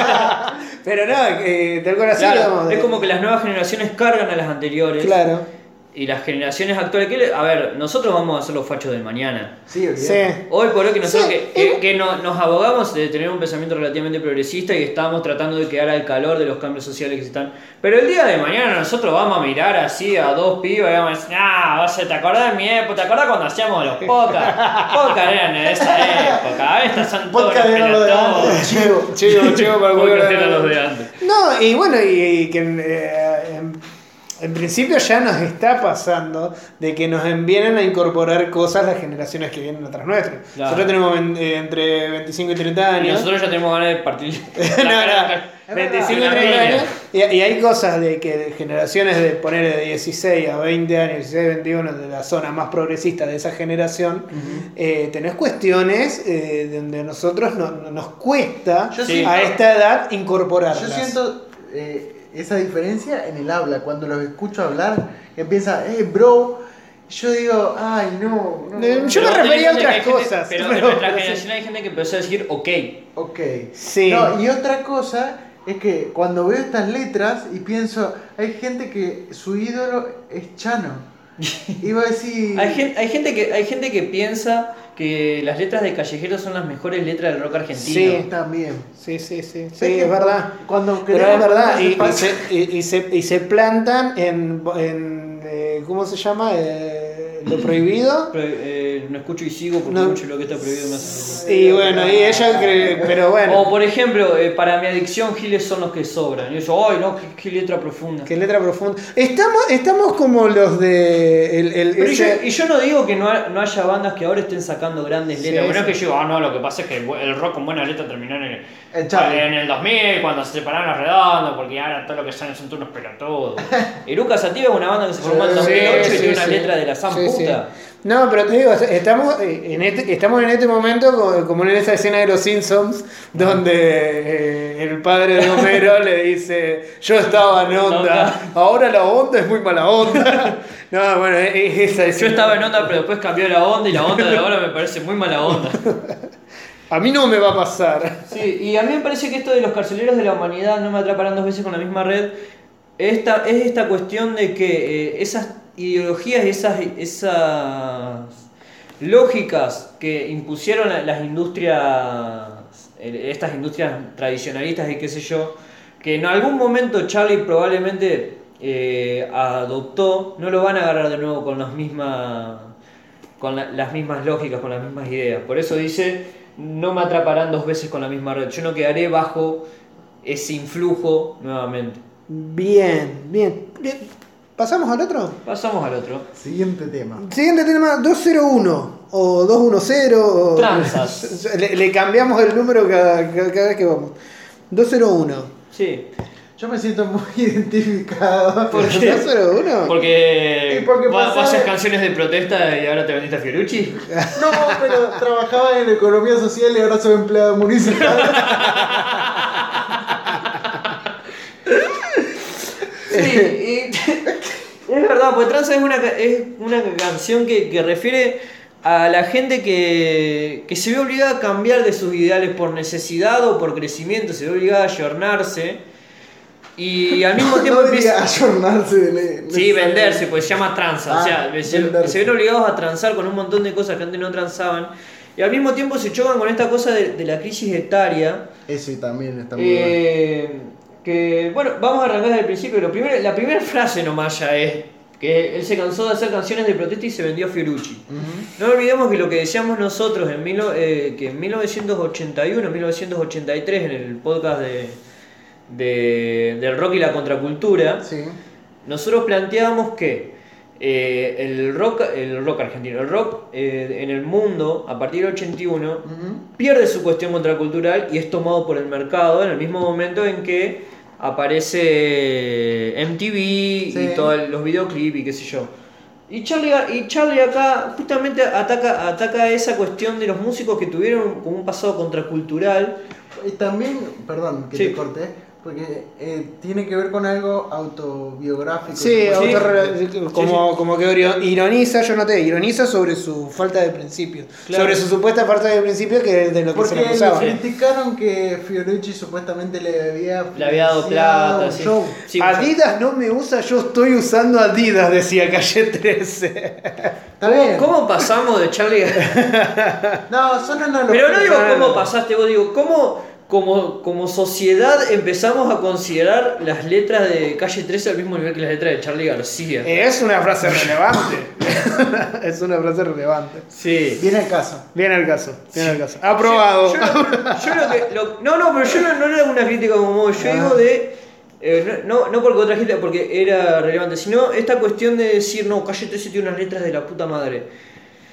pero no, del corazón. Claro, digamos, es como que las nuevas generaciones cargan a las anteriores. Claro. Y las generaciones actuales, a ver, nosotros vamos a ser los fachos del mañana. Sí, olvidate. Sí. Hoy por hoy que nosotros Sí, que nos abogamos de tener un pensamiento relativamente progresista y estamos tratando de quedar al calor de los cambios sociales que se están. Pero el día de mañana nosotros vamos a mirar así a dos pibas y vamos a decir, ¿te acordás de mi época? ¿Te acordás cuando hacíamos los podcasts? Podcast eran en esa época, estas son todos Podcast los eran los de antes. Chivo, para Podcast eran los de antes. No, y bueno, y que en principio ya nos está pasando de que nos vienen a incorporar cosas las generaciones que vienen atrás nuestro. Claro. Nosotros tenemos entre 25 y 30 Y años. nosotros ya tenemos ganas de partir. No, 25 y 30 años. Y hay cosas de que generaciones de poner de 16 a 20 años, 16 a 21, de la zona más progresista de esa generación, tenés cuestiones donde a nosotros nos cuesta Yo siento- a esta edad incorporarlas. Yo siento esa diferencia en el habla. Cuando los escucho hablar, que empieza, bro. Yo digo, ay, no. Yo me refería a otras cosas. Pero en nuestra generación hay gente que empezó a decir ok. Ok. Sí. No, y otra cosa es que cuando veo estas letras y pienso, hay gente que su ídolo es Chano. Iba a decir. Hay gente que piensa que las letras de Callejeros son las mejores letras del rock argentino. Sí. También. Sí, que es verdad. Cuando Pero queremos es verdad, hacer falta- y se plantan en ¿cómo se llama? lo prohibido. No escucho y sigo porque No. mucho lo que está prohibido me hace feliz. Y bueno, y ella cree, pero bueno. O por ejemplo, para mi adicción, giles son los que sobran. Y yo, ay no, qué letra profunda. Qué letra profunda. Estamos como los de. Pero ese- yo no digo que no haya bandas que ahora estén sacando grandes Sí, letras. Bueno, sí. es que yo digo, no, lo que pasa es que el rock con buena letra terminó El Charlie. en el 2000, cuando se separaron los redondos, porque ahora todo lo que salen son unos pelotudos. Eruca Sativa es una banda que se formó en 2008 y tiene una letra de la san Sí, sí. puta. No, pero te digo, estamos en este momento como en esa escena de los Simpsons, donde el padre de Homero le dice, yo estaba en onda, ahora la onda es muy mala onda. No, bueno, esa Yo escena. estaba en onda, pero después cambió la onda y la onda de ahora me parece muy mala onda. A mí no me va a pasar. Sí, y a mí me parece que esto de los carceleros de la humanidad no me atraparán dos veces con la misma red. Es esta cuestión de que esas ideologías, esas lógicas que impusieron las industrias, estas industrias tradicionalistas y qué sé yo, que en algún momento Charlie probablemente adoptó, no lo van a agarrar de nuevo con las mismas lógicas, con las mismas ideas. Por eso dice, no me atraparán dos veces con la misma red. Yo no quedaré bajo ese influjo nuevamente. Bien. ¿Pasamos al otro? Pasamos al otro. Siguiente tema. Siguiente tema, 201 o 210. O... Tranzas. Le cambiamos el número cada vez que vamos. 201. Sí. Yo me siento muy identificado. ¿Por qué? 201. Porque, Y porque vos pasaba- haces canciones de protesta y ahora te vendiste a Fiorucci. No, pero trabajaba en economía social y ahora soy empleado municipal. Sí, y es verdad, pues Tranza es una canción que refiere a la gente que se ve obligada a cambiar de sus ideales por necesidad o por crecimiento, se ve obligada a ayornarse y al mismo tiempo No diría empieza... ayornarse de Sí, venderse, pues se llama tranza. Ah, o sea, venderse. se ven obligados a transar con un montón de cosas que antes no transaban. Y al mismo tiempo se chocan con esta cosa de la crisis etaria. Eso y también está muy bueno. Que, bueno, vamos a arrancar desde el principio. La primera frase nomás ya es que él se cansó de hacer canciones de protesta y se vendió a Fiorucci. No olvidemos que lo que decíamos nosotros que en 1981, 1983, en el podcast del rock y la contracultura, Sí. nosotros planteábamos que el rock argentino, el rock en el mundo, a partir del 81, pierde su cuestión contracultural y es tomado por el mercado en el mismo momento en que aparece MTV y todos los videoclips y qué sé yo. Y Charlie acá justamente ataca esa cuestión de los músicos que tuvieron como un pasado contracultural. Y también, perdón que Sí. te corté, porque tiene que ver con algo autobiográfico. Sí, supuestamente. como que ironiza, yo noté, ironiza sobre su falta de principios. Claro. Sobre su supuesta falta de principios que es de lo que se le Porque le acusaba. criticaron que Fiorucci supuestamente le había dado financiado plata, un sí. show. Sí, Adidas no me usa, yo estoy usando Adidas, decía Calle 13. Está bien. ¿Cómo pasamos de Charlie No, son analogías. Pero no digo no, cómo no. pasaste, vos digo, cómo como sociedad empezamos a considerar las letras de Calle 13 al mismo nivel que las letras de Charlie García. Es una frase relevante. Es una frase relevante. Sí. Viene el caso. Viene el caso, viene el caso. Aprobado. Yo no, pero yo no era una crítica como vos, yo digo no porque otra gente, porque era relevante, sino esta cuestión de decir, no, Calle 13 tiene unas letras de la puta madre.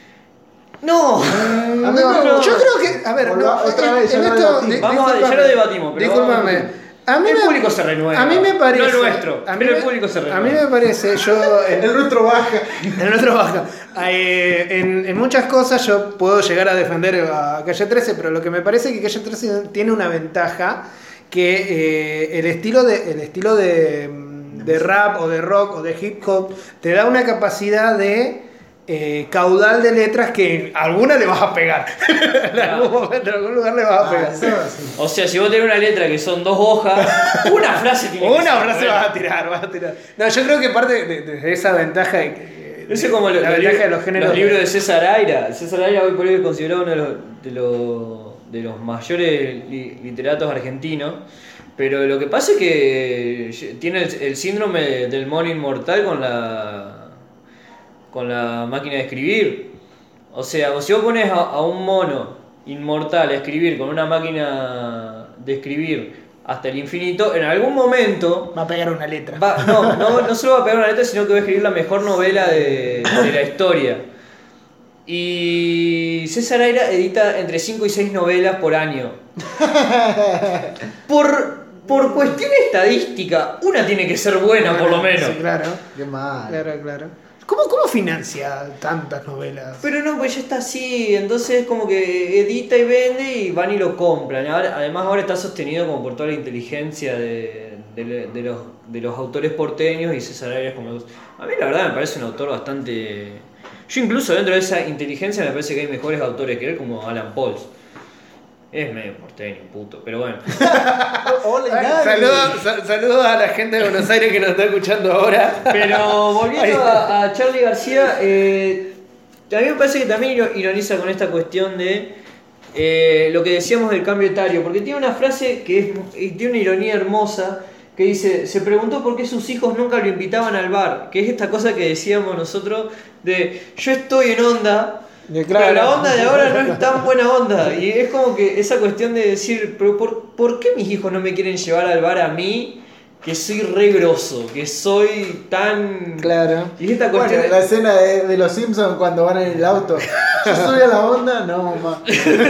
No, A mí No, me- yo creo que, a ver, Otra vez, ya en lo esto, debatimos. Vamos ya lo debatimos, pero discúlpame. A mí el me- público se renueva. A mí me parece. No el nuestro, a mí pero el me- público se renueva. A mí me parece, yo. El nuestro baja. En nuestro baja. En muchas cosas yo puedo llegar a defender a Calle 13, pero lo que me parece es que Calle 13 tiene una ventaja que el estilo de rap o de rock o de hip hop te da una capacidad de caudal de letras que alguna le vas a pegar. En algún momento, en algún lugar le vas a pegar. Eso sí. O sea, si vos tenés una letra que son 2 hojas, una frase tiene que Una ser frase buena. vas a tirar. No, yo creo que parte de esa ventaja Eso es como la ventaja de los géneros. los libros de César Aira. César Aira hoy por hoy es considerado uno de los mayores literatos argentinos. Pero lo que pasa es que tiene el síndrome del mono inmortal con la máquina de escribir. O sea, si vos pones a un mono inmortal a escribir con una máquina de escribir hasta el infinito, en algún momento Va a pegar una letra. no solo va a pegar una letra, sino que va a escribir la mejor novela de la historia. Y César Aira edita entre 5 y 6 novelas por año. Por cuestión estadística, una tiene que ser buena por lo menos. Sí, claro. Qué mal. Claro. ¿Cómo financia tantas novelas? Pero no, pues ya está así, entonces como que edita y vende y van y lo compran. Además ahora está sostenido como por toda la inteligencia de los autores porteños, y César Aira es como... A mí la verdad me parece un autor bastante... Yo incluso dentro de esa inteligencia me parece que hay mejores autores que él, como Alan Pauls. Es medio porteño, puto, pero bueno. Hola, Saludos a la gente de Buenos Aires que nos está escuchando ahora. Pero volviendo a Charly García, a mí me parece que también ironiza con esta cuestión de lo que decíamos del cambio etario, porque tiene una frase que tiene una ironía hermosa, que dice: se preguntó por qué sus hijos nunca lo invitaban al bar, que es esta cosa que decíamos nosotros de yo estoy en onda, pero la onda de ahora no es tan buena onda. Y es como que esa cuestión de decir, pero ¿por qué mis hijos no me quieren llevar al bar a mí, que soy re grosso, que soy tan... Claro. Y esta cuestión... Bueno, la escena de los Simpsons cuando van en el auto. Yo soy a la onda, no mamá.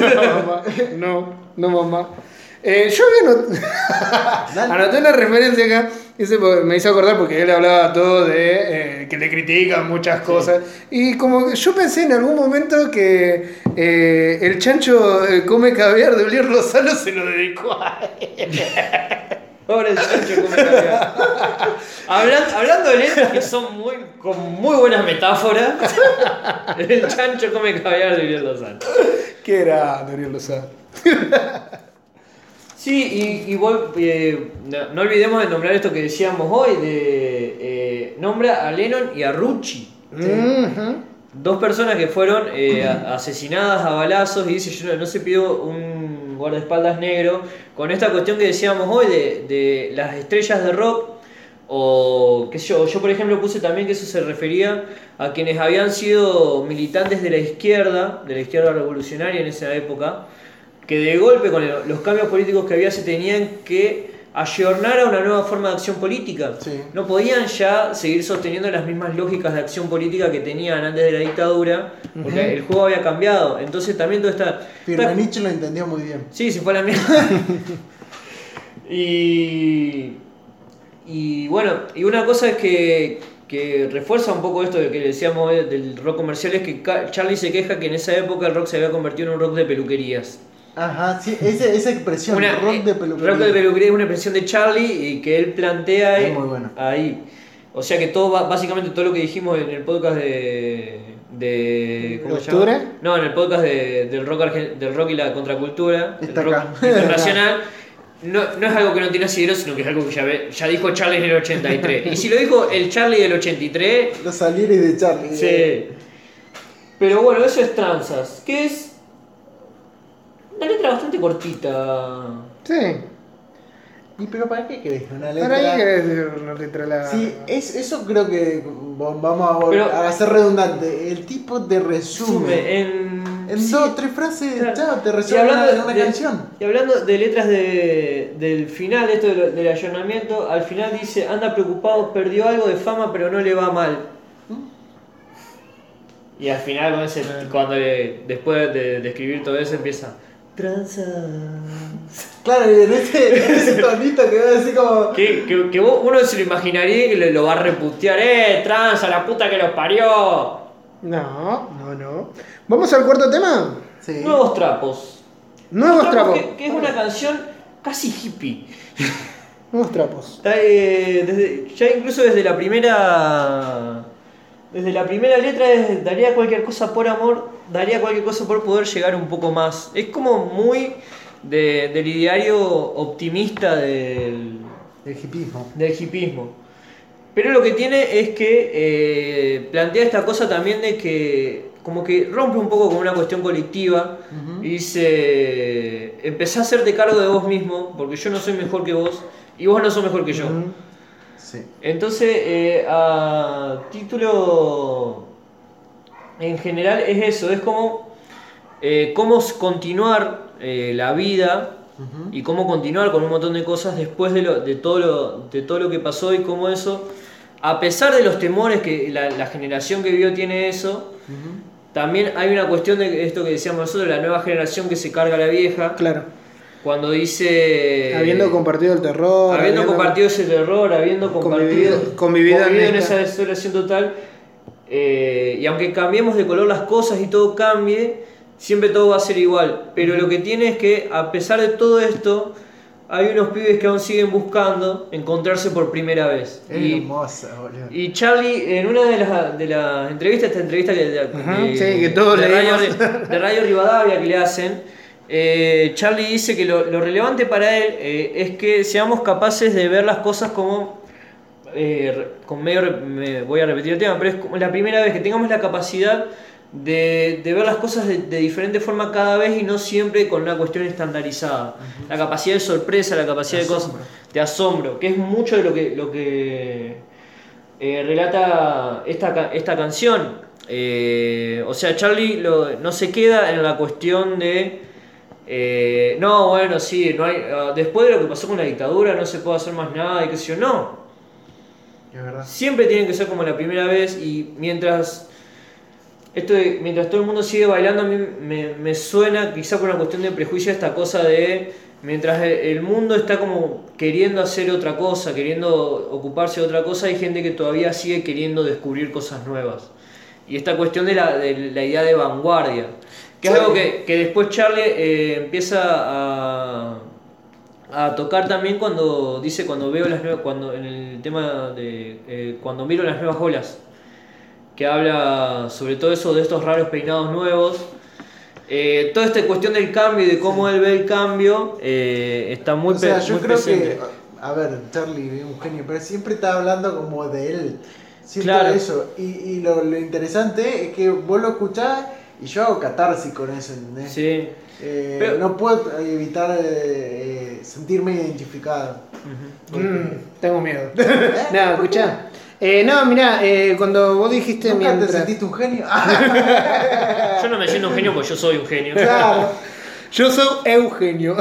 No, mamá. Yo anoté una referencia acá. Me hizo acordar porque él hablaba todo de que le critican muchas cosas. Y como que yo pensé en algún momento que el chancho come caviar de Oliver Lozano se lo dedicó a él. Pobre el chancho come caviar. Hablando de letras que son con muy buenas metáforas, el chancho come caviar de Oliver Lozano. ¿Qué era Oliver Lozano? Sí, y no olvidemos de nombrar esto que decíamos hoy, nombra a Lennon y a Rucci. Dos personas que fueron asesinadas a balazos, y dice: yo no se pidió un guardaespaldas negro, con esta cuestión que decíamos hoy de las estrellas de rock, o qué sé yo por ejemplo puse también que eso se refería a quienes habían sido militantes de la izquierda revolucionaria en esa época, que de golpe con los cambios políticos que había se tenían que ayornar a una nueva forma de acción política. Sí. No podían ya seguir sosteniendo las mismas lógicas de acción política que tenían antes de la dictadura, porque el juego había cambiado. Entonces también todo está... Firmenich lo entendió muy bien. Sí, se fue a la mierda. Y bueno, y una cosa es que refuerza un poco esto de que decíamos del rock comercial, es que Charly se queja que en esa época el rock se había convertido en un rock de peluquerías. Ajá, sí, esa expresión, rock de peluquería. Rock de peluquería es una expresión de Charly y que él plantea es muy bueno. ahí. O sea que básicamente todo lo que dijimos en el podcast de ¿cómo se llama? No, en el podcast del rock y la contracultura, Está el rock acá. internacional. No es algo que no tiene asidero, sino que es algo que ya dijo Charly en el 83. Y si lo dijo el Charly del 83... Los salires de Charly. Sí. Pero bueno, eso es Tranzas, que es una letra bastante cortita. Sí. ¿Y pero para qué querés una letra? ¿Para qué querés una letra? Sí, eso creo que vamos a hacer redundante. El tipo te resume en 2 o 3 frases, claro. Chao, te resume una canción. Y hablando de letras del final, esto del ayornamiento, al final dice: anda preocupado, perdió algo de fama pero no le va mal. Y al final cuando después de escribir todo eso empieza: tranza. Claro, y en ese tonito que va así como... Que uno se lo imaginaría que lo va a reputear. Tranza, la puta que los parió. No. ¿Vamos al cuarto tema? Sí. Nuevos trapos. Nuevos trapos. Que es una canción casi hippie. Nuevos trapos. Está, ya incluso desde la primera letra daría cualquier cosa por amor, daría cualquier cosa por poder llegar un poco más. Es como muy del ideario optimista del hipismo. Pero lo que tiene es que plantea esta cosa también de que como que rompe un poco con una cuestión colectiva. Y dice: empezá a hacerte cargo de vos mismo, porque yo no soy mejor que vos y vos no sos mejor que yo. Sí. Entonces, a título en general es eso, es como cómo continuar la vida y cómo continuar con un montón de cosas después de todo lo que pasó y cómo eso, a pesar de los temores que la generación que vivió tiene eso, también hay una cuestión de esto que decíamos nosotros, la nueva generación que se carga a la vieja. Claro. Cuando dice... Habiendo compartido el terror. Habiendo compartido ese terror, habiendo convivido en esa desolación total. Y aunque cambiemos de color las cosas y todo cambie, siempre todo va a ser igual. Pero lo que tiene es que, a pesar de todo esto, hay unos pibes que aún siguen buscando encontrarse por primera vez. Es hermosa, boludo. Y Charlie, en una de las entrevistas, esta entrevista que todos de Radio Rivadavia que le hacen, Charlie dice que lo relevante para él es que seamos capaces de ver las cosas como... voy a repetir el tema, pero es como la primera vez que tengamos la capacidad de ver las cosas de diferente forma cada vez y no siempre con una cuestión estandarizada. La capacidad de sorpresa, la capacidad de asombro, que es mucho de lo que relata esta canción. O sea, Charlie no se queda en la cuestión de no, bueno, sí, no hay, después de lo que pasó con la dictadura no se puede hacer más nada y qué sé yo, no. Es verdad. Siempre tiene que ser como la primera vez y mientras todo el mundo sigue bailando, a mí me suena quizá por una cuestión de prejuicio esta cosa de mientras el mundo está como queriendo hacer otra cosa, queriendo ocuparse de otra cosa, hay gente que todavía sigue queriendo descubrir cosas nuevas. Y esta cuestión de la idea de vanguardia, que es algo que después Charlie empieza a tocar también cuando veo las nuevas, en el tema de cuando miro las nuevas olas, que habla sobre todo eso de estos raros peinados nuevos, toda esta cuestión del cambio y de cómo él ve el cambio está muy presente. Yo creo que, a ver, Charlie es un genio, pero siempre está hablando como de él, siempre claro. Eso, y lo interesante es que vos lo escuchás y yo hago catarsis con eso, ¿entendés? Sí. Pero no puedo evitar sentirme identificado. Tengo miedo. No, escuchá. No, mirá, cuando vos dijiste ¿Nunca mientras... te sentiste un genio? Yo no me siento un genio porque yo soy un genio. Claro. Yo soy Eugenio.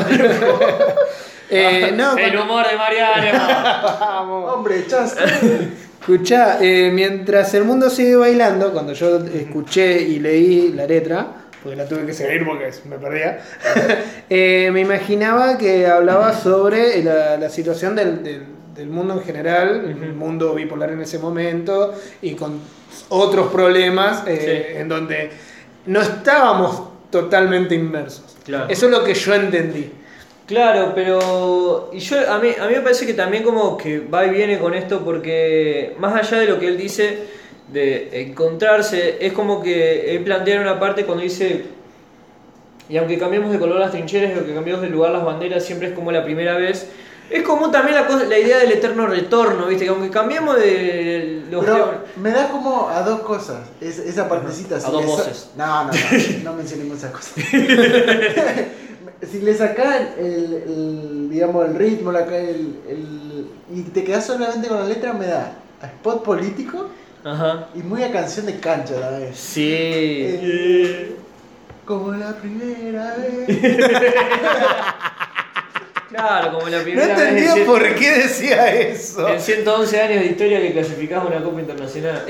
No, el humor de Mariano. Vamos. Hombre, chas. Escuchá, mientras el mundo sigue bailando, cuando yo escuché y leí la letra, porque la tuve que seguir porque me perdía, me imaginaba que hablaba sobre la situación del mundo en general, el mundo bipolar en ese momento, y con otros problemas en donde no estábamos totalmente inmersos. Claro. Eso es lo que yo entendí. Claro, pero a mí me parece que también como que va y viene con esto porque más allá de lo que él dice de encontrarse, es como que él plantea una parte cuando dice y aunque cambiemos de color las trincheras y aunque cambiemos de lugar las banderas, siempre es como la primera vez. Es como también la idea del eterno retorno, ¿viste? Que aunque cambiemos de los... Pero me da como a dos cosas, esa partecita. A dos voces. No mencionemos esas cosas. Si le sacás digamos, el ritmo, y te quedás solamente con la letra, me da a spot político. Ajá. Y muy a canción de cancha a la vez. Sí. Como la primera vez. Claro, como la No primera vez. entendía por qué decía eso. En 111 años de historia que clasificamos una Copa Internacional.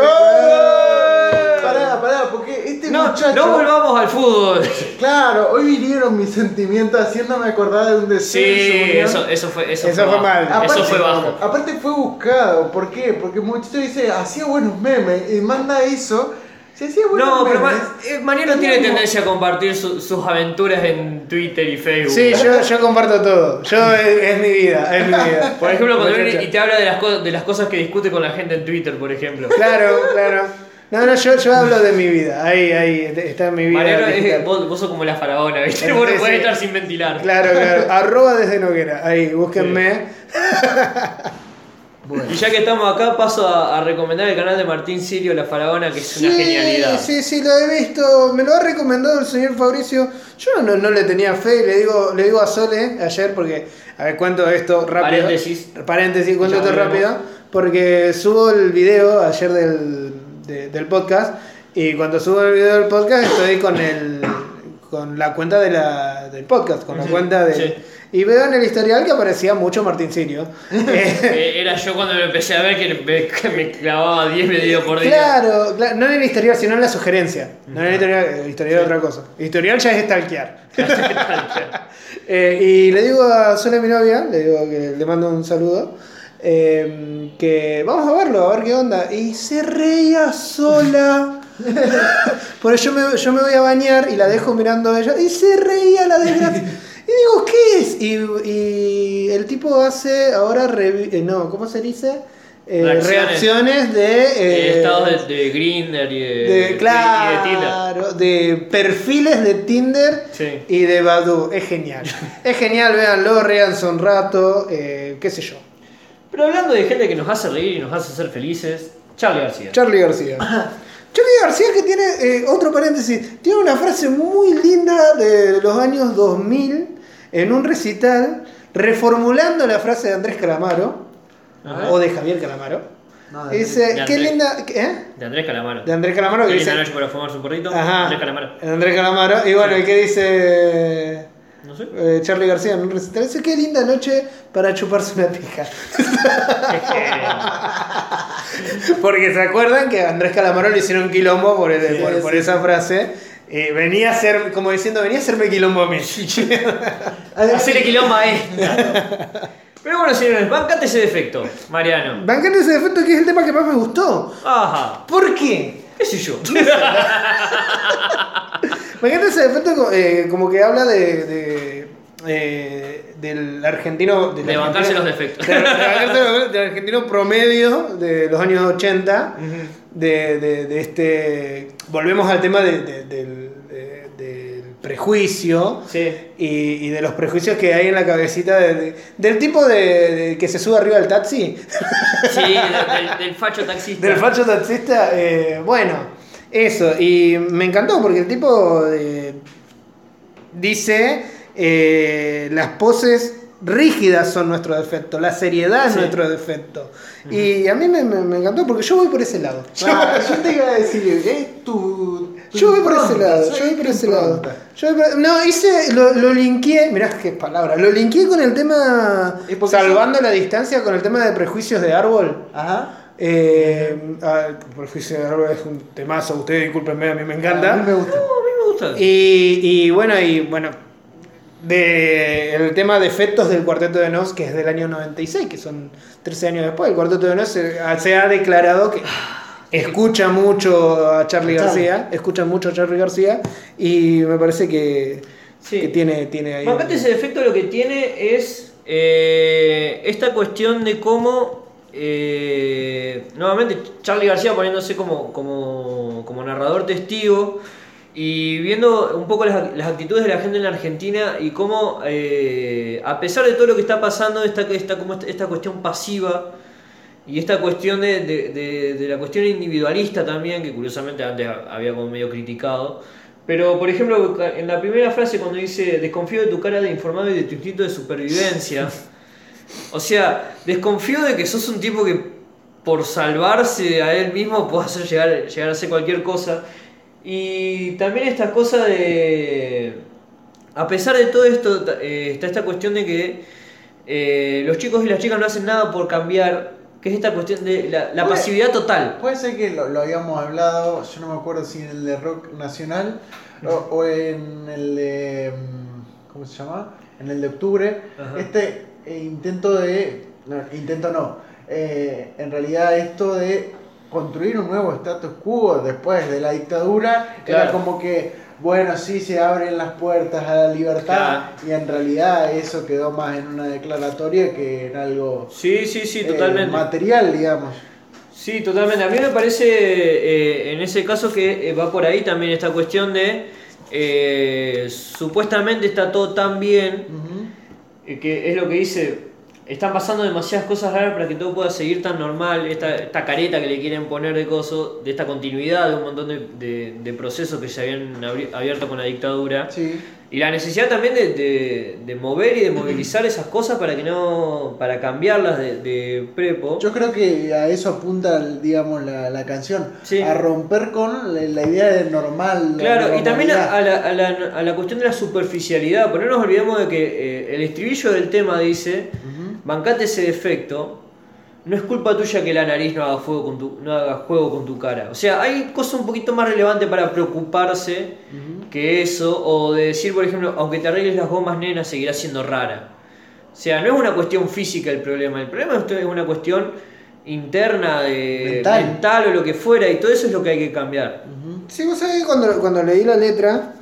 Pará, porque este muchacho... No volvamos al fútbol. Claro, hoy vinieron mis sentimientos haciéndome acordar de un descenso. Sí, eso fue mal. Eso fue bajo. Aparte fue buscado, ¿por qué? Porque el muchacho dice, hacía buenos memes, y manda eso. Si hacía buenos No, memes... pero Mariano tiene tendencia a compartir sus aventuras en Twitter y Facebook. Sí, yo comparto todo. Es mi vida, Por ejemplo, cuando viene y te habla de las cosas que discute con la gente en Twitter, por ejemplo. Claro. No, yo hablo de mi vida. Ahí está mi vida. Mariano, vos sos como la faraona, ¿viste? Vos no podés estar sin ventilar. Claro. @ desde Noguera. Ahí, búsquenme. Bueno. Y ya que estamos acá, paso a recomendar el canal de Martín Sirio, La Faraona, que es una genialidad. Sí, lo he visto. Me lo ha recomendado el señor Fabricio. Yo no le tenía fe. Le digo a Sole ayer, porque, a ver, cuento esto rápido. Paréntesis, cuento esto rápido. Porque subo el video ayer del podcast Y cuando subo el video del podcast estoy con la cuenta del podcast, con la cuenta de... Sí. Y veo en el historial que aparecía mucho Martín Sirio. Era yo cuando me empecé a ver que me clavaba 10 videos por día. Claro, no en el historial, sino en la sugerencia. No en el historial es otra cosa. El historial ya es stalkear. Y le digo a Sola, mi novia, le digo que le mando un saludo, que vamos a verlo, a ver qué onda. Y se reía sola. Por eso yo me voy a bañar y la dejo mirando a ella. Y se reía la desgracia. Y digo, ¿qué es? Y el tipo hace ahora, ¿cómo se dice? Reacciones de... estados de Grindr y de claro, de perfiles de Tinder Sí. y de Badoo. Es genial. Es genial, véanlo, ríanse un rato, qué sé yo. Pero hablando de gente que nos hace reír y nos hace ser felices, Charlie García. Charlie García. Charlie García, que tiene, otro paréntesis, tiene una frase muy linda de los años 2000 en un recital, reformulando la frase de Andrés Calamaro, o de Javier Calamaro. No, Dice, qué linda... De Andrés Calamaro. De Andrés Calamaro, que Qué dice... linda noche para fumarse un porrito. Ajá, Andrés Calamaro. Andrés Calamaro. Y bueno, ¿y qué dice No sé. Charlie García en un recital? Dice, qué linda noche para chuparse una pija. Porque se acuerdan que a Andrés Calamaro le hicieron quilombo por esa frase. Venía a ser, como diciendo, venía a hacerme quilombo a mí. Hacerle quilombo a esta. Pero bueno, señores, bancate ese defecto, Mariano. Bancando ese defecto, que es el tema que más me gustó. Ajá. ¿Por qué? ¿Qué sé yo? Bancando ese defecto, como que habla del argentino. De bancarse los defectos. Del argentino promedio de los años 80. De este. Volvemos al tema del prejuicio. Sí. Y de los prejuicios que hay en la cabecita del tipo de que se sube arriba del taxi. Sí, del facho taxista. Del facho taxista. Bueno, eso. Y me encantó porque el tipo dice: las poses rígidas son nuestro defecto, la seriedad es nuestro defecto. Y a mí me encantó porque yo voy por ese lado. Yo te iba a decir, Yo voy por ese lado. Lo linkeé, mirá qué palabra, lo linkeé con el tema, salvando la distancia, con el tema de prejuicios de árbol. Ajá. Prejuicios de árbol es un temazo, ustedes discúlpenme, a mí me encanta. A mí me gusta. No, a mí me gusta. Y bueno, el tema de efectos del Cuarteto de Nos, que es del año 96, que son 13 años después. El Cuarteto de Nos se ha declarado que escucha mucho a Charlie García, y me parece que tiene ahí. Bancate ese defecto, lo que tiene es esta cuestión de cómo nuevamente Charlie García poniéndose como narrador testigo y viendo un poco las actitudes de la gente en la Argentina y cómo a pesar de todo lo que está pasando esta cuestión pasiva y esta cuestión de la cuestión individualista también, que curiosamente antes había como medio criticado. Pero, por ejemplo, en la primera frase cuando dice: desconfío de tu cara de informado y de tu instinto de supervivencia. O sea, desconfío de que sos un tipo que por salvarse a él mismo puede hacer llegar a hacer cualquier cosa. Y también esta cosa de... A pesar de todo esto, está esta cuestión de que los chicos y las chicas no hacen nada por cambiar, que es esta cuestión de la pasividad total. Puede ser que lo habíamos hablado, yo no me acuerdo si en el de Rock Nacional o en el de... ¿Cómo se llama? En el de octubre. Ajá. En realidad esto de construir un nuevo status quo después de la dictadura, Claro. era como que, bueno, sí se abren las puertas a la libertad, Claro. y en realidad eso quedó más en una declaratoria que en algo Sí, totalmente. material, digamos. Sí, totalmente. A mí me parece en ese caso que va por ahí también esta cuestión de supuestamente está todo tan bien, que es lo que dice, están pasando demasiadas cosas raras para que todo pueda seguir tan normal, esta careta que le quieren poner de coso, de esta continuidad de un montón de procesos que se habían abierto con la dictadura. Sí. Y la necesidad también de mover y de movilizar esas cosas para cambiarlas de prepo. Yo creo que a eso apunta, digamos, la canción. Sí. A romper con la idea de normal. Claro, y también normalidad. a la cuestión de la superficialidad, porque no nos olvidemos de que el estribillo del tema dice, bancate ese defecto, no es culpa tuya que la nariz no haga juego con tu cara. O sea, hay cosas un poquito más relevantes para preocuparse que eso, o de decir, por ejemplo, aunque te arregles las gomas, nena, seguirá siendo rara. O sea, no es una cuestión física el problema es una cuestión interna, mental o lo que fuera, y todo eso es lo que hay que cambiar. Sí, vos sabés que cuando leí la letra,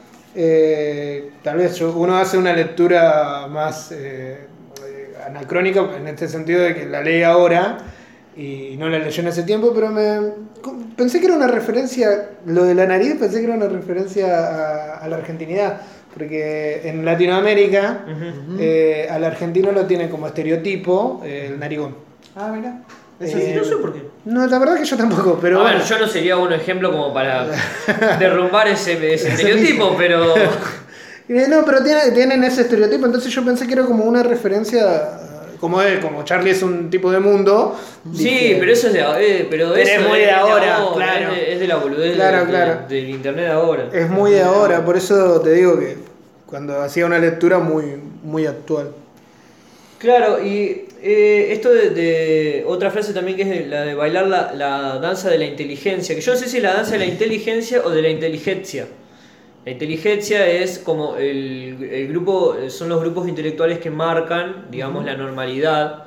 tal vez uno hace una lectura más anacrónica en este sentido de que la leí ahora y no la leyó en ese tiempo, pero pensé que era una referencia, lo de la nariz, pensé que era una referencia a la argentinidad, porque en Latinoamérica al argentino lo tienen como estereotipo el narigón. Ah, mira. Eso sí, no sé por qué. No, la verdad que yo tampoco, pero bueno, yo no sería un ejemplo como para derrumbar ese estereotipo, pero... No, pero tienen ese estereotipo, entonces yo pensé que era como una referencia, como Charlie es un tipo de mundo. Sí, dije, pero eso es pero eso es muy de ahora, claro. Es de la boludez claro. del internet de ahora. Es muy de ahora, por eso te digo que cuando hacía una lectura muy actual. Claro, y esto de otra frase también que es la de bailar la danza de la inteligencia, que yo no sé si es la danza de la inteligencia o de la inteligencia. La inteligencia es como el grupo, son los grupos intelectuales que marcan, digamos, la normalidad.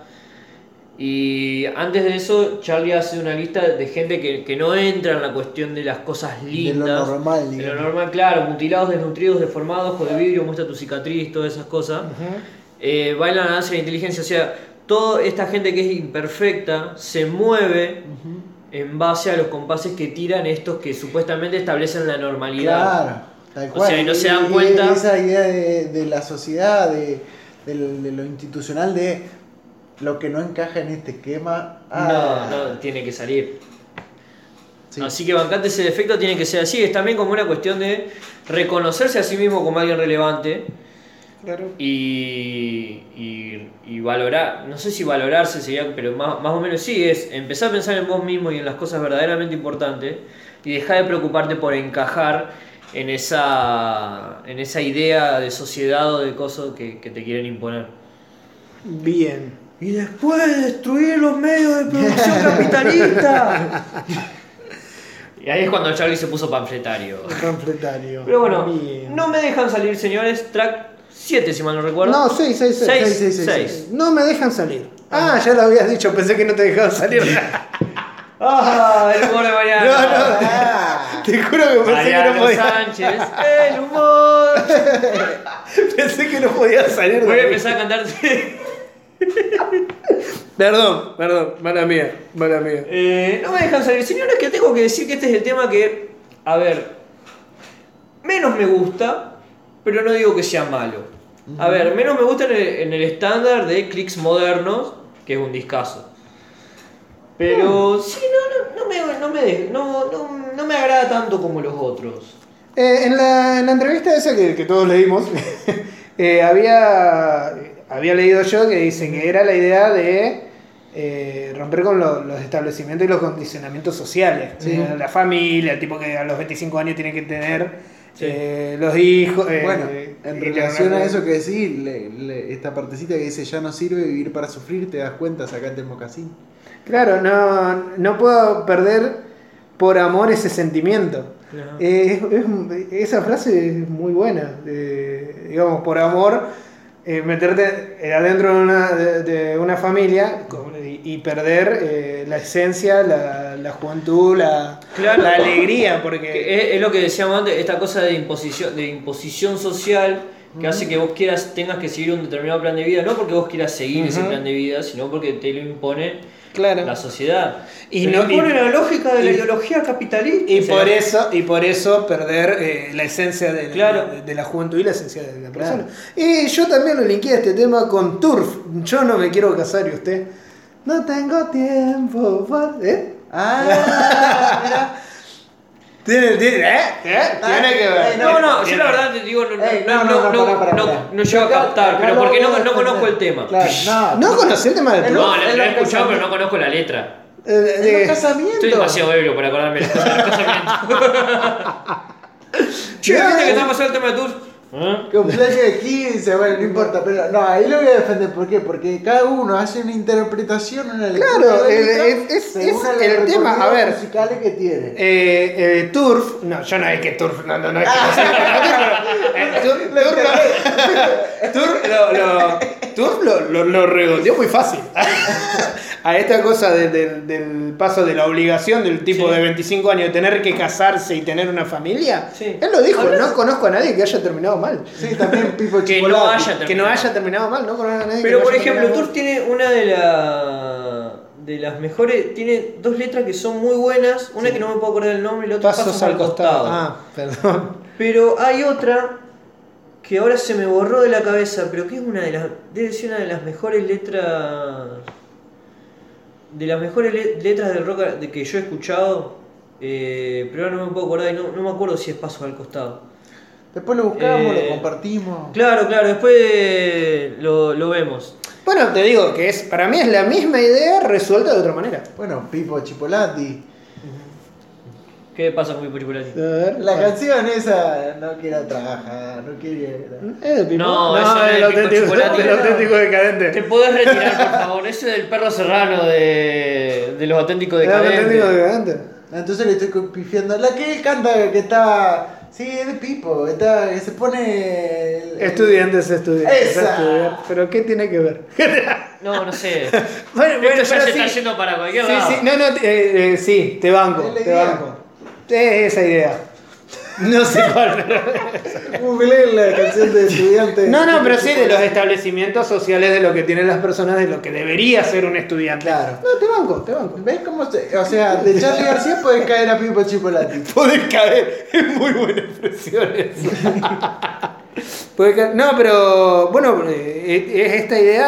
Y antes de eso, Charlie hace una lista de gente que no entra en la cuestión de las cosas lindas. De lo normal, de digamos. lo normal, claro, mutilados, desnutridos, deformados, ojos de vidrio, muestra tu cicatriz, todas esas cosas. Bailan la danza de la inteligencia, o sea, toda esta gente que es imperfecta se mueve en base a los compases que tiran estos que supuestamente establecen la normalidad. Claro. Tal cual. O sea, y no se dan cuenta. Esa idea de la sociedad, de lo institucional, de lo que no encaja en este esquema. No, tiene que salir. Sí. Así que bancante ese defecto tiene que ser así. Es también como una cuestión de reconocerse a sí mismo como alguien relevante. Claro. Y valorar, no sé si valorarse sería, pero más o menos sí, es empezar a pensar en vos mismo y en las cosas verdaderamente importantes y dejar de preocuparte por encajar en esa idea de sociedad o de cosas que te quieren imponer. Bien. Y después destruir los medios de producción capitalista. Y ahí es cuando Charlie se puso panfletario. Panfletario. Pero bueno, Bien. no me dejan salir, señores. Track 7, si mal no recuerdo. No, 6. 6. No me dejan salir. Ya lo habías dicho, pensé que no te dejaban salir. El humor de Mariano. No. Te juro que pensé Mariano que no podía. Sánchez, el humor. Pensé que no podía salir. Voy a empezar a cantarte. Perdón, mala mía. No me dejan salir. Señores, que tengo que decir que este es el tema que, a ver, menos me gusta, pero no digo que sea malo. A ver, menos me gusta en el estándar de clics modernos, que es un discazo. Pero sí, no me agrada tanto como los otros. En la entrevista esa que todos leímos, había leído yo que dice que era la idea de romper con los establecimientos y los condicionamientos sociales. Sí. La familia, el tipo que a los 25 años tiene que tener los hijos. Bueno, en relación a eso que decís, esta partecita que dice ya no sirve vivir para sufrir, te das cuenta, sacate el mocasín. Claro, no puedo perder por amor ese sentimiento. Claro. Esa frase es muy buena. Digamos, por amor, meterte adentro de una familia y perder la esencia, la juventud, la alegría. Porque Es lo que decíamos antes, esta cosa de imposición social que hace que vos tengas que seguir un determinado plan de vida, no porque vos quieras seguir ese plan de vida, sino porque te lo impone la sociedad. Y no impone la lógica de la ideología capitalista. Y por eso perder la esencia de la juventud y la esencia de la persona. Y yo también lo linké a este tema con Turf. Yo no me quiero casar y usted. No tengo tiempo. Mira. Tiene que ver. No, yo la verdad te digo, no llego a captar, pero porque no conozco el tema. Claro, ¿No conocí el tema del No, lo he escuchado, pero no conozco la letra. En los casamientos. Estoy demasiado ebrio para acordarme de las cosas de los casamientos. Che, ¿viste que está pasando el tema de tus? Cumpleaños de 15, bueno, no importa, pero no, ahí lo voy a defender. ¿Por qué? Porque cada uno hace una interpretación, una lectura. Claro, lírica, es según el tema. A ver, musicales que tiene. Turf, no, yo no es que Turf, no es que Turf lo redondeó muy fácil. A esta cosa del paso de la obligación del tipo de 25 años de tener que casarse y tener una familia. Sí. Él lo dijo, no conozco a nadie que haya terminado mal. Sí, también Pipo Que Chipolati. Que no haya terminado mal, no conozco a nadie. Pero que por haya ejemplo, terminado Turf tiene una de las mejores, tiene dos letras que son muy buenas, una que no me puedo acordar el nombre y la otra Pasos al costado. Ah, perdón. Pero hay otra que ahora se me borró de la cabeza, pero que es debe ser una de las mejores letras del rock que yo he escuchado, pero ahora no me puedo acordar y no me acuerdo si es Pasos al costado. Después lo buscamos, lo compartimos. Claro, después lo vemos. Bueno, te digo que para mí es la misma idea resuelta de otra manera. Bueno, Pipo Chipolati. ¿Qué pasa con Pipo Chipolati? A ver, La canción esa, no quiero trabajar, no quiero. ¿Es de Pipo? No, eso no es el de Pipo auténtico, Chipolati. el auténtico decadente. ¿Te podés retirar, por favor? Ese es del perro serrano de los auténticos El auténtico decadentes. decadente. Entonces le estoy pifiando. La que él canta que está. Sí, es de Pipo, que se pone. Estudiantes. Esa. Pero ¿qué tiene que ver? No sé. Bueno, Esto ya se sí. está yendo para cualquier lado. Sí, te banco. Es la idea. Es esa idea. No sé cuál. Google la canción de estudiantes. No, pero sí de los establecimientos sociales de lo que tienen las personas, de lo que debería ser un estudiante. Claro. No, te banco. ¿Ves cómo se.? O sea, de Charlie García podés caer a Pipo Chipolati. Podés caer, es muy buena expresión esa. No, pero bueno, es esta idea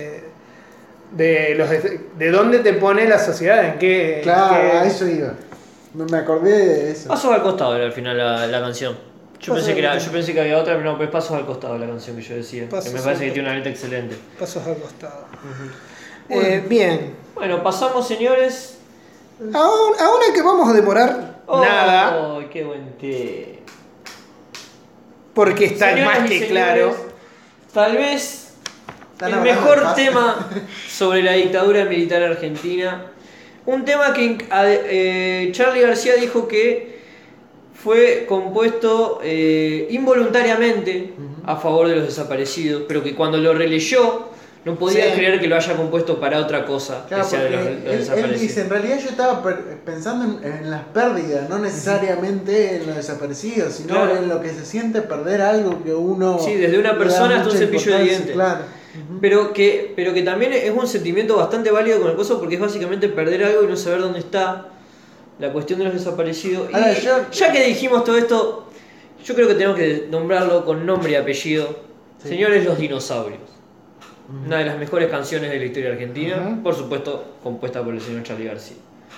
de dónde te pone la sociedad, en qué. Claro, a eso iba. Me acordé de eso. Pasos al costado era al final la canción. Yo pensé que había otra, pero no, pues Pasos al costado la canción que yo decía. Que me parece que tiene una letra excelente. Pasos al costado. Bien. Bueno, pasamos, señores. A una que vamos a demorar nada. ¡Ay, qué buen té! Porque está Señoras más y que señores, claro. Tal vez Están el hablando mejor de paz. tema sobre la dictadura militar argentina. Un tema que Charly García dijo que fue compuesto involuntariamente a favor de los desaparecidos, pero que cuando lo releyó no podía creer que lo haya compuesto para otra cosa, Claro, que sea de los él desaparecidos. dice, en realidad yo estaba pensando en las pérdidas, no necesariamente en los desaparecidos, sino Claro. en lo que se siente perder algo que uno... Sí, desde una le da persona hasta un mucha cepillo de importancia, dientes. Claro. Pero que también es un sentimiento bastante válido con el coso, porque es básicamente perder algo y no saber dónde está. La cuestión de los desaparecidos. Ahora, Y ya que dijimos todo esto, yo creo que tenemos que nombrarlo con nombre y apellido. Sí. Señores, Los Dinosaurios. Una de las mejores canciones de la historia argentina, por supuesto compuesta por el señor Charly García.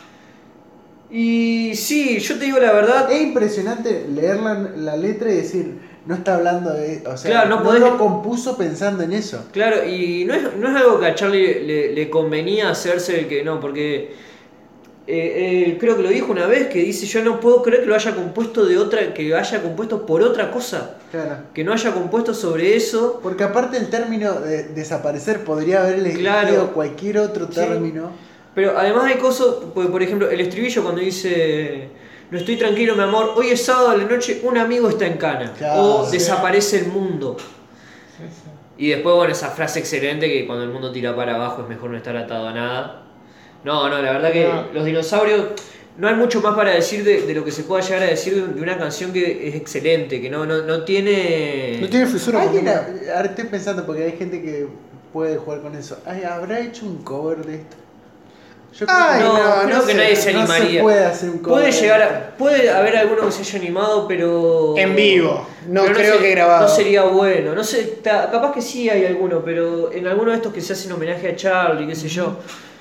Y sí, yo te digo la verdad. Es impresionante leer la letra y decir, no está hablando de... O sea, Claro, no no podés- lo compuso pensando en eso. Claro, y no es algo que a Charly le convenía hacerse el que no, porque él creo que lo dijo una vez, que dice, yo no puedo creer que lo haya compuesto que lo haya compuesto por otra cosa, Claro. que no haya compuesto sobre eso. Porque aparte el término de desaparecer podría haberle Claro. elegido cualquier otro Sí. término. Pero además hay cosas, por ejemplo, el estribillo cuando dice, no estoy tranquilo mi amor, hoy es sábado a la noche, un amigo está en cana, Claro. o desaparece el mundo. Y después, bueno, esa frase excelente que cuando el mundo tira para abajo es mejor no estar atado a nada. No, la verdad que los dinosaurios, no hay mucho más para decir de lo que se pueda llegar a decir de una canción que es excelente, que no tiene... No tiene fisura. ¿Alguien ahora estoy pensando porque hay gente que puede jugar con eso. ¿Habrá hecho un cover de esto? Yo Ay, creo que nadie se no animaría. se puede hacer un cover. Puede haber alguno que se haya animado, pero... En vivo. No pero creo que grabado. No sería bueno. No sé, capaz que sí hay alguno, pero en alguno de estos que se hacen homenaje a Charlie, qué sé yo.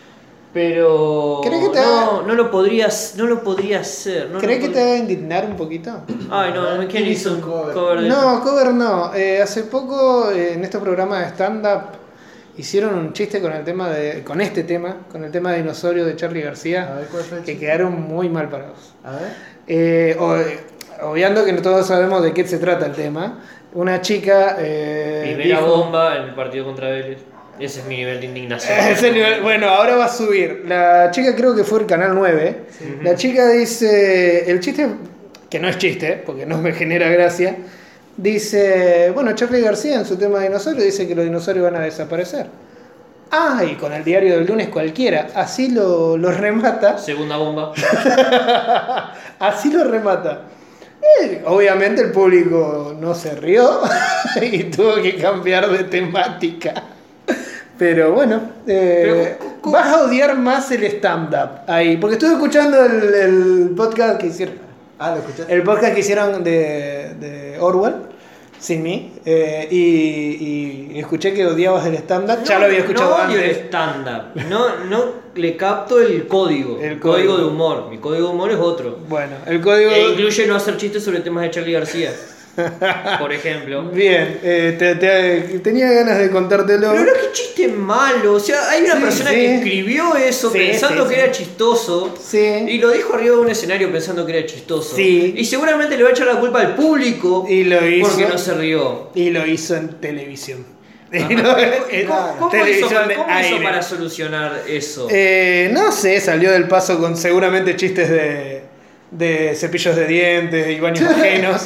Pero ¿Crees que te no lo podría hacer. ¿Crees que te va a indignar un poquito? Ay, no, ¿quién hizo un cover de No, cover no. Hace poco en este programa de stand-up hicieron un chiste con el tema con el tema de dinosaurio de Charly A García, ver, ¿cuál fue el que chiste? quedaron muy mal parados. A ver. Obviando que no todos sabemos de qué se trata el tema, una chica Primera bomba en el partido contra Vélez. Ese es mi nivel de indignación. Ese nivel, bueno, ahora va a subir. La chica creo que fue el Canal 9. Sí. La chica dice, el chiste, que no es chiste, porque no me genera gracia, dice, bueno, Charly García en su tema de dinosaurios dice que los dinosaurios van a desaparecer. Ah, y con el diario del lunes cualquiera, así lo remata. Segunda bomba. Así lo remata. Obviamente el público no se rió y tuvo que cambiar de temática. Pero bueno, vas a odiar más el stand-up ahí. Porque estuve escuchando el podcast que hicieron. Ah, ¿lo escuchaste? El podcast que hicieron de Orwell, sin mí. Y escuché que odiabas el stand-up. Ya lo había escuchado no odio antes. el stand-up. No le capto el código. El código de humor. Mi código de humor es otro. Bueno, el código. E incluye no hacer chistes sobre temas de Charly García. Por ejemplo. Bien, tenía ganas de contártelo. Pero qué chiste malo. O sea, hay una persona que escribió eso pensando que era chistoso. Sí. Y lo dijo arriba de un escenario pensando que era chistoso. Sí. Y seguramente le va a echar la culpa al público y lo hizo, porque no se rió. Y lo hizo en televisión. ¿Cómo hizo para solucionar eso? No sé, salió del paso con seguramente chistes de cepillos de dientes y baños ajenos.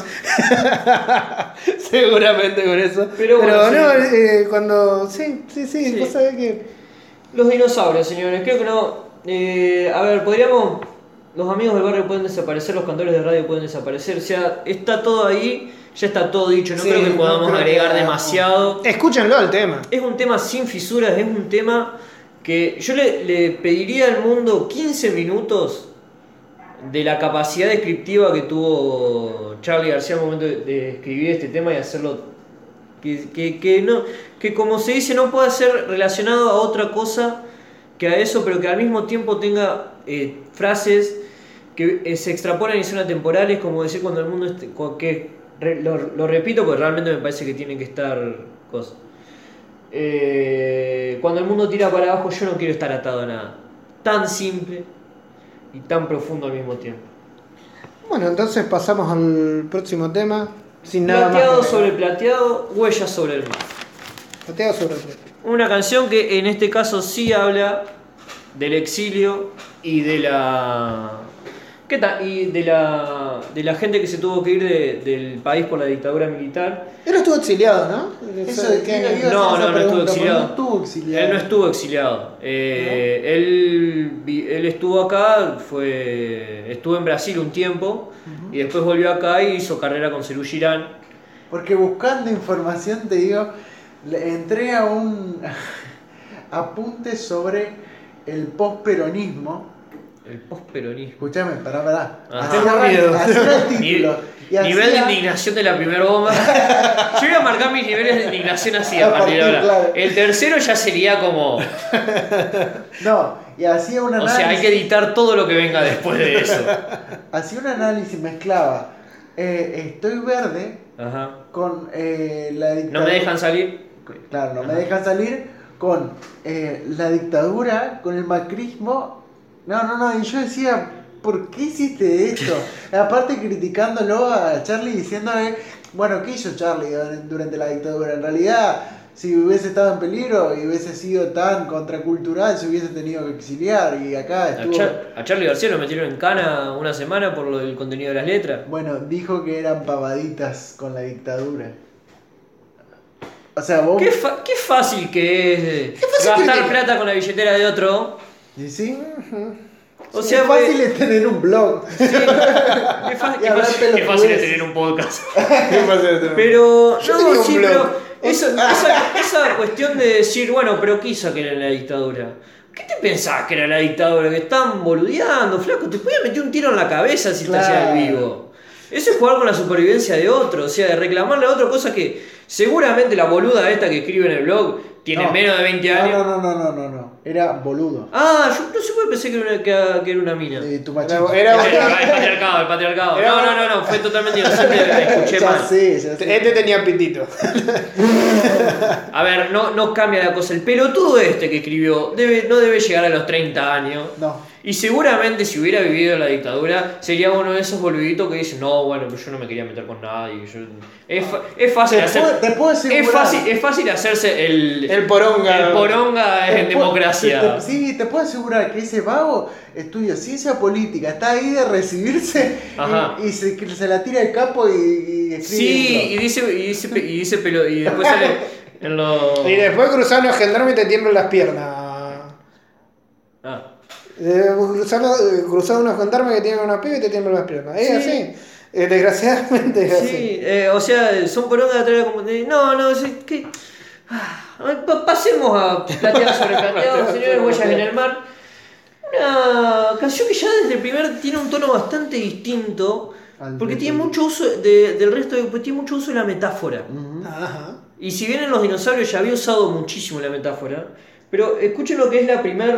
Seguramente con eso. Pero bueno, no, cuando. Sí. Vos sabés que. Los dinosaurios, señores, creo que no. A ver, podríamos. Los amigos del barrio pueden desaparecer, los cantores de radio pueden desaparecer. O sea, está todo ahí, ya está todo dicho. No creo que podamos agregar demasiado. Escúchenlo al tema. Es un tema sin fisuras, es un tema que yo le pediría al mundo 15 minutos de la capacidad descriptiva que tuvo Charly García al momento de escribir este tema y hacerlo que como se dice no pueda ser relacionado a otra cosa que a eso, pero que al mismo tiempo tenga frases que se extrapolan y son atemporales, como decir cuando el mundo lo repito porque realmente me parece que tienen que estar cosas. Cuando el mundo tira para abajo, yo no quiero estar atado a nada. Tan simple y tan profundo al mismo tiempo. Bueno, entonces pasamos al próximo tema. Sin nada Plateado más sobre plateado, huellas sobre el mar. Plateado sobre plateado. Una canción que en este caso sí habla del exilio y de la... ¿Qué tal? Y de la gente que se tuvo que ir del país por la dictadura militar. Él estuvo exiliado, ¿no? Eso de que no estuvo exiliado. No estuvo exiliado. Él no estuvo exiliado. Él estuvo acá, estuvo en Brasil un tiempo y después volvió acá y hizo carrera con Serú Girán. Porque buscando información, te digo, entré a un apunte sobre el posperonismo. El posperonismo. Escuchame, pará. Tengo miedo. Nivel de indignación de la primera bomba. Yo voy a marcar mis niveles de indignación así a partir de ahora. Claro. El tercero ya sería como... No, y hacía un análisis... O sea, hay que editar todo lo que venga después de eso. Hacía un análisis, mezclaba Estoy Verde con la dictadura... ¿No me dejan salir? Claro, no me dejan salir con la dictadura, con el macrismo... No, y yo decía, ¿por qué hiciste esto? Aparte criticándolo a Charly, diciéndole, bueno, ¿qué hizo Charly durante la dictadura? En realidad, si hubiese estado en peligro y hubiese sido tan contracultural, se hubiese tenido que exiliar y acá estuvo... A Charly García lo metieron en cana una semana por el contenido de las letras. Bueno, dijo que eran pavaditas con la dictadura. O sea, vos... Qué fácil que es gastar plata con la billetera de otro. ¿Y sí? O sea, es fácil es tener un blog. Sí, es fácil es tener un podcast. Pero, no, sí, pero esa cuestión de decir, bueno, pero ¿qué hizo que era la dictadura? ¿Qué te pensás que era la dictadura? Que estaban boludeando, flaco. Te podían meter un tiro en la cabeza si te hacías el vivo. Eso es jugar con la supervivencia de otro. O sea, de reclamarle a otro, cosa que seguramente la boluda esta que escribe en el blog tiene menos de 20 años. No. era boludo. Ah, yo no sé por qué pensé que era una mina. Tu machito. Era- El patriarcado. No, fue totalmente inocente, escuché Ya mal. sé, ya sé. Este tenía pitito. A ver, no cambia la cosa. El pelotudo este que escribió no debe llegar a los 30 años. No. Y seguramente si hubiera vivido en la dictadura sería uno de esos boluditos que dicen, no, bueno, pero yo no me quería meter con nadie. Es fácil Te puedo asegurar. es fácil hacerse El poronga. el poronga en democracia. Sí, te puedo asegurar que ese vago estudia ciencia política, está ahí de recibirse Ajá. y se la tira de capo y escribe. Sí, y dice y después sale en los... Y después cruzar los gendarmes y te tiemblan las piernas. Ah. Cruzar unos gendarmes que tienen una piba y te tiemblan las piernas. Es Sí. así. Desgraciadamente es así. Sí, o sea, son porongas de atrás como... No, es que... Pasemos a plateado sobre plateado, señores, huellas en el mar. Una canción que ya desde el primer tiene un tono bastante distinto, porque tiene mucho uso del resto, tiene mucho uso de la metáfora. Ajá. Y si bien en los dinosaurios ya había usado muchísimo la metáfora, pero escuchen lo que es las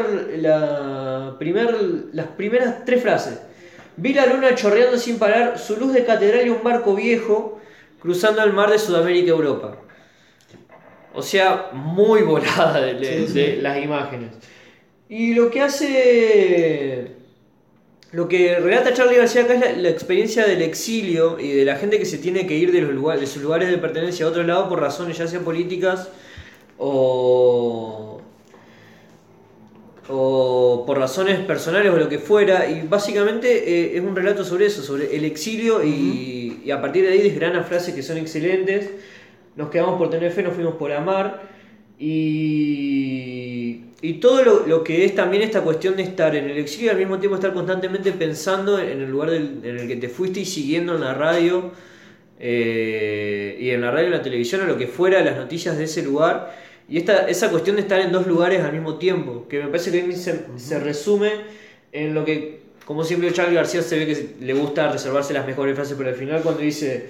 primeras 3 frases. Vi la luna chorreando sin parar, su luz de catedral y un barco viejo cruzando el mar de Sudamérica a Europa. O sea, muy volada de las imágenes. Y lo que hace... Lo que relata Charly García acá es la experiencia del exilio y de la gente que se tiene que ir de sus lugares de pertenencia a otro lado por razones ya sean políticas o por razones personales o lo que fuera. Y básicamente es un relato sobre eso, sobre el exilio y a partir de ahí desgrana frases que son excelentes. Nos quedamos por tener fe, nos fuimos por amar. Y todo lo que es también esta cuestión de estar en el exilio y al mismo tiempo estar constantemente pensando en el lugar en el que te fuiste y siguiendo en la radio y en la radio, en la televisión o lo que fuera, las noticias de ese lugar. Y esa cuestión de estar en 2 lugares al mismo tiempo, que me parece que se resume en lo que, como siempre, Charly García se ve que le gusta reservarse las mejores frases para el final, cuando dice: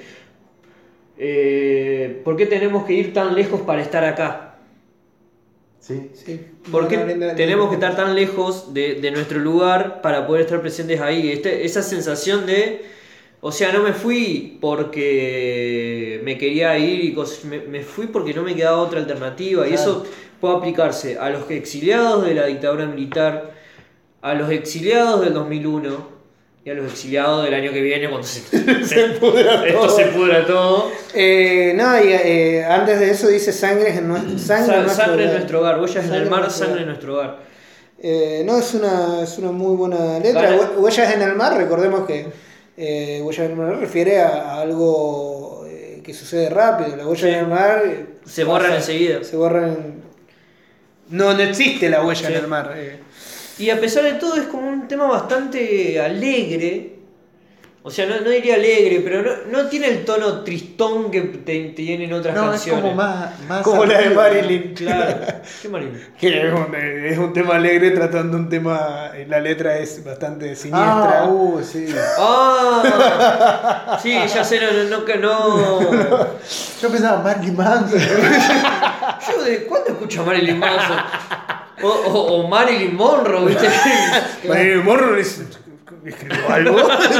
¿por qué tenemos que ir tan lejos para estar acá? Sí. Sí. ¿Por qué No, no, tenemos que estar tan lejos de nuestro lugar para poder estar presentes ahí? Esa sensación de, o sea, no me fui porque me quería ir y cosas, me fui porque no me quedaba otra alternativa. Claro. Y eso puede aplicarse a los exiliados de la dictadura militar, a los exiliados del 2001 y a los exiliados del año que viene cuando se pudra todo. Antes de eso dice sangre en nuestro hogar, huellas en el mar, nuestro sangre hogar. en nuestro hogar. Es una muy buena letra. Vale. Huellas en el mar, recordemos que huellas en el mar refiere a algo que sucede rápido. Las huellas en el mar Se borran enseguida. Se borran. No existe la huella Sí. en el mar. Y a pesar de todo es como un tema bastante alegre. O sea, no diría alegre, pero no tiene el tono tristón que tienen otras No, canciones. es como más Como la de arriba. Marilyn. Claro. ¿Qué Marilyn? Que es un tema alegre tratando un tema. La letra es bastante siniestra. Sí. Ah, sí, ya sé, no. Yo pensaba Marilyn Manson. Yo de cuándo escucho a Marilyn Manson o Marilyn Monroe, ¿viste? Marilyn Monroe escribió algo.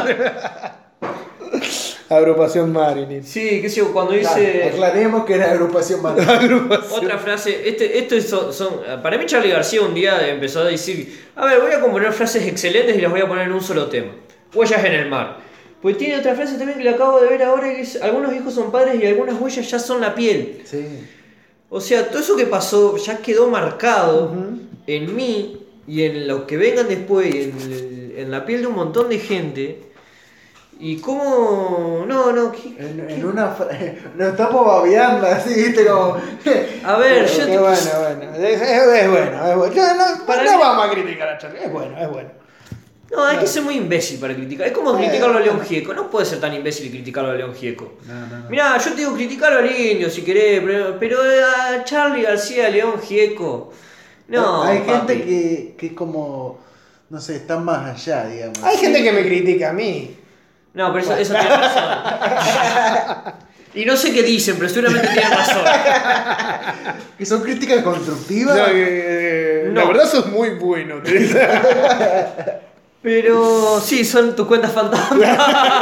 Agrupación Marilyn. Sí, qué sé yo, cuando dice Aclaremos que era agrupación Marilyn. otra frase, para mí Charly García un día empezó a decir, a ver, voy a componer frases excelentes y las voy a poner en un solo tema. Huellas en el mar. Pues tiene otra frase también que la acabo de ver ahora, que es: algunos hijos son padres y algunas huellas ya son la piel. Sí. O sea, todo eso que pasó ya quedó marcado en mí y en los que vengan después, y en la piel de un montón de gente. Y cómo... Nos estamos babeando así, viste, como... A ver, yo... Qué bueno. Es bueno. No vamos a criticar a Charly. Es bueno. No, hay que ser muy imbécil para criticar. Es como criticarlo a León Gieco. No puede ser tan imbécil y criticarlo a León Gieco. No. Mirá, yo te digo criticarlo al indio si querés, pero a Charly García, León Gieco... No, hay papi. gente que como, no sé, está más allá, digamos. Hay gente que me critica a mí. No, pero eso tiene razón. Y no sé qué dicen, pero seguramente tienen razón. Que son críticas constructivas. La No. verdad sos muy bueno, Teresa. Pero sí, son tus cuentas fantasmas.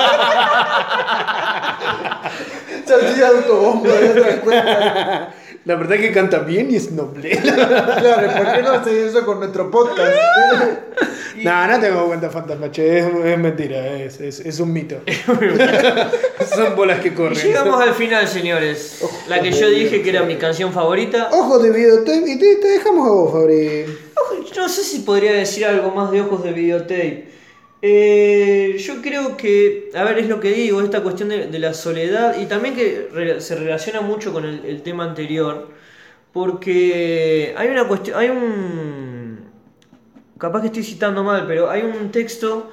Se olvida autobombo de otra cuenta. La verdad que canta bien y es noble. Claro, ¿por qué no haces eso con nuestro podcast? No tengo cuenta fantasma, che, es mentira, es un mito. Son bolas que Y corren. llegamos al final, señores. La que yo dije que era mi canción favorita. Ojos de videotape y te dejamos a vos, Fabri. Yo no sé si podría decir algo más de Ojos de Videotape. Yo creo que, a ver, es lo que digo, esta cuestión de la soledad y también que se relaciona mucho con el tema anterior, porque hay una cuestión, capaz que estoy citando mal, pero hay un texto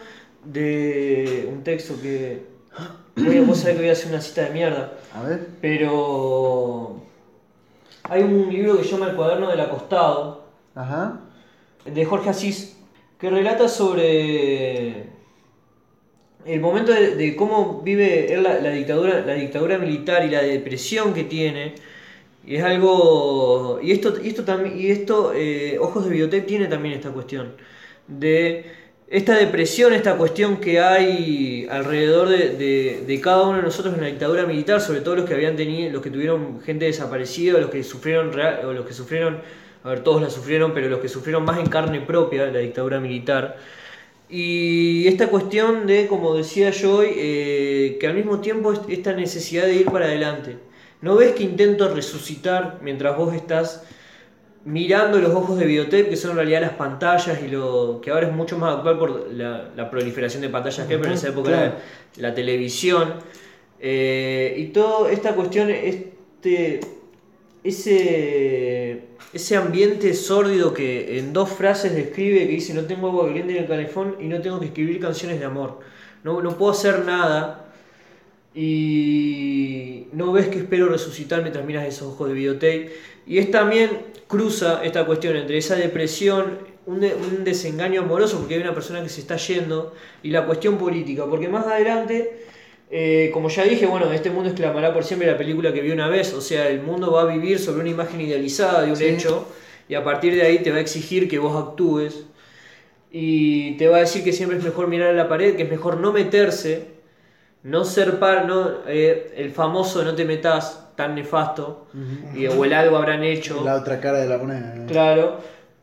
que, vos sabés que voy a hacer una cita de mierda, A ver. pero hay un libro que se llama El cuaderno del acostado, Ajá. de Jorge Asís, que relata sobre el momento de cómo vive él la dictadura militar y la depresión que tiene. Y es algo. Y esto también. Ojos de Videotape tiene también esta cuestión. De esta depresión, esta cuestión que hay alrededor de cada uno de nosotros en la dictadura militar, sobre todo los que habían tenido, los que tuvieron gente desaparecida, los que sufrieron a ver, todos la sufrieron, pero los que sufrieron más en carne propia la dictadura militar. Y esta cuestión de, como decía yo hoy, que al mismo tiempo esta necesidad de ir para adelante. ¿No ves que intento resucitar mientras vos estás mirando los ojos de Videotape, que son en realidad las pantallas y lo que ahora es mucho más actual por la proliferación de pantallas que hay, pero en esa época claro. era la televisión? Y toda esta cuestión, ese ambiente sórdido que en 2 frases describe, que dice: no tengo agua caliente en el calefón y no tengo que escribir canciones de amor. No puedo hacer nada. Y no ves que espero resucitar mientras miras esos ojos de Videotape. Y es también cruza esta cuestión entre esa depresión, un desengaño amoroso porque hay una persona que se está yendo, y la cuestión política, porque más adelante, como ya dije, bueno, este mundo exclamará por siempre, la película que vi una vez. O sea, el mundo va a vivir sobre una imagen idealizada de un hecho, y a partir de ahí te va a exigir que vos actúes, y te va a decir que siempre es mejor mirar a la pared, que es mejor no meterse, no ser el famoso no te metas, tan nefasto, o el algo habrán hecho. La otra cara de la moneda. Claro.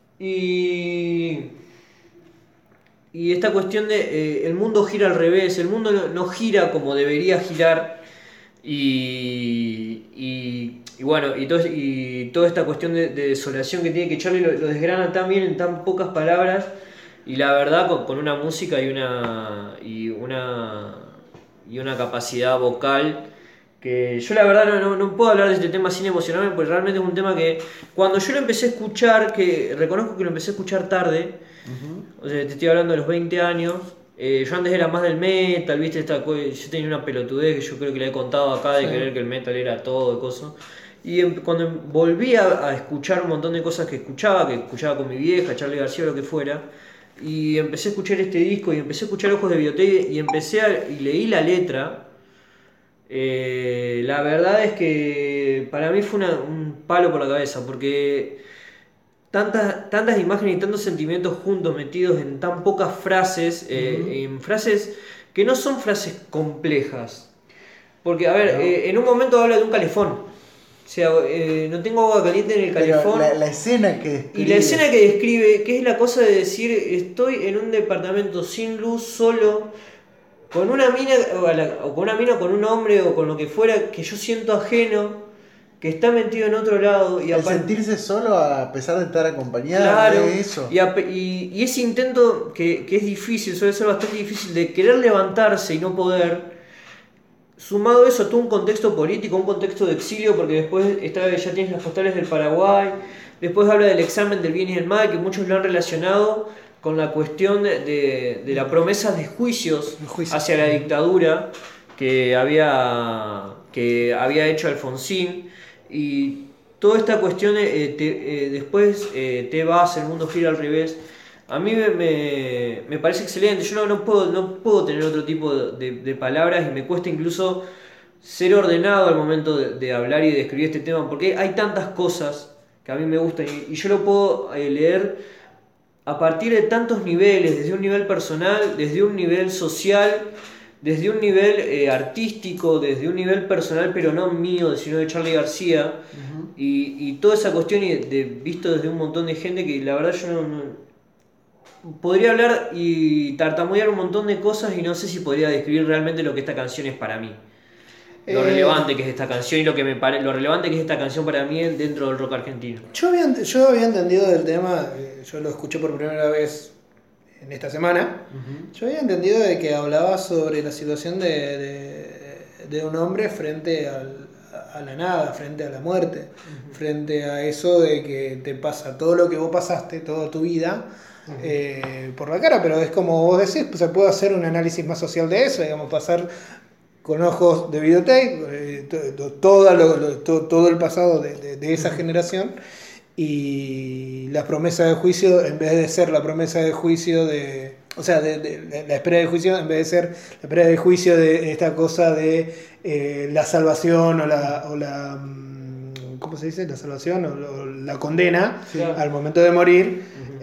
Y esta cuestión de el mundo gira al revés, el mundo no gira como debería girar. Y bueno, y toda esta cuestión de desolación que tiene, que Charlie lo desgrana tan bien en tan pocas palabras, y la verdad con una música y una capacidad vocal que yo la verdad no puedo hablar de este tema sin emocionarme, porque realmente es un tema que cuando yo lo empecé a escuchar, que reconozco que lo empecé a escuchar tarde, o sea, te estoy hablando de los 20 años, yo antes era más del metal, viste, yo tenía una pelotudez que yo creo que le he contado acá de creer que el metal era todo de cosas. Y cuando volví a escuchar un montón de cosas que escuchaba con mi vieja, Charly García o lo que fuera, y empecé a escuchar este disco y empecé a escuchar Ojos de Videotape y y leí la letra. La verdad es que para mí fue un palo por la cabeza, porque tantas imágenes y tantos sentimientos juntos, metidos en tan pocas frases, en frases que no son frases complejas. Porque, a ver, en un momento habla de un calefón. O sea, no tengo agua caliente en el calefón. La escena que describe. Y la escena que describe, que es la cosa de decir: estoy en un departamento sin luz, solo, con una mina, o con una mina, o con un hombre, o con lo que fuera, que yo siento ajeno, que está metido en otro lado. Y el sentirse solo a pesar de estar acompañado, claro, de eso. Y ese intento que es difícil, suele ser bastante difícil, de querer levantarse y no poder. Sumado eso a todo un contexto político, un contexto de exilio, porque después ya tienes las postales del Paraguay, después habla del examen del bien y el mal, que muchos lo han relacionado con la cuestión de la promesa de juicios hacia la dictadura que había hecho Alfonsín, y toda esta cuestión después te vas, el mundo gira al revés. A mí me parece excelente. Yo no puedo tener otro tipo de palabras, y me cuesta incluso ser ordenado al momento de hablar y de escribir este tema, porque hay tantas cosas que a mí me gustan y yo lo puedo leer a partir de tantos niveles, desde un nivel personal, desde un nivel social, desde un nivel artístico, desde un nivel personal, pero no mío, sino de Charly García, y toda esa cuestión visto desde un montón de gente que la verdad yo no podría hablar y tartamudear un montón de cosas y no sé si podría describir realmente lo que esta canción es para mí. Lo relevante que es esta canción y lo relevante que es esta canción para mí dentro del rock argentino. Yo había entendido del tema, yo lo escuché por primera vez en esta semana. Yo había entendido de que hablaba sobre la situación de un hombre frente a la nada, frente a la muerte, frente a eso de que te pasa todo lo que vos pasaste, toda tu vida, por la cara, pero es como vos decís, pues se puede hacer un análisis más social de eso, digamos, pasar con ojos de videotape todo el pasado de esa generación, y la promesa de juicio, en vez de ser la promesa de juicio de la espera de juicio, en vez de ser la espera de juicio de esta cosa de la salvación o la ¿cómo se dice? La salvación o la condena, sí, al momento de morir,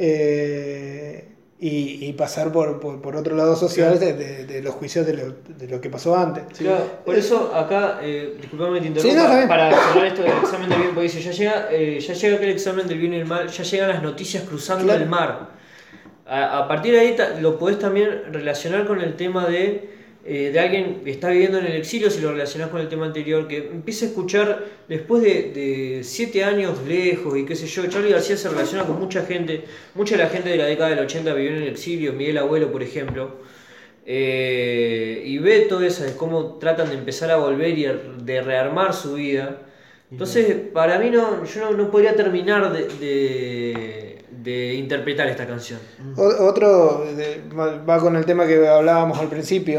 y pasar por otro lado social, sí, de los juicios de lo que pasó antes. Sí, claro, por eso acá, disculpame que te interrumpa, sí, para cerrar esto del examen del bien, porque dice, ya llega aquel examen del bien y el mal, ya llegan las noticias cruzando, claro, el mar. A partir de ahí lo podés también relacionar con el tema de alguien que está viviendo en el exilio, si lo relacionás con el tema anterior, que empieza a escuchar después de 7 años lejos y qué sé yo. Charly García se relaciona con mucha gente, mucha de la gente de la década del 80 vivió en el exilio, Miguel Abuelo por ejemplo, y ve todo eso, de cómo tratan de empezar a volver y de rearmar su vida. Entonces, para mí yo no podría terminar de interpretar esta canción. Otro va con el tema que hablábamos al principio.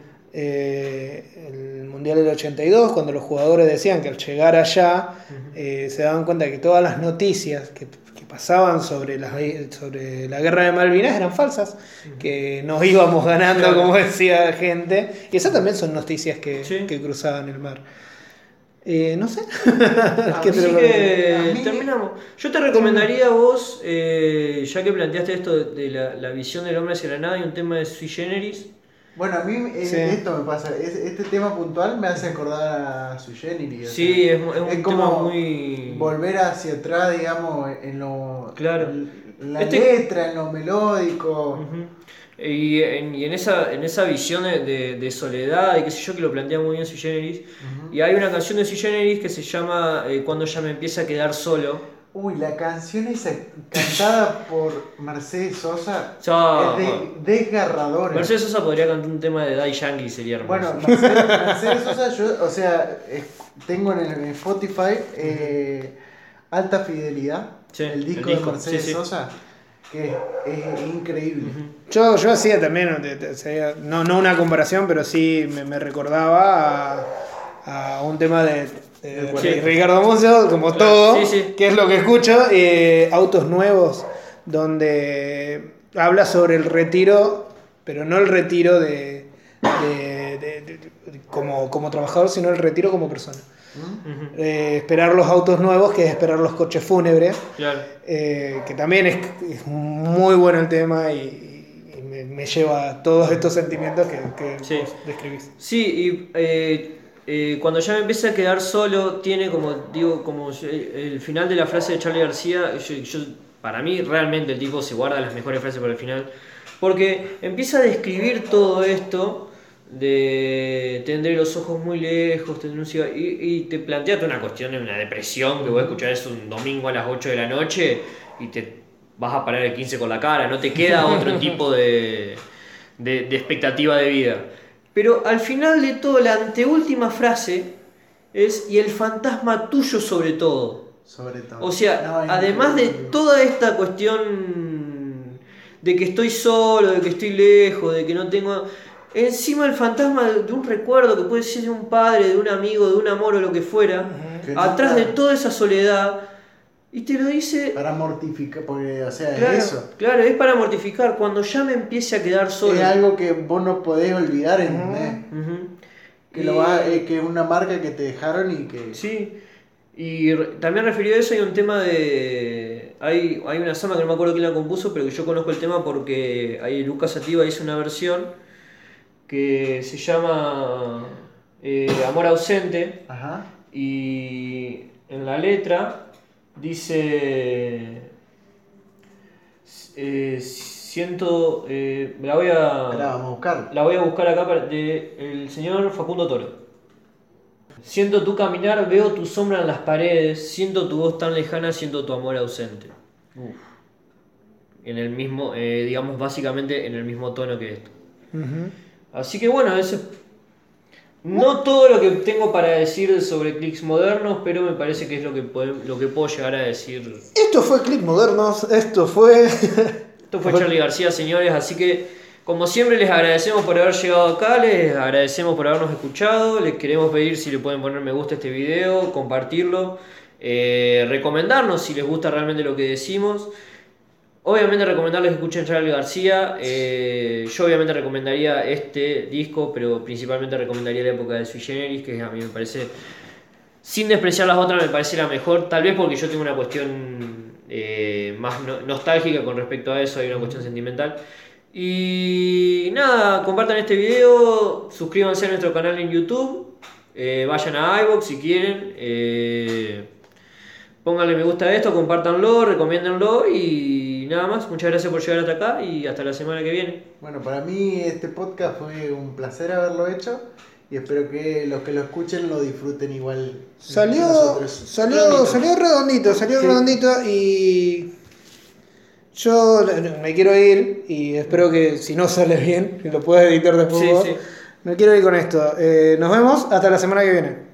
El Mundial del 82, cuando los jugadores decían que al llegar allá se daban cuenta de que todas las noticias que pasaban sobre la guerra de Malvinas eran falsas, que nos íbamos ganando, claro, como decía gente, y esas también son noticias que cruzaban el mar. No sé. Así que terminamos. Yo te recomendaría a vos, ya que planteaste esto de la visión del hombre hacia la nada y un tema de sui generis. Bueno, a mí esto me pasa, este tema puntual me hace acordar a sui generis. Sí, es un como tema muy... volver hacia atrás, digamos, en lo... Claro. En la letra, en lo melódico. Y en esa visión de soledad y qué sé yo, que lo plantea muy bien Sui Generis. Y hay una canción de Sui Generis que se llama Cuando ya me empieza a quedar solo. Uy, la canción esa cantada por Mercedes Sosa es desgarradora. Mercedes Sosa podría cantar un tema de Daddy Yankee, sería hermoso. Bueno, Mercedes Sosa, yo, tengo en Spotify Alta Fidelidad, sí, el disco de Mercedes Sosa, que es increíble. Yo hacía también, no una comparación, pero sí me recordaba a un tema de Ricardo Moncio, como todo, que es lo que escucho, Autos Nuevos, donde habla sobre el retiro, pero no el retiro como trabajador, sino el retiro como persona. Esperar los autos nuevos, que es esperar los coches fúnebres, claro, que también es muy bueno el tema y me lleva a todos estos sentimientos que vos describís. Sí, y cuando ya me empieza a quedar solo, tiene como el final de la frase de Charly García. Para mí realmente el tipo se guarda las mejores frases para el final, porque empieza a describir todo esto de tendré los ojos muy lejos, tendré un cigarro, y te plantea toda una cuestión de una depresión, que voy a escuchar eso un domingo a las 8 de la noche y te vas a parar el 15 con la cara, no te queda otro tipo de expectativa de vida. Pero al final de todo, la anteúltima frase es: y el fantasma tuyo sobre todo. Sobre todo. O sea, además de toda esta cuestión de que estoy solo, de que estoy lejos, de que no tengo... Encima el fantasma de un recuerdo que puede ser de un padre, de un amigo, de un amor o lo que fuera, atrás de toda esa soledad, y te lo dice... Para mortificar, porque, o sea, claro, es eso. Claro, es para mortificar, cuando ya me empiece a quedar solo. Es algo que vos no podés olvidar, ¿entendés? Que es una marca que te dejaron y que... Sí, Y también refirió a eso, hay un tema de... Hay una samba que no me acuerdo quién la compuso, pero que yo conozco el tema porque ahí Lucas Sativa hizo una versión que se llama Amor Ausente. Ajá. Y en la letra dice... siento... Ahora vamos a buscar. La voy a buscar acá de el señor Facundo Toro. Siento tu caminar, veo tu sombra en las paredes, siento tu voz tan lejana, siento tu amor ausente. Uf. En el mismo, digamos, básicamente en el mismo tono que esto. Ujú. Así que bueno, eso es no todo lo que tengo para decir sobre clics modernos, pero me parece que es lo que puedo llegar a decir. Esto fue Click Modernos, esto fue... Esto fue Charlie García, señores, así que como siempre les agradecemos por haber llegado acá, les agradecemos por habernos escuchado, les queremos pedir si le pueden poner me gusta a este video, compartirlo, recomendarnos si les gusta realmente lo que decimos. Obviamente recomendarles que escuchen Charlie García, yo obviamente recomendaría este disco, pero principalmente recomendaría la época de Sui Generis, que a mí me parece, sin despreciar las otras, me parece la mejor, tal vez porque yo tengo una cuestión más nostálgica con respecto a eso, hay una cuestión sentimental. Y nada, compartan este video, suscríbanse a nuestro canal en YouTube, vayan a iVoox si quieren, pónganle me gusta a esto, compártanlo, recomiéndenlo y nada más. Muchas gracias por llegar hasta acá y hasta la semana que viene. Bueno, para mí este podcast fue un placer haberlo hecho y espero que los que lo escuchen lo disfruten igual. Salió redondito, Sí. y yo me quiero ir y espero que si no sale bien, que lo puedas editar después Sí, vos, sí. me quiero ir con esto. Nos vemos hasta la semana que viene.